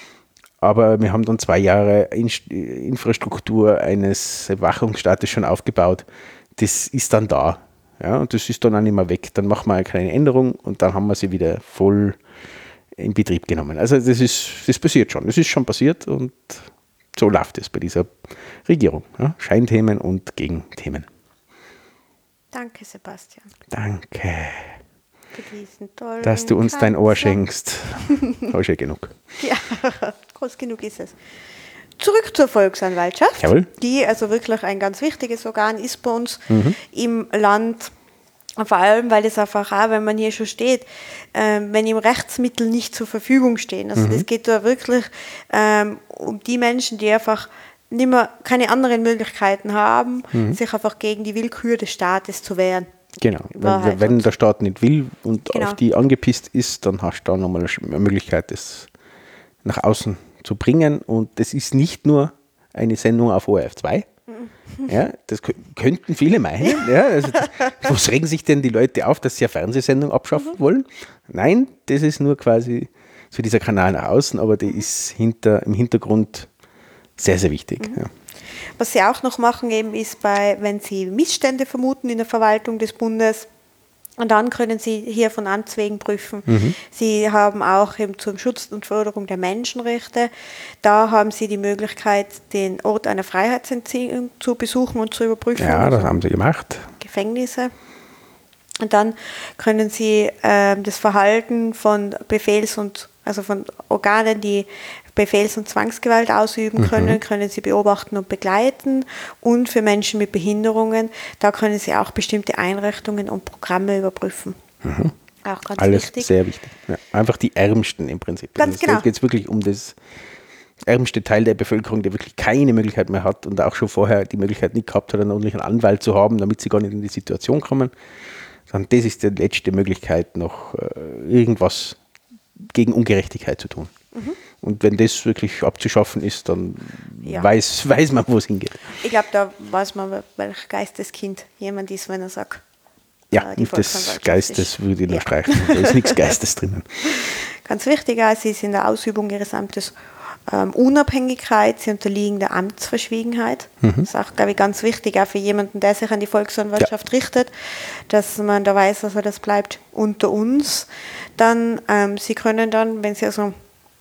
Speaker 2: Aber wir haben dann zwei Jahre Infrastruktur eines Überwachungsstaates schon aufgebaut. Das ist dann da. Ja, und das ist dann auch nicht mehr weg. Dann machen wir eine kleine Änderung und dann haben wir sie wieder voll in Betrieb genommen. Also das ist, das passiert schon. Das ist schon passiert und so läuft es bei dieser Regierung. Ja, Scheinthemen und Gegenthemen.
Speaker 1: Danke, Sebastian.
Speaker 2: Danke.
Speaker 1: Für diesen tollen
Speaker 2: dass du uns dein Ohr schenkst. Habe ich ja genug.
Speaker 1: Ja, groß genug ist es. Zurück zur Volksanwaltschaft,
Speaker 2: Jawohl.
Speaker 1: Die also wirklich ein ganz wichtiges Organ ist bei uns mhm. im Land. Vor allem, weil es einfach auch, wenn man hier schon steht, ähm, wenn ihm Rechtsmittel nicht zur Verfügung stehen. Also es mhm. geht da wirklich ähm, um die Menschen, die einfach nicht mehr, keine anderen Möglichkeiten haben, mhm. sich einfach gegen die Willkür des Staates zu wehren.
Speaker 2: Genau, wenn, wenn der Staat nicht will und genau. auf die angepisst ist, dann hast du da nochmal eine Möglichkeit, das nach außen zu bringen. Und das ist nicht nur eine Sendung auf O R F zwei. Mhm. Ja, das k- könnten viele meinen. Ja, also, was regen sich denn die Leute auf, dass sie eine Fernsehsendung abschaffen mhm. wollen? Nein, das ist nur quasi so dieser Kanal nach außen, aber der ist hinter, im Hintergrund sehr, sehr wichtig. Mhm. Ja.
Speaker 1: Was sie auch noch machen, eben ist, bei, wenn sie Missstände vermuten in der Verwaltung des Bundes, und dann können sie hier von Amts wegen prüfen. Mhm. Sie haben auch eben zum Schutz und Förderung der Menschenrechte, da haben sie die Möglichkeit, den Ort einer Freiheitsentziehung zu besuchen und zu überprüfen.
Speaker 2: Ja, das haben sie gemacht.
Speaker 1: Gefängnisse. Und dann können sie äh, das Verhalten von Befehls- und also von Organen, die Befehls- und Zwangsgewalt ausüben können, mhm. können sie beobachten und begleiten. Und für Menschen mit Behinderungen, da können sie auch bestimmte Einrichtungen und Programme überprüfen.
Speaker 2: Mhm.
Speaker 1: Auch ganz
Speaker 2: Alles
Speaker 1: wichtig.
Speaker 2: sehr wichtig. Ja, einfach die Ärmsten im Prinzip.
Speaker 1: Ganz
Speaker 2: also
Speaker 1: genau.
Speaker 2: Es geht wirklich um das ärmste Teil der Bevölkerung, der wirklich keine Möglichkeit mehr hat und auch schon vorher die Möglichkeit nicht gehabt hat, einen ordentlichen Anwalt zu haben, damit sie gar nicht in die Situation kommen. Sondern das ist die letzte Möglichkeit, noch äh, irgendwas gegen Ungerechtigkeit zu tun. Mhm. Und wenn das wirklich abzuschaffen ist, dann ja. weiß, weiß man, wo es hingeht.
Speaker 1: Ich glaube, da weiß man, welch Geisteskind jemand ist, wenn er sagt,
Speaker 2: ja, äh, das Geistes würde ich noch ja. streichen. Da ist nichts Geistes drinnen.
Speaker 1: Ganz wichtig, sie ist in der Ausübung ihres Amtes ähm, Unabhängigkeit, sie unterliegen der Amtsverschwiegenheit. Mhm. Das ist auch, glaube ich, ganz wichtig, auch für jemanden, der sich an die Volksanwaltschaft ja. richtet, dass man da weiß, also das bleibt unter uns. Dann, ähm, sie können dann, wenn sie also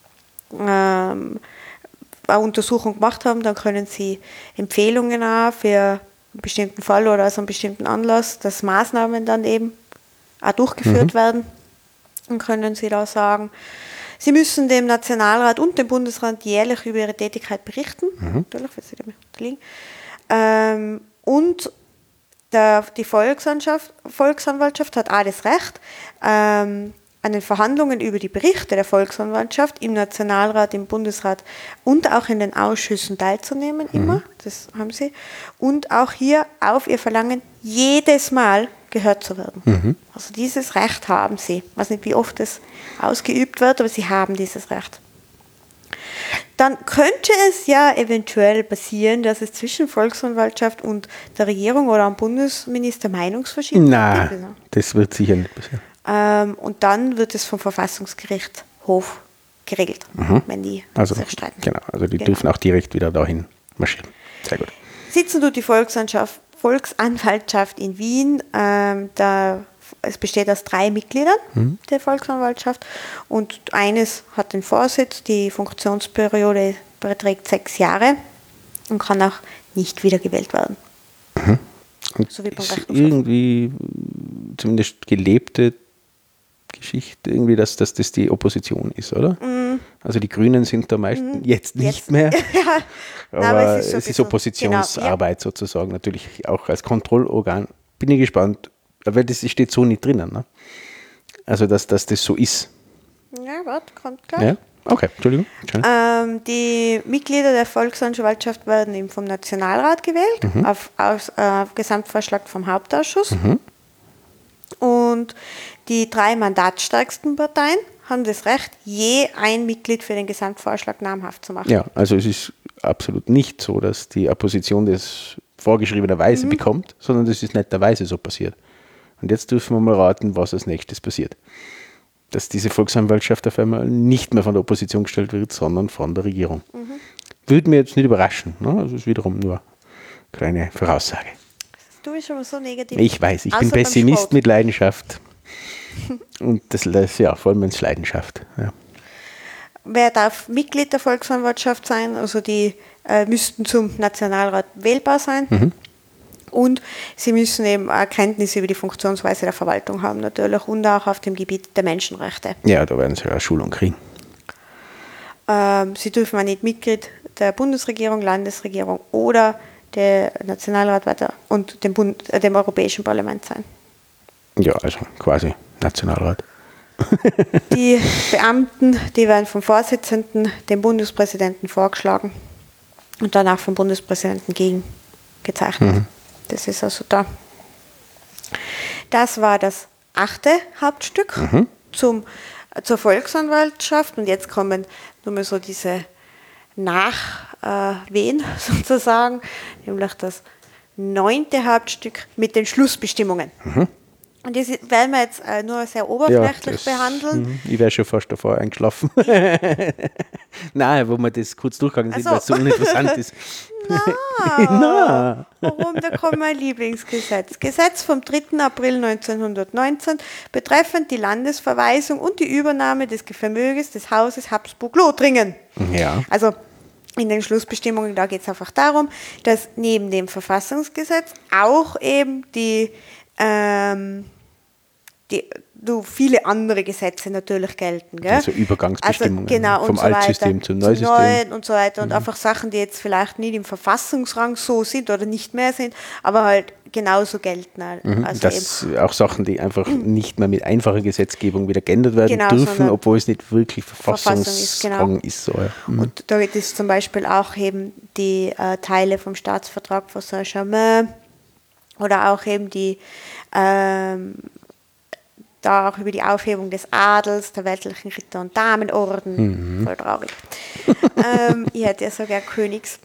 Speaker 1: ähm, eine Untersuchung gemacht haben, dann können sie Empfehlungen auch für einen bestimmten Fall oder aus einem bestimmten Anlass, dass Maßnahmen dann eben auch durchgeführt mhm. werden. Dann können sie da sagen, sie müssen dem Nationalrat und dem Bundesrat jährlich über ihre Tätigkeit berichten. Mhm. Natürlich, wenn sie dem unterliegen. Ähm, und der, die Volksanwaltschaft, Volksanwaltschaft hat auch das Recht, ähm, an den Verhandlungen über die Berichte der Volksanwaltschaft im Nationalrat, im Bundesrat und auch in den Ausschüssen teilzunehmen, mhm. immer, das haben sie, und auch hier auf ihr Verlangen jedes Mal gehört zu werden. Mhm. Also dieses Recht haben sie. Ich weiß nicht, wie oft das ausgeübt wird, aber sie haben dieses Recht. Dann könnte es ja eventuell passieren, dass es zwischen Volksanwaltschaft und der Regierung oder am Bundesminister Meinungsverschiedenheiten gibt.
Speaker 2: Nein, das wird sicher nicht passieren.
Speaker 1: Ähm, und dann wird es vom Verfassungsgerichtshof geregelt, mhm. wenn die
Speaker 2: also,
Speaker 1: sich streiten.
Speaker 2: Genau, also die
Speaker 1: genau.
Speaker 2: dürfen auch direkt wieder dahin marschieren. Sehr gut.
Speaker 1: Sitzen tut die Volksanwaltschaft, Volksanwaltschaft in Wien. Ähm, da, es besteht aus drei Mitgliedern mhm. der Volksanwaltschaft und eines hat den Vorsitz. Die Funktionsperiode beträgt sechs Jahre und kann auch nicht wiedergewählt werden.
Speaker 2: Mhm. Und
Speaker 1: so wie beim
Speaker 2: Rechnungshof. Irgendwie zumindest gelebte Geschichte, irgendwie, dass, dass das die Opposition ist, oder? Mm. Also die Grünen sind da meistens mm. jetzt nicht jetzt. mehr. ja. Aber, Nein, aber es ist, es ist Oppositionsarbeit genau. sozusagen, natürlich auch als Kontrollorgan. Bin ich gespannt, weil das steht so nicht drinnen. Ne? Also, dass, dass das so ist.
Speaker 1: Ja, warte, kommt gleich.
Speaker 2: Ja? Okay, Entschuldigung.
Speaker 1: Ähm, die Mitglieder der Volksanwaltschaft werden eben vom Nationalrat gewählt, mhm. auf, auf äh, Gesamtvorschlag vom Hauptausschuss. Mhm. Und die drei mandatsstärksten Parteien haben das Recht, je ein Mitglied für den Gesamtvorschlag namhaft zu machen.
Speaker 2: Ja, also es ist absolut nicht so, dass die Opposition das vorgeschriebenerweise mhm. bekommt, sondern das ist netterweise so passiert. Und jetzt dürfen wir mal raten, was als nächstes passiert. Dass diese Volksanwaltschaft auf einmal nicht mehr von der Opposition gestellt wird, sondern von der Regierung. Mhm. Würde mir jetzt nicht überraschen. Ne? Also ist wiederum nur eine kleine Voraussage.
Speaker 1: Du bist aber so negativ.
Speaker 2: Ich weiß, ich bin Pessimist mit Leidenschaft. Und das ist ja vor allem wenn es Leidenschaft. Ja.
Speaker 1: Wer darf Mitglied der Volksanwaltschaft sein? Also die äh, müssten zum Nationalrat wählbar sein. Mhm. Und sie müssen eben auch Kenntnisse über die Funktionsweise der Verwaltung haben natürlich und auch auf dem Gebiet der Menschenrechte.
Speaker 2: Ja, da werden sie ja eine Schulung kriegen.
Speaker 1: Ähm, sie dürfen auch nicht Mitglied der Bundesregierung, Landesregierung oder der Nationalrat weiter und dem, Bund, äh, dem Europäischen Parlament sein.
Speaker 2: Ja, also quasi Nationalrat.
Speaker 1: Die Beamten, die werden vom Vorsitzenden, dem Bundespräsidenten vorgeschlagen und danach vom Bundespräsidenten gegengezeichnet. Mhm. Das ist also da. Das war das achte Hauptstück mhm. zum, zur Volksanwaltschaft. Und jetzt kommen nur mal so diese Nachwehen äh, sozusagen, nämlich das neunte Hauptstück mit den Schlussbestimmungen. Mhm. Und das werden wir jetzt äh, nur sehr oberflächlich ja, das, behandeln.
Speaker 2: Ich wäre schon fast davor eingeschlafen. Nein, wo wir das kurz durchgegangen sind,
Speaker 1: also,
Speaker 2: weil es so uninteressant ist.
Speaker 1: Nein. Warum? Da kommt mein Lieblingsgesetz. Gesetz vom dritten April neunzehnhundertneunzehn betreffend die Landesverweisung und die Übernahme des Vermögens des Hauses Habsburg-Lothringen.
Speaker 2: Ja.
Speaker 1: Also in den Schlussbestimmungen, da geht es einfach darum, dass neben dem Verfassungsgesetz auch eben die Ähm, die, du, viele andere Gesetze natürlich gelten. Gell?
Speaker 2: Also Übergangsbestimmungen
Speaker 1: also, genau,
Speaker 2: vom
Speaker 1: so
Speaker 2: Altsystem zum Neusystem.
Speaker 1: Neuen und so weiter. Und
Speaker 2: mhm.
Speaker 1: einfach Sachen, die jetzt vielleicht nicht im Verfassungsrang so sind oder nicht mehr sind, aber halt genauso gelten.
Speaker 2: Mhm.
Speaker 1: Also
Speaker 2: das eben. Auch Sachen, die einfach nicht mehr mit einfacher Gesetzgebung wieder geändert werden genau, dürfen, obwohl es nicht wirklich Verfassungsrang ist. Genau. ist so, ja. mhm.
Speaker 1: Und da gibt es zum Beispiel auch eben die äh, Teile vom Staatsvertrag von Saint-Germain oder auch eben die ähm, da auch über die Aufhebung des Adels, der weltlichen Ritter- und Damenorden. Mhm. Voll traurig. ähm, ich hätte ja so gern Königs.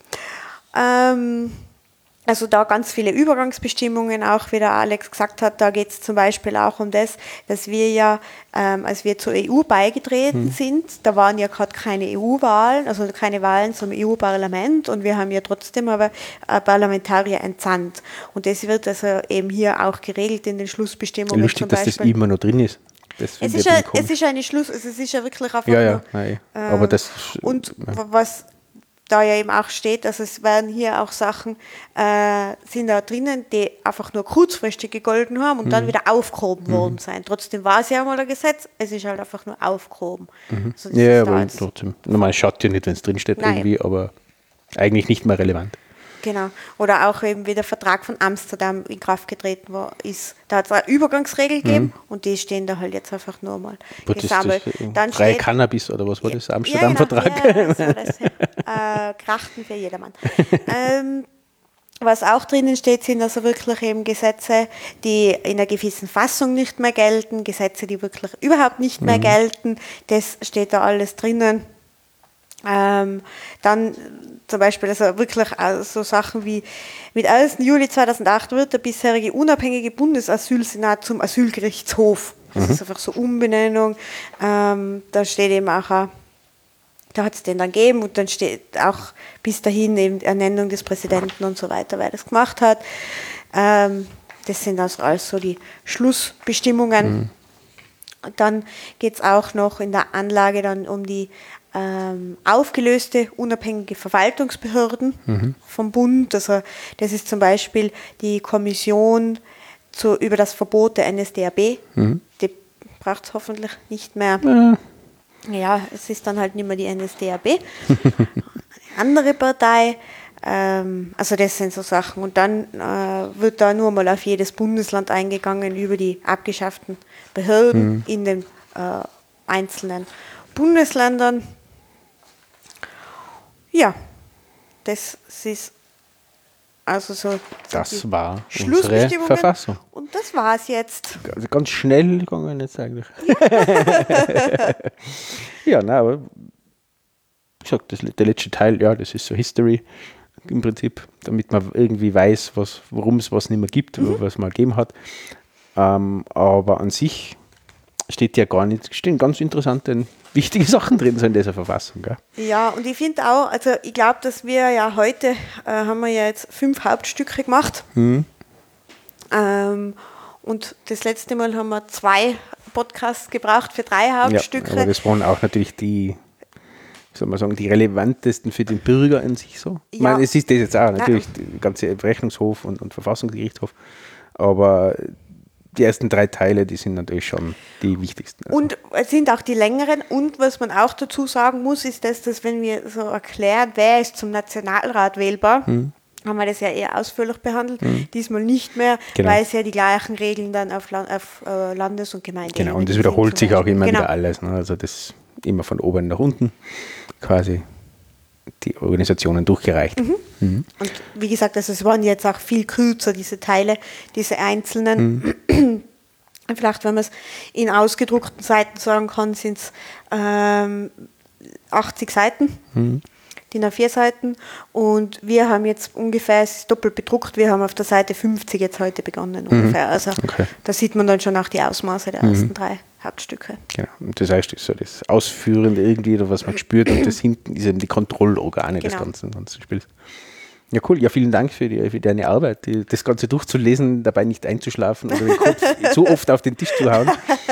Speaker 1: Ähm, Also da ganz viele Übergangsbestimmungen, auch wie der Alex gesagt hat, da geht es zum Beispiel auch um das, dass wir ja, ähm, als wir zur E U beigetreten mhm. sind, da waren ja gerade keine E U-Wahlen, also keine Wahlen zum E U-Parlament und wir haben ja trotzdem aber äh, Parlamentarier entsandt. Und das wird also eben hier auch geregelt in den Schlussbestimmungen.
Speaker 2: Lustig,
Speaker 1: zum
Speaker 2: dass
Speaker 1: Beispiel.
Speaker 2: das immer noch drin ist. Das
Speaker 1: es, ist ein, es ist eine Schluss, also es ist ja wirklich einfach
Speaker 2: ja, ja,
Speaker 1: nur,
Speaker 2: nein,
Speaker 1: ähm,
Speaker 2: aber das
Speaker 1: und
Speaker 2: ja.
Speaker 1: was da ja eben auch steht, also es werden hier auch Sachen, äh, sind da drinnen, die einfach nur kurzfristig gegolten haben und mhm. dann wieder aufgehoben mhm. worden sein. Trotzdem war es ja mal ein Gesetz, es ist halt einfach nur aufgehoben.
Speaker 2: Mhm.
Speaker 1: Also
Speaker 2: ja, aber trotzdem. Normal schaut ja nicht, wenn es drinsteht irgendwie, aber eigentlich nicht mehr relevant.
Speaker 1: Genau. Oder auch eben wie der Vertrag von Amsterdam in Kraft getreten war, ist, da hat es eine Übergangsregel gegeben mhm. und die stehen da halt jetzt einfach nur mal
Speaker 2: Gut, gesammelt. Das, das, Dann freie steht, Cannabis oder was war das? Amsterdam-Vertrag?
Speaker 1: Ja, genau. ja, so das, äh, Krachten für jedermann. ähm, was auch drinnen steht, sind also wirklich eben Gesetze, die in einer gewissen Fassung nicht mehr gelten, Gesetze, die wirklich überhaupt nicht mehr mhm. gelten. Das steht da alles drinnen. Ähm, dann zum Beispiel also wirklich so Sachen wie mit ersten Juli zweitausendacht wird der bisherige unabhängige Bundesasylsenat zum Asylgerichtshof. Das mhm. ist einfach so Umbenennung. Ähm, da steht eben auch, da hat es den dann gegeben und dann steht auch bis dahin eben die Ernennung des Präsidenten und so weiter, wer das gemacht hat. Ähm, das sind also alles so die Schlussbestimmungen. Mhm. Und dann geht es auch noch in der Anlage dann um die ähm, aufgelöste unabhängige Verwaltungsbehörden mhm. vom Bund. Also das ist zum Beispiel die Kommission zu, über das Verbot der N S D A B. Mhm. Die braucht es hoffentlich nicht mehr. Ja. ja, es ist dann halt nicht mehr die N S D A B. Eine andere Partei. Ähm, also das sind so Sachen. Und dann äh, wird da nur mal auf jedes Bundesland eingegangen über die abgeschafften Behörden mhm. in den äh, einzelnen Bundesländern. Ja, das ist also so.
Speaker 2: Das war unsere Verfassung.
Speaker 1: Und das war es jetzt.
Speaker 2: Also ganz schnell gegangen jetzt eigentlich. ja, na, aber wie gesagt, das, der letzte Teil, ja, das ist so History im Prinzip, damit man irgendwie weiß, was, warum es was nicht mehr gibt, mhm. was es mal gegeben hat. Ähm, aber an sich steht ja gar nicht, stehen ganz interessante, wichtige Sachen drin so in dieser Verfassung. Gell?
Speaker 1: Ja, und ich finde auch, also ich glaube, dass wir ja heute, äh, haben wir ja jetzt fünf Hauptstücke gemacht. Mhm. Ähm, und das letzte Mal haben wir zwei Podcasts gebraucht für drei Hauptstücke.
Speaker 2: Ja, aber das waren auch natürlich die, soll man sagen, die relevantesten für den Bürger an sich so. Ja. Ich meine, es ist das jetzt auch, natürlich, der ganze Rechnungshof und, und Verfassungsgerichtshof, aber die ersten drei Teile, die sind natürlich schon die wichtigsten. Also.
Speaker 1: Und es sind auch die längeren. Und was man auch dazu sagen muss, ist, dass, dass wenn wir so erklären, wer ist zum Nationalrat wählbar, hm. haben wir das ja eher ausführlich behandelt. Hm. Diesmal nicht mehr, genau. weil es ja die gleichen Regeln dann auf, Land, auf uh, Landes- und Gemeindeebene.
Speaker 2: Genau, und das wiederholt sich auch immer genau. wieder alles. Ne? Also das immer von oben nach unten quasi die Organisationen durchgereicht.
Speaker 1: Mhm. Mhm. Und wie gesagt, also es waren jetzt auch viel kürzer, diese Teile, diese einzelnen. Mhm. Vielleicht, wenn man es in ausgedruckten Seiten sagen kann, sind es ähm, achtzig Seiten, mhm. D I N A vier Seiten. Und wir haben jetzt ungefähr, es ist doppelt bedruckt, wir haben auf der Seite fünfzig jetzt heute begonnen ungefähr. Also okay. da sieht man dann schon auch die Ausmaße der mhm. ersten drei Hauptstücke.
Speaker 2: Genau. Und das heißt, so das Ausführende irgendwie, was man spürt, und das hinten ist eben die Kontrollorgane genau. des ganzen, ganzen Spiels. Ja, cool. Ja, vielen Dank für, die, für deine Arbeit, die, das Ganze durchzulesen, dabei nicht einzuschlafen oder den Kopf so oft auf den Tisch zu hauen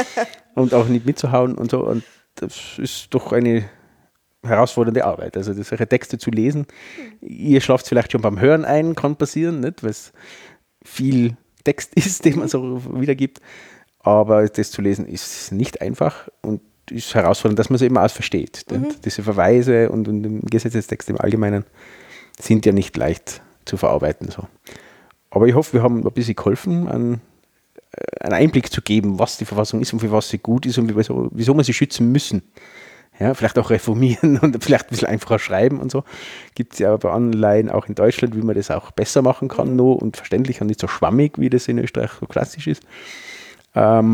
Speaker 2: und auch nicht mitzuhauen und so. Und das ist doch eine herausfordernde Arbeit. Also das, solche Texte zu lesen, ihr schlaft vielleicht schon beim Hören ein, kann passieren, nicht, weil es viel Text ist, den man so wiedergibt. Aber das zu lesen ist nicht einfach und ist herausfordernd, dass man es eben auch versteht. Mhm. Diese Verweise und, und im Gesetzestext im Allgemeinen sind ja nicht leicht zu verarbeiten. So. Aber ich hoffe, wir haben ein bisschen geholfen, einen, einen Einblick zu geben, was die Verfassung ist und für was sie gut ist und wieso, wieso wir sie schützen müssen. Ja, vielleicht auch reformieren und vielleicht ein bisschen einfacher schreiben und so. Gibt es ja bei Anleihen auch in Deutschland, wie man das auch besser machen kann, mhm. noch und verständlicher und nicht so schwammig, wie das in Österreich so klassisch ist. Ähm,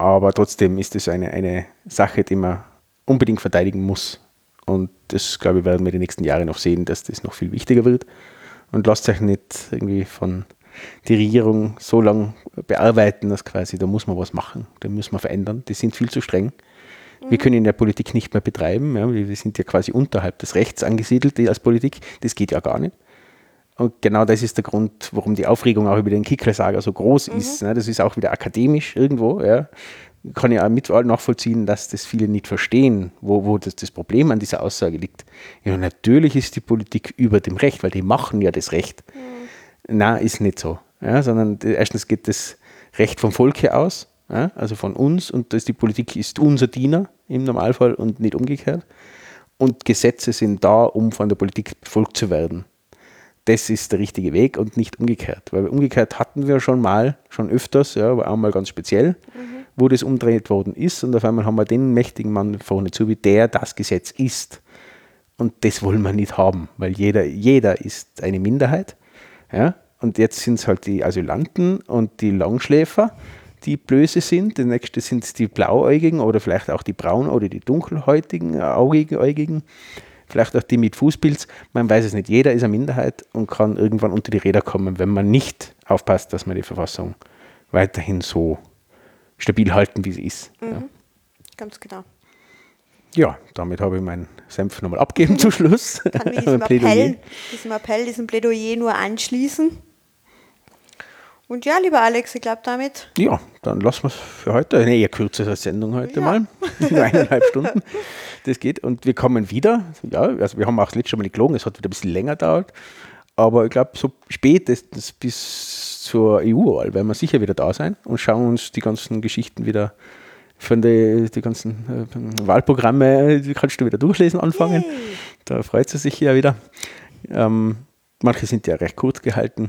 Speaker 2: Aber trotzdem ist es eine, eine Sache, die man unbedingt verteidigen muss. Und das, glaube ich, werden wir die nächsten Jahre noch sehen, dass das noch viel wichtiger wird. Und lasst euch nicht irgendwie von der Regierung so lange bearbeiten, dass quasi, da muss man was machen, da muss man verändern. Die sind viel zu streng. Mhm. Wir können in der Politik nicht mehr betreiben. Ja, wir sind ja quasi unterhalb des Rechts angesiedelt als Politik. Das geht ja gar nicht. Und genau das ist der Grund, warum die Aufregung auch über den Kickl-Saga so groß mhm. ist. Ne? Das ist auch wieder akademisch irgendwo. Ja. Kann ich auch mit nachvollziehen, dass das viele nicht verstehen, wo, wo das, das Problem an dieser Aussage liegt. Ja, natürlich ist die Politik über dem Recht, weil die machen ja das Recht. Mhm. Nein, ist nicht so. Ja, sondern erstens geht das Recht vom Volke aus, ja, also von uns, und das, die Politik ist unser Diener im Normalfall und nicht umgekehrt. Und Gesetze sind da, um von der Politik befolgt zu werden. Das ist der richtige Weg und nicht umgekehrt. Weil umgekehrt hatten wir schon mal, schon öfters, ja, aber auch mal ganz speziell, mhm. wo das umgedreht worden ist. Und auf einmal haben wir den mächtigen Mann vorne zu, wie der das Gesetz ist. Und das wollen wir nicht haben, weil jeder, jeder ist eine Minderheit. Ja? Und jetzt sind es halt die Asylanten und die Langschläfer, die böse sind. Der nächste sind die Blauäugigen oder vielleicht auch die Braun- oder die Dunkelhäutigen, Augigen, vielleicht auch die mit Fußpilz. Man weiß es nicht. Jeder ist eine Minderheit und kann irgendwann unter die Räder kommen, wenn man nicht aufpasst, dass man die Verfassung weiterhin so stabil halten, wie sie ist.
Speaker 1: Mhm.
Speaker 2: Ja.
Speaker 1: Ganz genau.
Speaker 2: Ja, damit habe ich meinen Senf nochmal abgegeben zum Schluss.
Speaker 1: Kann mich diesem Appell, diesem Appell, diesem Plädoyer nur anschließen. Und ja, lieber Alex, ich glaube damit...
Speaker 2: Ja, dann lassen wir es für heute. Eine eher kürzere Sendung heute ja. mal. Nur eineinhalb Stunden. Das geht. Und wir kommen wieder. Ja, also wir haben auch das letzte Mal nicht gelogen. Es hat wieder ein bisschen länger gedauert. Aber ich glaube, so spätestens bis zur E U-Wahl werden wir sicher wieder da sein und schauen uns die ganzen Geschichten wieder von den die ganzen äh, Wahlprogramme, die kannst du wieder durchlesen anfangen. Yay. Da freut sie sich ja wieder. Ähm, manche sind ja recht kurz gehalten.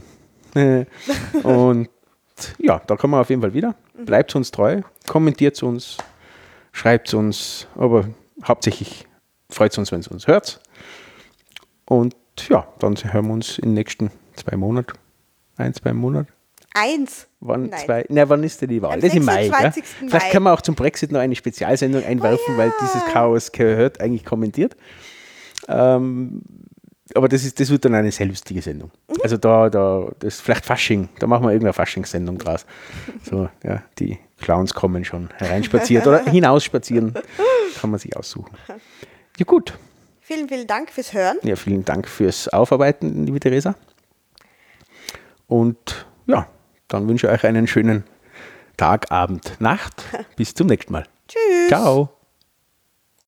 Speaker 2: Und ja, da kommen wir auf jeden Fall wieder. Bleibt uns treu, kommentiert uns, schreibt uns, aber hauptsächlich freut es uns, wenn es uns hört. Und ja, dann hören wir uns in den nächsten zwei Monaten. Ein, zwei Monaten.
Speaker 1: Eins?
Speaker 2: Wann, zwei, na, wann ist denn die Wahl?
Speaker 1: Am
Speaker 2: das ist im Mai. Mai. Vielleicht können wir auch zum Brexit noch eine Spezialsendung einwerfen, oh ja. weil dieses Chaos gehört eigentlich kommentiert. Ähm, aber das, ist, das wird dann eine sehr lustige Sendung. Mhm. Also da, da, das ist vielleicht Fasching, da machen wir irgendeine Faschingssendung draus. So, ja, die Clowns kommen schon hereinspaziert oder hinausspazieren, kann man sich aussuchen. Ja, gut.
Speaker 1: Vielen, vielen Dank fürs Hören.
Speaker 2: Ja, vielen Dank fürs Aufarbeiten, liebe Theresa. Und ja, dann wünsche ich euch einen schönen Tag, Abend, Nacht. Bis zum nächsten Mal.
Speaker 1: Tschüss.
Speaker 2: Ciao.